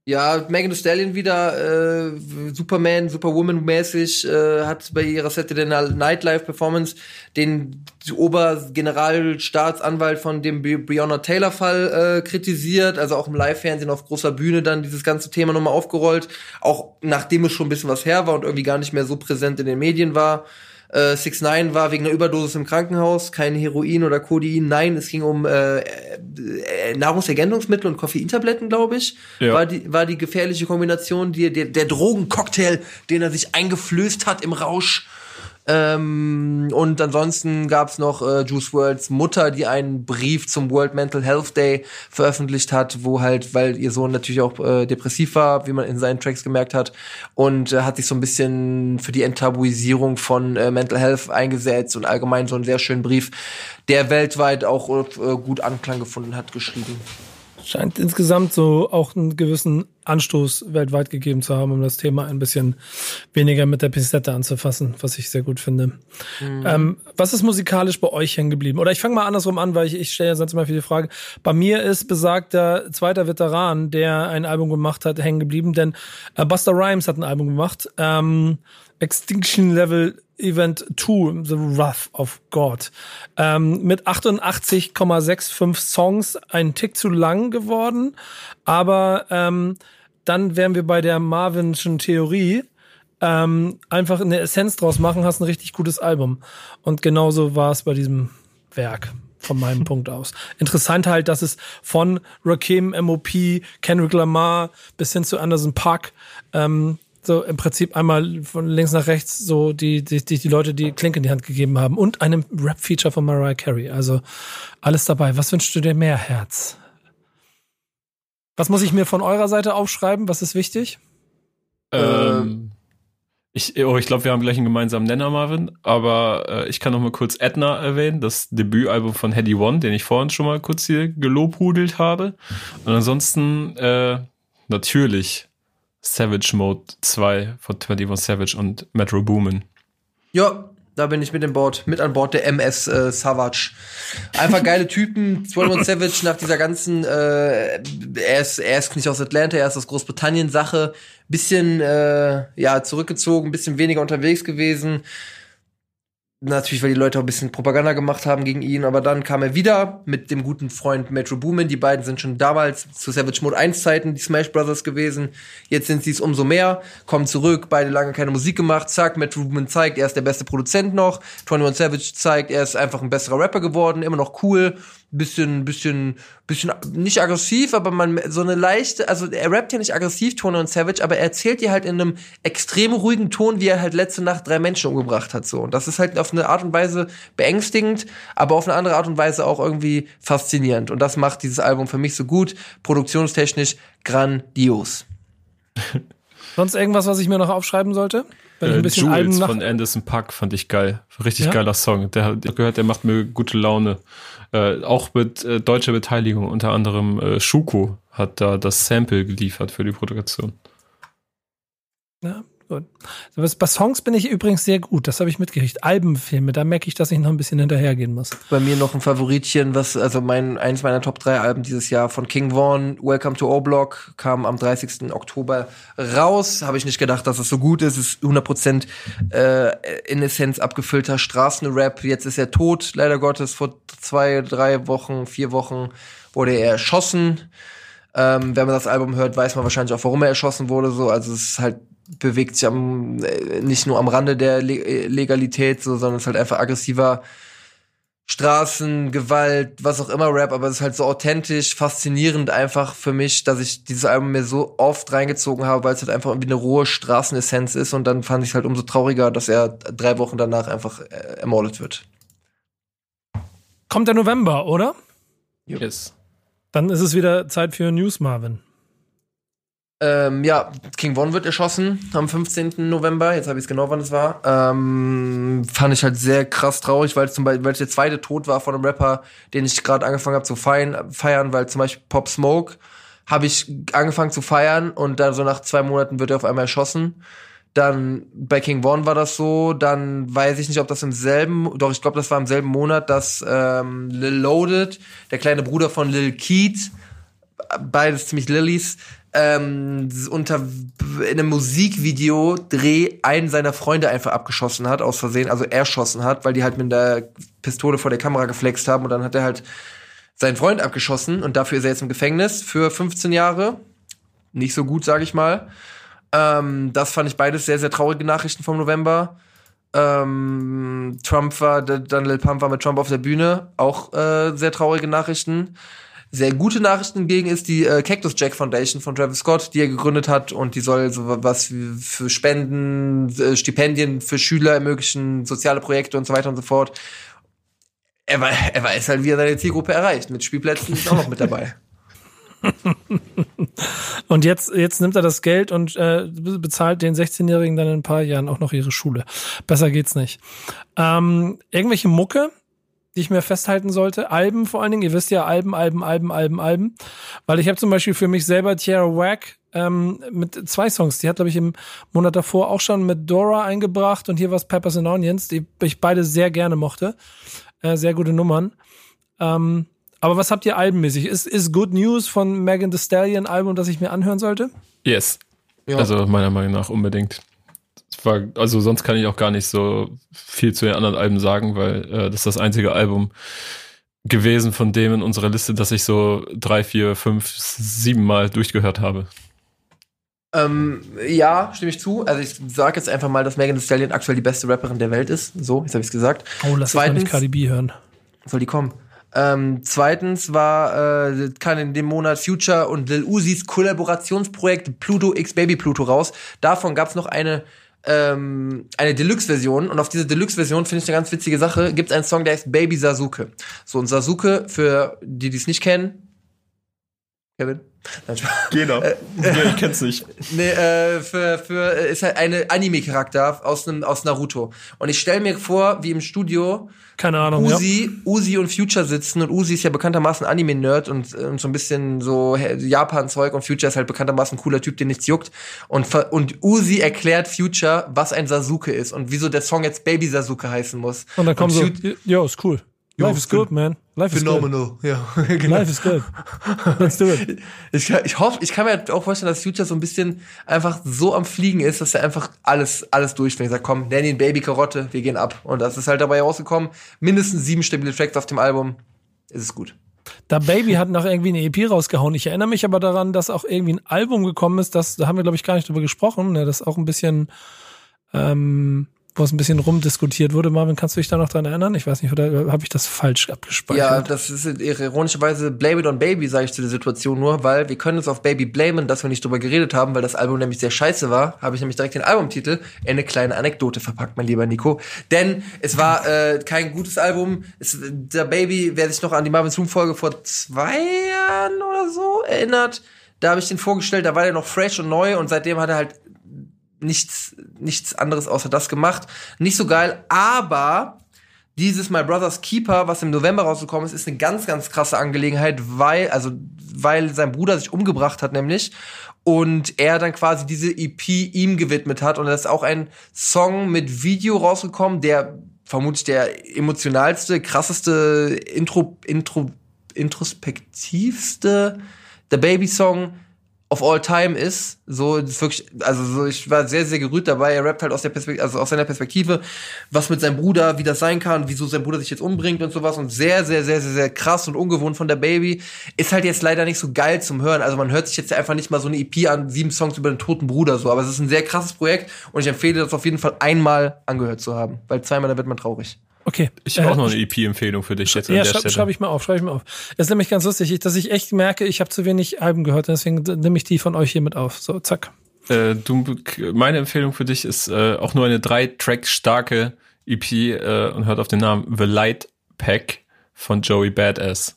Ja, Megan Thee Stallion wieder, äh, Superman, Superwoman-mäßig, äh, hat bei ihrer Saturday Night Live-Performance den Obergeneralstaatsanwalt von dem Breonna Taylor-Fall äh, kritisiert, also auch im Live-Fernsehen auf großer Bühne dann dieses ganze Thema nochmal aufgerollt, auch nachdem es schon ein bisschen was her war und irgendwie gar nicht mehr so präsent in den Medien war. Äh, six nine war wegen einer Überdosis im Krankenhaus, kein Heroin oder Codein, nein, es ging um äh, äh, Nahrungsergänzungsmittel und Koffeintabletten, glaube ich, ja. war die war die gefährliche Kombination, die, der, der Drogencocktail, den er sich eingeflößt hat im Rausch. Ähm, und ansonsten gab's noch äh, Juice world's Mutter, die einen Brief zum World Mental Health Day veröffentlicht hat, wo halt, weil ihr Sohn natürlich auch äh, depressiv war, wie man in seinen Tracks gemerkt hat, und äh, hat sich so ein bisschen für die Enttabuisierung von äh, Mental Health eingesetzt und allgemein so einen sehr schönen Brief, der weltweit auch äh, gut Anklang gefunden hat, geschrieben. Scheint insgesamt so auch einen gewissen Anstoß weltweit gegeben zu haben, um das Thema ein bisschen weniger mit der Pinzette anzufassen, was ich sehr gut finde. Mhm. Ähm, was ist musikalisch bei euch hängen geblieben? Oder ich fange mal andersrum an, weil ich, ich stelle ja sonst immer viele Fragen. Bei mir ist besagter zweiter Veteran, der ein Album gemacht hat, hängen geblieben, denn äh, Busta Rhymes hat ein Album gemacht, ähm, Extinction Level Event zwei, The Wrath of God. Ähm, mit achtundachtzig Komma fünfundsechzig Songs, ein Tick zu lang geworden, aber ähm, dann wären wir bei der Marvinschen Theorie, ähm, einfach eine Essenz draus machen, hast ein richtig gutes Album. Und genauso war es bei diesem Werk. Von meinem Punkt aus. Interessant halt, dass es von Rakim, M O P, Kendrick Lamar bis hin zu Anderson .Paak ähm, so im Prinzip einmal von links nach rechts so die, die, die, die Leute die Klinke in die Hand gegeben haben und einem Rap-Feature von Mariah Carey. Also alles dabei. Was wünschst du dir mehr, Herz? Was muss ich mir von eurer Seite aufschreiben? Was ist wichtig? Ähm, ich oh, ich glaube, wir haben gleich einen gemeinsamen Nenner, Marvin. Aber äh, ich kann noch mal kurz Edna erwähnen, das Debütalbum von Headie One, den ich vorhin schon mal kurz hier gelobhudelt habe. Und ansonsten äh, natürlich Savage Mode zwei von einundzwanzig Savage und Metro Boomin. Ja, da bin ich mit dem Board, mit an Bord der M S äh, Savage. Einfach geile Typen. einundzwanzig Savage nach dieser ganzen, äh, er ist, er ist nicht aus Atlanta, er ist aus Großbritannien Sache. Bisschen, äh, ja, zurückgezogen, bisschen weniger unterwegs gewesen. Natürlich, weil die Leute auch ein bisschen Propaganda gemacht haben gegen ihn, aber dann kam er wieder mit dem guten Freund Metro Boomin. Die beiden sind schon damals zu Savage Mode eins Zeiten die Smash Brothers gewesen. Jetzt sind sie es umso mehr, kommen zurück, beide lange keine Musik gemacht. Zack, Metro Boomin zeigt, er ist der beste Produzent noch. einundzwanzig Savage zeigt, er ist einfach ein besserer Rapper geworden, immer noch cool. Bisschen, bisschen, bisschen nicht aggressiv, aber man so eine leichte, also er rappt ja nicht aggressiv, einundzwanzig Savage, aber er erzählt dir halt in einem extrem ruhigen Ton, wie er halt letzte Nacht drei Menschen umgebracht hat, so. Und das ist halt auf eine Art und Weise beängstigend, aber auf eine andere Art und Weise auch irgendwie faszinierend. Und das macht dieses Album für mich so gut, produktionstechnisch grandios. Sonst irgendwas, was ich mir noch aufschreiben sollte? Wenn ich ein bisschen äh, Jules nach- von Anderson .Paak fand ich geil. Richtig ja? geiler Song. Der, der gehört, der macht mir gute Laune. Äh, auch mit äh, deutscher Beteiligung. Unter anderem äh, Schuko hat da das Sample geliefert für die Produktion. Ja, gut. Bei Songs bin ich übrigens sehr gut. Das habe ich mitgekriegt. Albenfilme, da merke ich, dass ich noch ein bisschen hinterhergehen muss. Bei mir noch ein Favoritchen, was, also mein, eins meiner Top drei Alben dieses Jahr von King Von, Welcome to O-Block, kam am dreißigsten Oktober raus. Habe ich nicht gedacht, dass es so gut ist. Es ist hundert Prozent äh, in Essenz abgefüllter Straßenrap. Jetzt ist er tot, leider Gottes. Vor zwei, drei Wochen, vier Wochen wurde er erschossen. Ähm, wenn man das Album hört, weiß man wahrscheinlich auch, warum er erschossen wurde. So, also es ist halt bewegt sich am, nicht nur am Rande der Le- Legalität, so, sondern es ist halt einfach aggressiver Straßen, Gewalt, was auch immer Rap, aber es ist halt so authentisch, faszinierend einfach für mich, dass ich dieses Album mir so oft reingezogen habe, weil es halt einfach irgendwie eine rohe Straßenessenz ist, und dann fand ich es halt umso trauriger, dass er drei Wochen danach einfach äh, ermordet wird. Kommt der November, oder? Yes. Dann ist es wieder Zeit für News, Marvin. Ähm, ja, King Von wird erschossen am fünfzehnten November. Jetzt habe ich es genau, wann es war. Ähm, fand ich halt sehr krass traurig, weil es zum Beispiel weil es der zweite Tod war von einem Rapper, den ich gerade angefangen habe zu feiern, feiern, weil zum Beispiel Pop Smoke habe ich angefangen zu feiern und dann so nach zwei Monaten wird er auf einmal erschossen. Dann bei King Von war das so. Dann weiß ich nicht, ob das im selben, doch ich glaube, das war im selben Monat, dass ähm, Lil Loaded, der kleine Bruder von Lil Keat, beides ziemlich Lillies, ähm, unter in einem Musikvideo Dreh einen seiner Freunde einfach abgeschossen hat, aus Versehen, also erschossen hat, weil die halt mit der Pistole vor der Kamera geflext haben und dann hat er halt seinen Freund abgeschossen und dafür ist er jetzt im Gefängnis für fünfzehn Jahre. Nicht so gut, sag ich mal. Ähm, das fand ich beides sehr, sehr traurige Nachrichten vom November. Ähm, Trump war, dann Lil Pump war mit Trump auf der Bühne, auch äh, sehr traurige Nachrichten. Sehr gute Nachrichten hingegen ist die äh, Cactus Jack Foundation von Travis Scott, die er gegründet hat und die soll so was für Spenden, äh, Stipendien für Schüler ermöglichen, soziale Projekte und so weiter und so fort. Er, war, er weiß halt, wie er seine Zielgruppe erreicht. Mit Spielplätzen ist auch noch mit dabei. Und jetzt, jetzt nimmt er das Geld und äh, bezahlt den sechzehnjährigen dann in ein paar Jahren auch noch ihre Schule. Besser geht's nicht. Ähm, irgendwelche Mucke, die ich mir festhalten sollte? Alben vor allen Dingen. Ihr wisst ja, Alben, Alben, Alben, Alben, Alben. Weil ich habe zum Beispiel für mich selber Tierra Whack ähm, mit zwei Songs. Die hat, glaube ich, im Monat davor auch schon mit Dora eingebracht und hier was Peppers and Onions, die ich beide sehr gerne mochte. Äh, sehr gute Nummern. Ähm, Aber was habt ihr albenmäßig? Ist, ist Good News von Megan Thee Stallion ein Album, das ich mir anhören sollte? Yes. Ja. Also meiner Meinung nach unbedingt. Das war, also sonst kann ich auch gar nicht so viel zu den anderen Alben sagen, weil äh, das ist das einzige Album gewesen von dem in unserer Liste, das ich so drei, vier, fünf, sieben Mal durchgehört habe. Ähm, ja, stimme ich zu. Also ich sage jetzt einfach mal, dass Megan Thee Stallion aktuell die beste Rapperin der Welt ist. So, jetzt habe ich es gesagt. Oh, lass uns mal nicht Cardi B hören. Soll die kommen? Ähm, zweitens war, äh, kann in dem Monat Future und Lil Uzis Kollaborationsprojekt Pluto x Baby Pluto raus. Davon gab's noch eine ähm, eine Deluxe-Version und auf diese Deluxe-Version finde ich eine ganz witzige Sache. Gibt's einen Song, der heißt Baby Sasuke. So, und Sasuke, für die, die es nicht kennen, Kevin? Genau. Äh, ja, ich kenn's nicht. Nee, äh, für, für, ist halt eine Anime-Charakter aus einem, aus Naruto. Und ich stelle mir vor, wie im Studio Keine Ahnung, Uzi, ja. Uzi und Future sitzen und Uzi ist ja bekanntermaßen Anime-Nerd und, und so ein bisschen so Japan-Zeug und Future ist halt bekanntermaßen ein cooler Typ, den nichts juckt. Und, und Uzi erklärt Future, was ein Sasuke ist und wieso der Song jetzt Baby Sasuke heißen muss. Und dann kommt so, Fut- yo, ist cool. Jo, Life is good, man. Life is good. Phenomenal, ja. Genau. Life is good. Let's do it. Ich, ich hoffe, ich kann mir auch vorstellen, dass Future so ein bisschen einfach so am Fliegen ist, dass er einfach alles, alles durchfängt. Er sagt, komm, nenn ihn Baby Karotte, wir gehen ab. Und das ist halt dabei rausgekommen. Mindestens sieben stabile Tracks auf dem Album. Ist es gut. Da Baby hat noch irgendwie eine E P rausgehauen. Ich erinnere mich aber daran, dass auch irgendwie ein Album gekommen ist, das, da haben wir, glaube ich, gar nicht drüber gesprochen, ne, das auch ein bisschen, ähm, wo es ein bisschen rumdiskutiert wurde. Marvin, kannst du dich da noch dran erinnern? Ich weiß nicht, oder habe ich das falsch abgespeichert? Ja, das ist ironischerweise Blame it on Baby, sage ich zu der Situation nur, weil wir können uns auf Baby blamen, dass wir nicht drüber geredet haben, weil das Album nämlich sehr scheiße war, habe ich nämlich direkt den Albumtitel in eine kleine Anekdote verpackt, mein lieber Nico. Denn es war äh, kein gutes Album. Es, der Baby, wer sich noch an die Marvin's Room-Folge vor zwei Jahren oder so erinnert, da habe ich den vorgestellt, da war der noch fresh und neu und seitdem hat er halt nichts, nichts anderes außer das gemacht. Nicht so geil, aber dieses My Brother's Keeper, was im November rausgekommen ist, ist eine ganz, ganz krasse Angelegenheit, weil, also, weil sein Bruder sich umgebracht hat, nämlich, und er dann quasi diese E P ihm gewidmet hat, und da ist auch ein Song mit Video rausgekommen, der vermutlich der emotionalste, krasseste, intro, intro, introspektivste, der Baby-Song of all time ist. So, das ist wirklich, also so, ich war sehr, sehr gerührt dabei. Er rappt halt aus der Perspektive, also aus seiner Perspektive, was mit seinem Bruder, wie das sein kann, wieso sein Bruder sich jetzt umbringt und sowas, und sehr, sehr, sehr, sehr, sehr krass und ungewohnt von der Baby. Ist halt jetzt leider nicht so geil zum Hören. Also man hört sich jetzt einfach nicht mal so eine E P an, sieben Songs über den toten Bruder, so. Aber es ist ein sehr krasses Projekt und ich empfehle das auf jeden Fall einmal angehört zu haben, weil zweimal, da wird man traurig. Okay. Ich habe äh, auch noch eine E P-Empfehlung für dich jetzt ja, an der schreib, Stelle. schreibe ich mal auf, schreibe ich mal auf. Das ist nämlich ganz lustig, ich, dass ich echt merke, ich habe zu wenig Alben gehört, deswegen nehme ich die von euch hier mit auf. So, zack. Äh, du, meine Empfehlung für dich ist äh, auch nur eine drei Track starke E P äh, und hört auf den Namen The Light Pack von Joey Badass.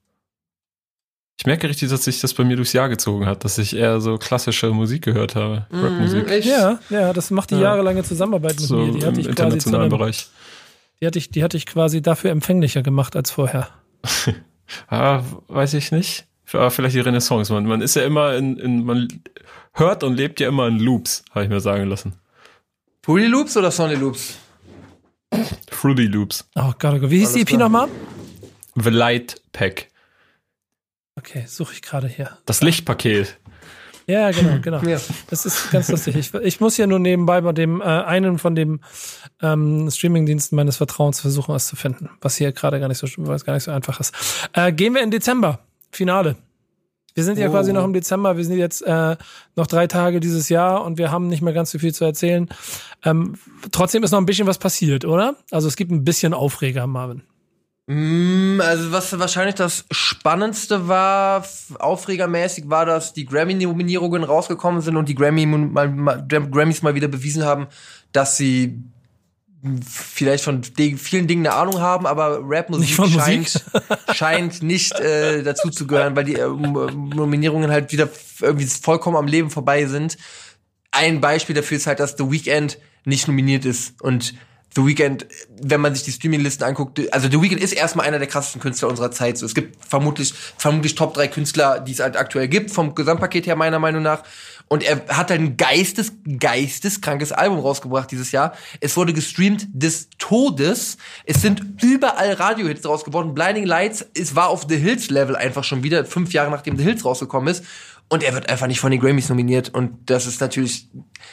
Ich merke richtig, dass sich das bei mir durchs Jahr gezogen hat, dass ich eher so klassische Musik gehört habe, Mhm, Rapmusik. ich- Ja, ja, das macht die Ja. jahrelange Zusammenarbeit mit So mir. Die hatte im ich quasi zu internationalen einem, Bereich. die hatte ich, die hatte ich quasi dafür empfänglicher gemacht als vorher. Ah, weiß ich nicht. Ah, vielleicht die Renaissance. Man, man ist ja immer in, in, man hört und lebt ja immer in Loops, habe ich mir sagen lassen. Fruity Loops oder Sony Loops? Fruity Loops. Oh Gott, oh Gott. Wie hieß Alles die E P klar. nochmal? The Light Pack. Okay. Okay, suche ich gerade hier. Das Lichtpaket. Ja, genau, genau. Ja. Das ist ganz lustig. Ich, ich muss ja nur nebenbei bei dem äh, einen von dem ähm, Streamingdiensten meines Vertrauens versuchen, was zu finden, was hier gerade gar nicht so, was gar nicht so einfach ist. Äh, gehen wir in Dezember, Finale. Wir sind ja Oh. quasi noch im Dezember. Wir sind jetzt äh, noch drei Tage dieses Jahr und wir haben nicht mehr ganz so viel zu erzählen. Ähm, trotzdem ist noch ein bisschen was passiert, oder? Also es gibt ein bisschen Aufreger, Marvin. Mm, Also was wahrscheinlich das Spannendste war, f- aufregermäßig, war, dass die Grammy-Nominierungen rausgekommen sind und die Grammy mal, mal, Grammys mal wieder bewiesen haben, dass sie vielleicht von de- vielen Dingen eine Ahnung haben, aber Rap-Musik Nicht von scheint, scheint nicht äh, dazu zu gehören, weil die äh, Nominierungen halt wieder f- irgendwie vollkommen am Leben vorbei sind. Ein Beispiel dafür ist halt, dass The Weeknd nicht nominiert ist und The Weeknd, wenn man sich die Streaminglisten anguckt, also The Weeknd ist erstmal einer der krassesten Künstler unserer Zeit. So, es gibt vermutlich vermutlich Top drei Künstler, die es halt aktuell gibt, vom Gesamtpaket her meiner Meinung nach. Und er hat halt ein geistes, geisteskrankes Album rausgebracht dieses Jahr. Es wurde gestreamt des Todes. Es sind überall Radiohits draus geworden. Blinding Lights, es war auf The Hills Level einfach schon wieder, fünf Jahre nachdem The Hills rausgekommen ist. Und er wird einfach nicht von den Grammys nominiert. Und das ist natürlich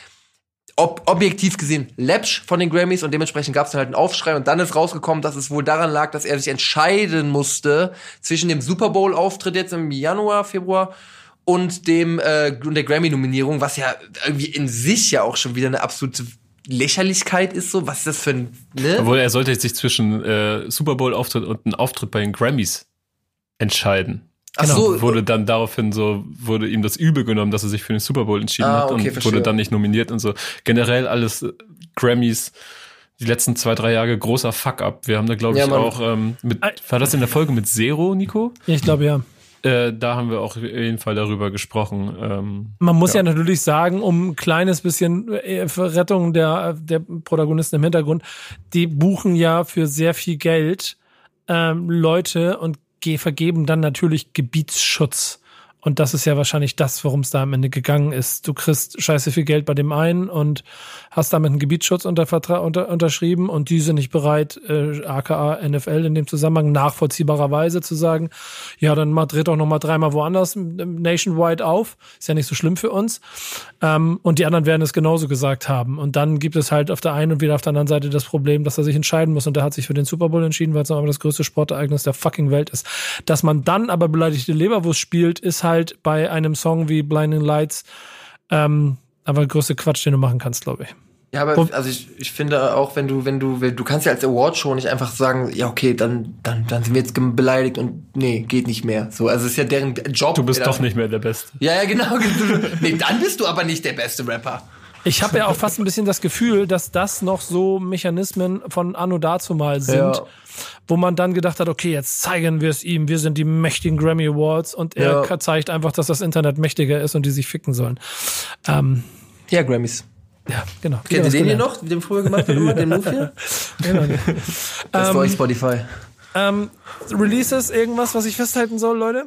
ob, objektiv gesehen läppsch von den Grammys. Und dementsprechend gab es dann halt einen Aufschrei. Und dann ist rausgekommen, dass es wohl daran lag, dass er sich entscheiden musste zwischen dem Super Bowl-Auftritt jetzt im Januar, Februar und dem äh, und der Grammy-Nominierung, was ja irgendwie in sich ja auch schon wieder eine absolute Lächerlichkeit ist. So, was ist das für ein, ne? Obwohl er sollte sich zwischen äh, Super Bowl-Auftritt und einem Auftritt bei den Grammys entscheiden. Ach so, Wurde dann daraufhin so, wurde ihm das übel genommen, dass er sich für den Super Bowl entschieden Ah, hat okay, und verstehe. wurde dann nicht nominiert und so. Generell alles äh, Grammys, die letzten zwei, drei Jahre großer Fuck-up. Wir haben da, glaube ich, Ja, Mann. auch ähm, mit, war das in der Folge mit Zero, Nico? Ich glaube, ja. Äh, da haben wir auch auf jeden Fall darüber gesprochen. Ähm, Man muss ja. Ja. natürlich sagen, um ein kleines bisschen äh, für Rettung der, der Protagonisten im Hintergrund, die buchen ja für sehr viel Geld ähm, Leute und ge- vergeben dann natürlich Gebietsschutz. Und das ist ja wahrscheinlich das, worum es da am Ende gegangen ist. Du kriegst scheiße viel Geld bei dem einen und hast damit einen Gebietsschutz unter Vertra- unter, unterschrieben und die sind nicht bereit, äh, aka N F L in dem Zusammenhang nachvollziehbarerweise zu sagen, ja, dann mal, dreht doch noch mal dreimal woanders nationwide auf. Ist ja nicht so schlimm für uns. Ähm, und die anderen werden es genauso gesagt haben. Und dann gibt es halt auf der einen und wieder auf der anderen Seite das Problem, dass er sich entscheiden muss. Und der hat sich für den Super Bowl entschieden, weil es noch einmal das größte Sportereignis der fucking Welt ist. Dass man dann aber beleidigte Leberwurst spielt, ist halt bei einem Song wie Blinding Lights ähm, aber der größte Quatsch, den du machen kannst, glaube ich. Ja, aber also ich, ich finde auch, wenn du, wenn du, wenn, du kannst ja als Awardshow nicht einfach sagen, ja, okay, dann, dann, dann sind wir jetzt beleidigt und nee, geht nicht mehr. So, also es ist ja deren Job. du bist Ja, doch nicht mehr der Beste. Ja, ja, genau. Nee, dann bist du aber nicht der beste Rapper. Ich habe ja auch fast ein bisschen das Gefühl, dass das noch so Mechanismen von Anno dazumal sind, Ja. wo man dann gedacht hat, okay, jetzt zeigen wir es ihm, wir sind die mächtigen Grammy Awards und er Ja. zeigt einfach, dass das Internet mächtiger ist und die sich ficken sollen. Ähm, Ja, Grammys. ja, genau. Kennt ihr was den hier gelernt. noch, den früher gemacht hat, immer, den Move hier? Genau. Das ist bei euch Spotify. Ähm, Releases, irgendwas, was ich festhalten soll, Leute?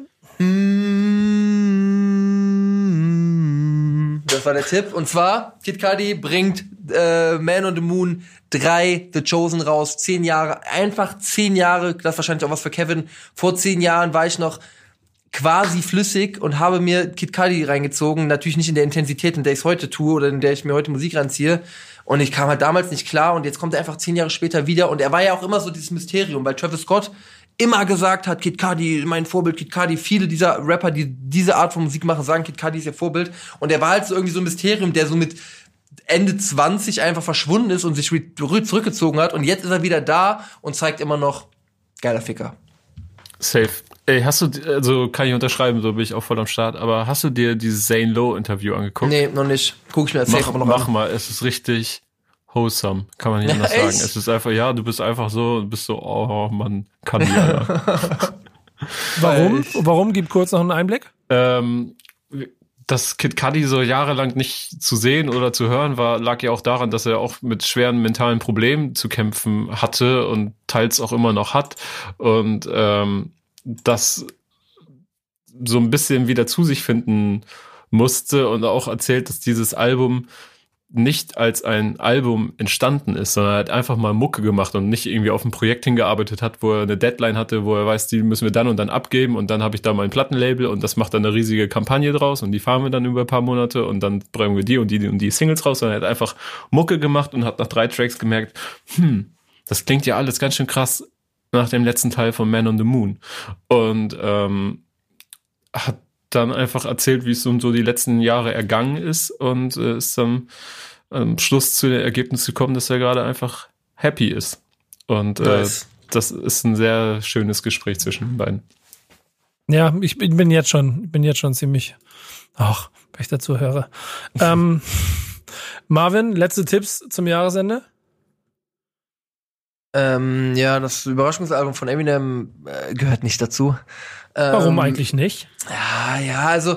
Das war der Tipp. Und zwar, Kid Cudi bringt äh, Man on the Moon drei, The Chosen raus. Zehn Jahre, einfach zehn Jahre. Das ist wahrscheinlich auch was für Kevin. Vor zehn Jahren war ich noch quasi flüssig und habe mir Kid Cudi reingezogen. Natürlich nicht in der Intensität, in der ich es heute tue oder in der ich mir heute Musik ranziehe. Und ich kam halt damals nicht klar. Und jetzt kommt er einfach zehn Jahre später wieder. Und er war ja auch immer so dieses Mysterium, weil Travis Scott immer gesagt hat, Kid Cudi, mein Vorbild, Kid Cudi. Viele dieser Rapper, die diese Art von Musik machen, sagen, Kid Cudi ist ihr Vorbild. Und er war halt so irgendwie so ein Mysterium, der so mit Ende zwanzig einfach verschwunden ist und sich re- zurückgezogen hat. Und jetzt ist er wieder da und zeigt immer noch, geiler Ficker. Safe. Ey, hast du, also kann ich unterschreiben, so bin ich auch voll am Start, aber hast du dir dieses Zane Lowe Interview angeguckt? Nee, noch nicht. Guck ich mir als safe Mach, aber noch mach an. mal, es ist richtig wholesome, kann man nicht Ja, anders sagen. echt? Es ist einfach, ja, du bist einfach so, du bist so, oh, man kann nicht. Alter. Warum? Ich- Warum? Gib kurz noch einen Einblick. ähm, dass Kid Cudi so jahrelang nicht zu sehen oder zu hören war, lag ja auch daran, dass er auch mit schweren mentalen Problemen zu kämpfen hatte und teils auch immer noch hat und ähm, das so ein bisschen wieder zu sich finden musste und auch erzählt, dass dieses Album nicht als ein Album entstanden ist, sondern er hat einfach mal Mucke gemacht und nicht irgendwie auf ein Projekt hingearbeitet hat, wo er eine Deadline hatte, wo er weiß, die müssen wir dann und dann abgeben und dann habe ich da mein Plattenlabel und das macht dann eine riesige Kampagne draus und die fahren wir dann über ein paar Monate und dann bringen wir die und die und die Singles raus, sondern er hat einfach Mucke gemacht und hat nach drei Tracks gemerkt, hm, das klingt ja alles ganz schön krass nach dem letzten Teil von Man on the Moon und ähm, hat dann einfach erzählt, wie es so die letzten Jahre ergangen ist und äh, ist dann am Schluss zu dem Ergebnis gekommen, dass er gerade einfach happy ist. Und äh, nice. Das ist ein sehr schönes Gespräch zwischen den beiden. Ja, ich bin, bin jetzt schon, bin jetzt schon ziemlich, ach, wenn ich dazu höre. ähm, Marvin, letzte Tipps zum Jahresende? Ähm, ja, das Überraschungsalbum von Eminem äh, gehört nicht dazu. Warum ähm, eigentlich nicht? Ja, ja, also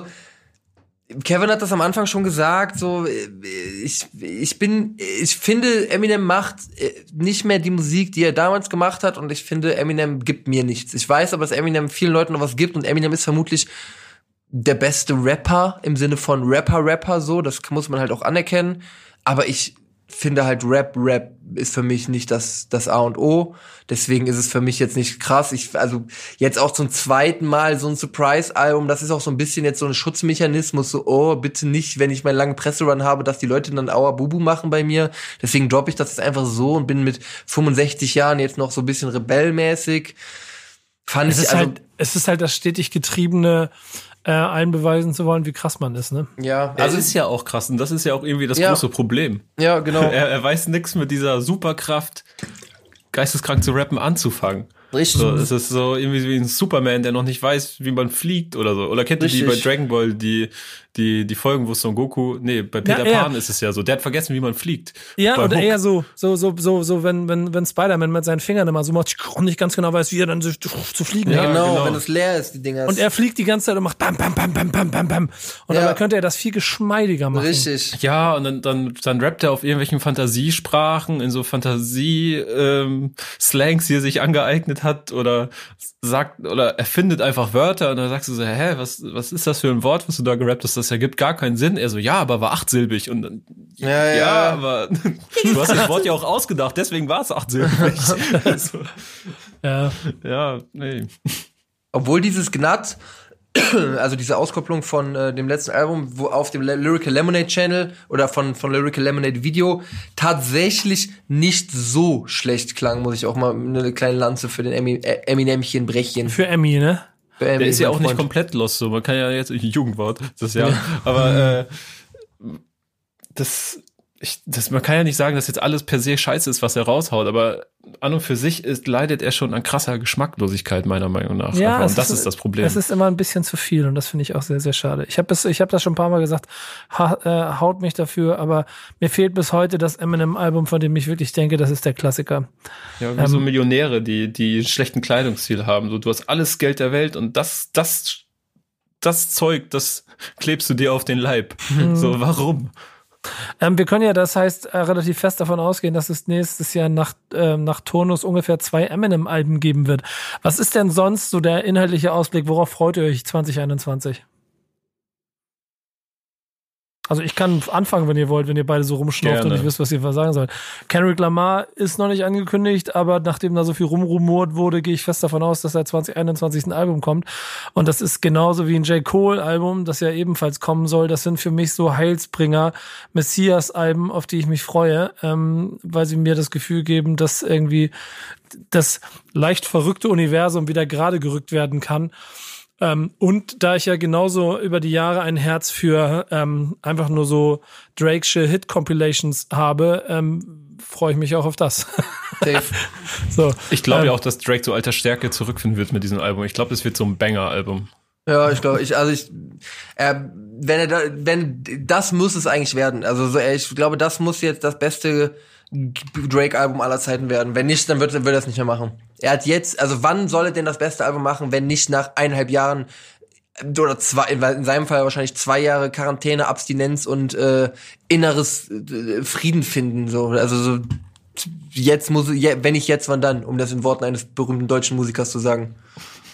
Kevin hat das am Anfang schon gesagt, so ich ich bin ich finde Eminem macht nicht mehr die Musik, die er damals gemacht hat und ich finde Eminem gibt mir nichts. Ich weiß aber, dass Eminem vielen Leuten noch was gibt und Eminem ist vermutlich der beste Rapper im Sinne von Rapper Rapper so, das muss man halt auch anerkennen, aber ich finde halt Rap, Rap ist für mich nicht das, das A und O. Deswegen ist es für mich jetzt nicht krass. Ich, also, jetzt auch zum zweiten Mal so ein Surprise-Album, das ist auch so ein bisschen jetzt so ein Schutzmechanismus, so, oh, bitte nicht, wenn ich meinen langen Presserun habe, dass die Leute dann Aua Bubu machen bei mir. Deswegen droppe ich das jetzt einfach so und bin mit fünfundsechzig Jahren jetzt noch so ein bisschen rebellmäßig. Fand es ich, ist also, halt, es ist halt das stetig getriebene, äh, allen beweisen zu wollen, wie krass man ist, ne? Ja, also er ist ja auch krass und das ist ja auch irgendwie das ja. große Problem. Ja, genau. er, er weiß nichts mit dieser Superkraft, geisteskrank zu rappen, anzufangen. Richtig. So, es ist so irgendwie wie ein Superman, der noch nicht weiß, wie man fliegt oder so. Oder kennt ihr die bei Dragon Ball, die, die, die Folgen, wo Son Goku, nee, bei Peter ja, Pan ist es ja so, der hat vergessen, wie man fliegt. Ja, bei oder Hook. eher so, so, so, so, so, wenn, wenn, wenn Spider-Man mit seinen Fingern immer so macht und nicht ganz genau weiß, wie er dann so zu fliegen ja, hat. genau, genau, wenn es leer ist, die Dinger. Und er fliegt die ganze Zeit und macht bam, bam, bam, bam, bam, bam, bam. Und ja. dabei könnte er das viel geschmeidiger machen. Richtig. Ja, und dann, dann, dann rappt er auf irgendwelchen Fantasiesprachen, in so Fantasie-Slangs, die er sich angeeignet hat, oder sagt, oder erfindet einfach Wörter, und dann sagst du so, hä, was, was ist das für ein Wort, was du da gerappt hast? Das ergibt gar keinen Sinn. Er so, ja, aber war achtsilbig. Und dann, ja, ja, ja, aber du hast das Wort ja auch ausgedacht, deswegen war es achtsilbig. Also, ja. Ja, nee. Obwohl dieses Gnat, also diese Auskopplung von äh, dem letzten Album, wo auf dem Lyrical Lemonade Channel oder von von Lyrical Lemonade Video tatsächlich nicht so schlecht klang, muss ich auch mal eine kleine Lanze für den Emi, äh, Eminemchen brechen. Für Emmy, ne? Für Emmy, der ist ja auch Freund. Nicht komplett lost, so man kann ja jetzt Jugendwort, das ja, ja. aber äh, das Ich, das, man kann ja nicht sagen, dass jetzt alles per se scheiße ist, was er raushaut, aber an und für sich ist, leidet er schon an krasser Geschmacklosigkeit, meiner Meinung nach. Ja, und das ist, ist das Problem. Es ist immer ein bisschen zu viel und das finde ich auch sehr, sehr schade. Ich habe ich hab das schon ein paar Mal gesagt, ha, äh, haut mich dafür, aber mir fehlt bis heute das Eminem-Album, von dem ich wirklich denke, das ist der Klassiker. Ja, wie ähm, so Millionäre, die, die schlechten Kleidungsstil haben. So, du hast alles Geld der Welt und das, das, das Zeug, das klebst du dir auf den Leib. So, warum? Ähm, wir können ja, das heißt, äh, relativ fest davon ausgehen, dass es nächstes Jahr nach, äh, nach Turnus ungefähr zwei Eminem-Alben geben wird. Was ist denn sonst so der inhaltliche Ausblick? Worauf freut ihr euch zwanzig einundzwanzig? Also ich kann anfangen, wenn ihr wollt, wenn ihr beide so rumschnauft Gerne. und nicht wisst, was ihr sagen sollt. Kendrick Lamar ist noch nicht angekündigt, aber nachdem da so viel rumrumort wurde, gehe ich fest davon aus, dass er zwanzig einundzwanzig ein Album kommt. Und das ist genauso wie ein J. Cole-Album, das ja ebenfalls kommen soll. Das sind für mich so Heilsbringer, Messias-Alben, auf die ich mich freue, ähm, weil sie mir das Gefühl geben, dass irgendwie das leicht verrückte Universum wieder gerade gerückt werden kann. Ähm, und da ich ja genauso über die Jahre ein Herz für ähm, einfach nur so Drakesche Hit-Compilations habe, ähm, freue ich mich auch auf das. Safe. So, ich glaube ähm, ja auch, dass Drake zu alter Stärke zurückfinden wird mit diesem Album. Ich glaube, das wird so ein Banger-Album. Ja, ich glaube, ich, also ich, äh, wenn er da, wenn, das muss es eigentlich werden. Also so, ich glaube, das muss jetzt das beste Drake-Album aller Zeiten werden. Wenn nicht, dann wird, wird er das nicht mehr machen. Er hat jetzt, also wann soll er denn das beste Album machen, wenn nicht nach eineinhalb Jahren oder zwei, in seinem Fall wahrscheinlich zwei Jahre Quarantäne, Abstinenz und äh, inneres äh, Frieden finden. So, also so jetzt muss, wenn nicht jetzt, wann dann, um das in Worten eines berühmten deutschen Musikers zu sagen.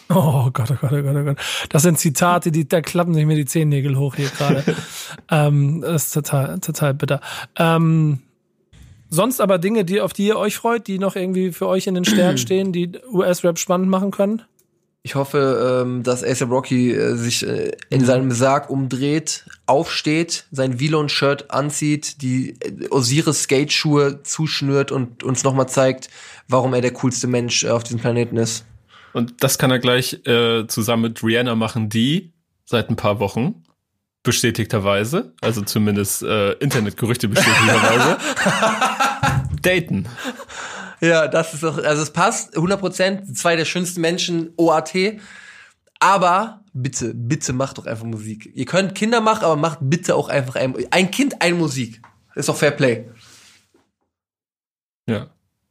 Oh Gott, oh Gott, oh Gott, oh Gott. Das sind Zitate, die, da klappen sich mir die Zehennägel hoch hier gerade. ähm, das ist total, total bitter. Ähm, sonst aber Dinge, die, auf die ihr euch freut, die noch irgendwie für euch in den Sternen stehen, die U S-Rap spannend machen können? Ich hoffe, ähm, dass A$AP Rocky äh, sich äh, in seinem Sarg umdreht, aufsteht, sein Vilon-Shirt anzieht, die äh, Osiris-Skate-Schuhe zuschnürt und uns nochmal zeigt, warum er der coolste Mensch äh, auf diesem Planeten ist. Und das kann er gleich äh, zusammen mit Rihanna machen, die seit ein paar Wochen bestätigterweise, also zumindest äh, Internetgerüchte bestätigterweise, daten. Ja, das ist doch, also es passt, hundert Prozent, zwei der schönsten Menschen, O A T. Aber bitte, bitte macht doch einfach Musik. Ihr könnt Kinder machen, aber macht bitte auch einfach ein, ein Kind, eine Musik. Ist doch Fair Play. Ja.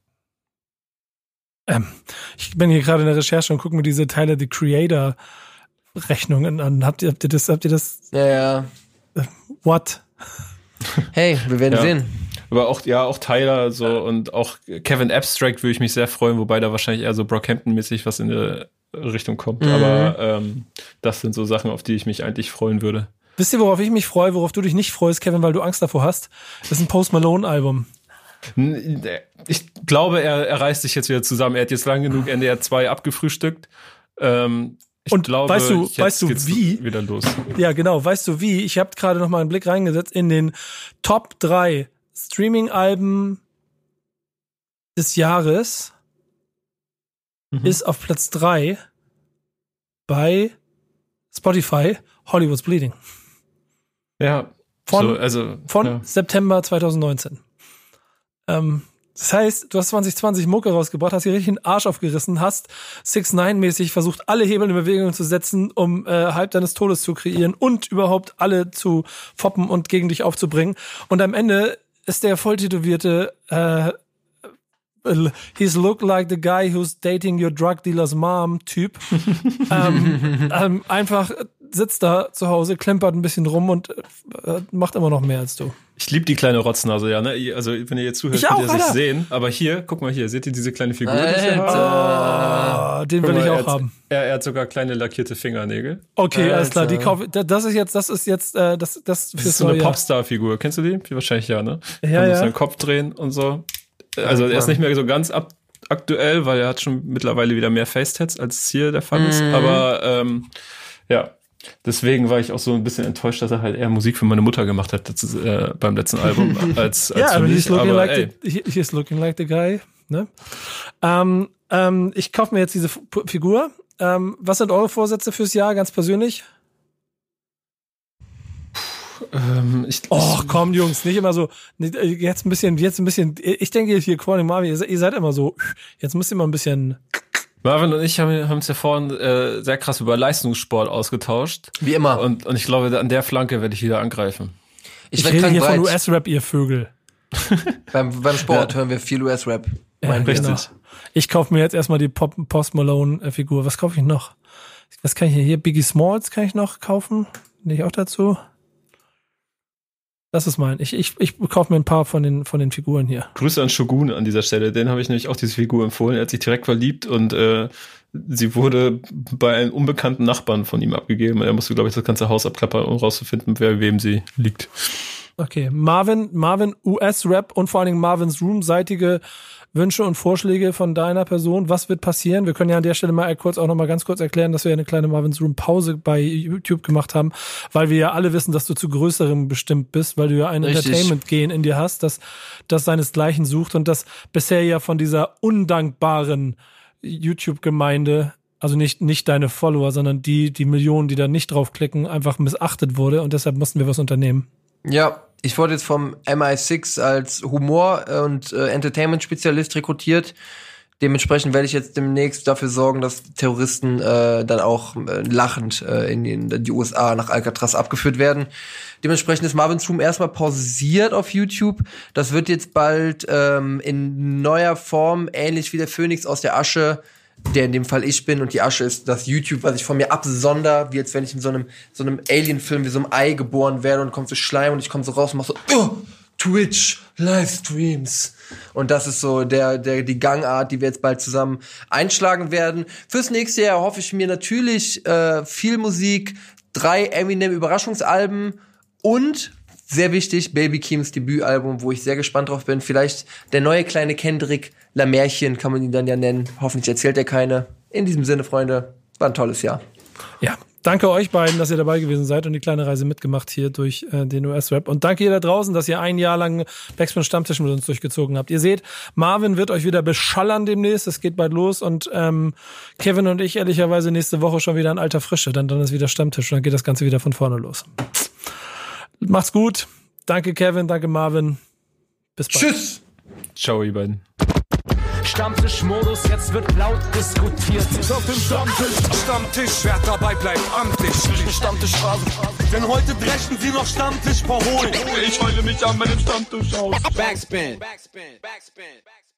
Ähm, ich bin hier gerade in der Recherche und gucke mir diese Tyler the Creator Rechnungen an. Habt ihr, habt ihr das, habt ihr das? Ja, ja. What? Hey, wir werden Ja. sehen. Aber auch, ja, auch Tyler so und auch Kevin Abstract würde ich mich sehr freuen, wobei da wahrscheinlich eher so Brockhampton-mäßig was in der Richtung kommt. Mhm. Aber ähm, das sind so Sachen, auf die ich mich eigentlich freuen würde. Wisst ihr, worauf ich mich freue, worauf du dich nicht freust, Kevin, weil du Angst davor hast? Das ist ein Post Malone-Album. Ich glaube, er, er reißt sich jetzt wieder zusammen. Er hat jetzt lang genug N D R zwei abgefrühstückt. Ähm, ich Und glaube, weißt du- jetzt weißt du, geht's wie? wieder los. Ja, genau. Weißt du wie? Ich habe gerade noch mal einen Blick reingesetzt in den Top drei Streaming-Alben des Jahres. Mhm. Ist auf Platz drei bei Spotify Hollywood's Bleeding. Ja, Von- so, also Von ja. September zwanzig neunzehn. Ähm, das heißt, du hast zwanzig zwanzig Mucke rausgebracht, hast hier richtig den Arsch aufgerissen, hast six nine mäßig versucht, alle Hebel in Bewegung zu setzen, um äh, Hype deines Todes zu kreieren und überhaupt alle zu foppen und gegen dich aufzubringen. Und am Ende ist der volltätowierte äh, He's look like the guy who's dating your drug dealer's mom Typ. ähm, ähm, einfach sitzt da zu Hause, klempert ein bisschen rum und äh, macht immer noch mehr als du. Ich liebe die kleine Rotznase, ja, ne? Also, wenn ihr jetzt zuhört, Ich könnt auch, ihr es nicht Alter. sehen. Aber hier, guck mal hier, seht ihr diese kleine Figur? die ich hier Alter. habe? Ah, den Guck will mal, ich er auch hat, haben. Er, er hat sogar kleine lackierte Fingernägel. Okay, alles klar, die Alter. kaufe da- das ist jetzt, das ist jetzt, äh, das, das Das fürs ist so eine neue Jahr. Popstar-Figur. Kennst du die? Wahrscheinlich ja, ne? Ja, Kann ja. so seinen Kopf drehen und so. Also, er ist nicht mehr so ganz ab aktuell, weil er hat schon mittlerweile wieder mehr Facetats, als es hier der Fall ist. Mhm. Aber, ähm, ja. Deswegen war ich auch so ein bisschen enttäuscht, dass er halt eher Musik für meine Mutter gemacht hat das ist, äh, beim letzten Album als, als Ja, für aber mich. he's looking, Aber, like ey, the, he- he's looking like the guy. Ne? Ähm, ähm, ich kaufe mir jetzt diese F- Figur. Ähm, was sind eure Vorsätze fürs Jahr, ganz persönlich? ähm, ich, Och, komm, Jungs, nicht immer so. nicht, äh, Jetzt ein bisschen, jetzt ein bisschen. Ich denke hier, Quality Marvin, ihr, se- ihr seid immer so. Jetzt müsst ihr mal ein bisschen. Marvin und ich haben, haben uns ja vorhin äh, sehr krass über Leistungssport ausgetauscht. Wie immer. Und, und ich glaube, an der Flanke werde ich wieder angreifen. Ich, Ich werd rede krank hier von U breit. S-Rap, ihr Vögel. Beim, beim Sport hören wir viel U S-Rap. Ja, Meinen wir. genau. Ich kaufe mir jetzt erstmal die Pop Post Malone-Figur. Was kaufe ich noch? Was kann ich hier? Hier Biggie Smalls kann ich noch kaufen. Nehme ich auch dazu. Das ist mein. Ich, ich, ich kaufe mir ein paar von den, von den Figuren hier. Grüße an Shogun an dieser Stelle. Den habe ich nämlich auch diese Figur empfohlen. Er hat sich direkt verliebt und äh, sie wurde bei einem unbekannten Nachbarn von ihm abgegeben. Er musste, glaube ich, das ganze Haus abklappern, um rauszufinden, wer wem sie liegt. Okay, Marvin, Marvin, U S-Rap und vor allen Dingen Marvins Room-seitige Wünsche und Vorschläge von deiner Person. Was wird passieren? Wir können ja an der Stelle mal kurz auch noch mal ganz kurz erklären, dass wir ja eine kleine Marvins Room-Pause bei YouTube gemacht haben, weil wir ja alle wissen, dass du zu Größerem bestimmt bist, weil du ja ein Richtig. Entertainment-Gen in dir hast, das, das seinesgleichen sucht und das bisher ja von dieser undankbaren YouTube-Gemeinde, also nicht, nicht deine Follower, sondern die, die Millionen, die da nicht draufklicken, einfach missachtet wurde und deshalb mussten wir was unternehmen. Ja, ich wurde jetzt vom M I six als Humor- und äh, Entertainment-Spezialist rekrutiert. Dementsprechend werde ich jetzt demnächst dafür sorgen, dass Terroristen äh, dann auch äh, lachend äh, in, in die U S A nach Alcatraz abgeführt werden. Dementsprechend ist Marvin's Room erstmal pausiert auf YouTube. Das wird jetzt bald ähm, in neuer Form, ähnlich wie der Phönix aus der Asche, der in dem Fall ich bin, und die Asche ist das YouTube, was ich von mir absonder, wie als wenn ich in so einem so einem Alien-Film wie so einem Ei geboren werde und kommt so Schleim und ich komme so raus und mach so, oh, Twitch, Livestreams. Und das ist so der, der, die Gangart, die wir jetzt bald zusammen einschlagen werden. Fürs nächste Jahr hoffe ich mir natürlich äh, viel Musik, drei Eminem-Überraschungsalben und, sehr wichtig, Baby Keems Debütalbum, wo ich sehr gespannt drauf bin. Vielleicht der neue kleine Kendrick Lamärchen kann man ihn dann ja nennen. Hoffentlich erzählt er keine. In diesem Sinne, Freunde, war ein tolles Jahr. Ja, danke euch beiden, dass ihr dabei gewesen seid und die kleine Reise mitgemacht hier durch äh, den U S-Rap. Und danke ihr da draußen, dass ihr ein Jahr lang Backspin Stammtisch mit uns durchgezogen habt. Ihr seht, Marvin wird euch wieder beschallern demnächst. Es geht bald los. Und ähm, Kevin und ich ehrlicherweise nächste Woche schon wieder in alter Frische. Dann, dann ist wieder Stammtisch und dann geht das Ganze wieder von vorne los. Macht's gut. Danke Kevin, danke Marvin. Bis bald. Tschüss. Ciao, ihr beiden. Stammtischmodus, jetzt wird laut diskutiert. Auf dem Stammtisch, Stammtisch, wer dabei bleibt, amtlich. Stammtisch Phase. Denn heute brechen sie noch Stammtisch verholen. Ich heule mich an meinem Stammtisch aus. Backspin. Backspin. Backspin. Backspin.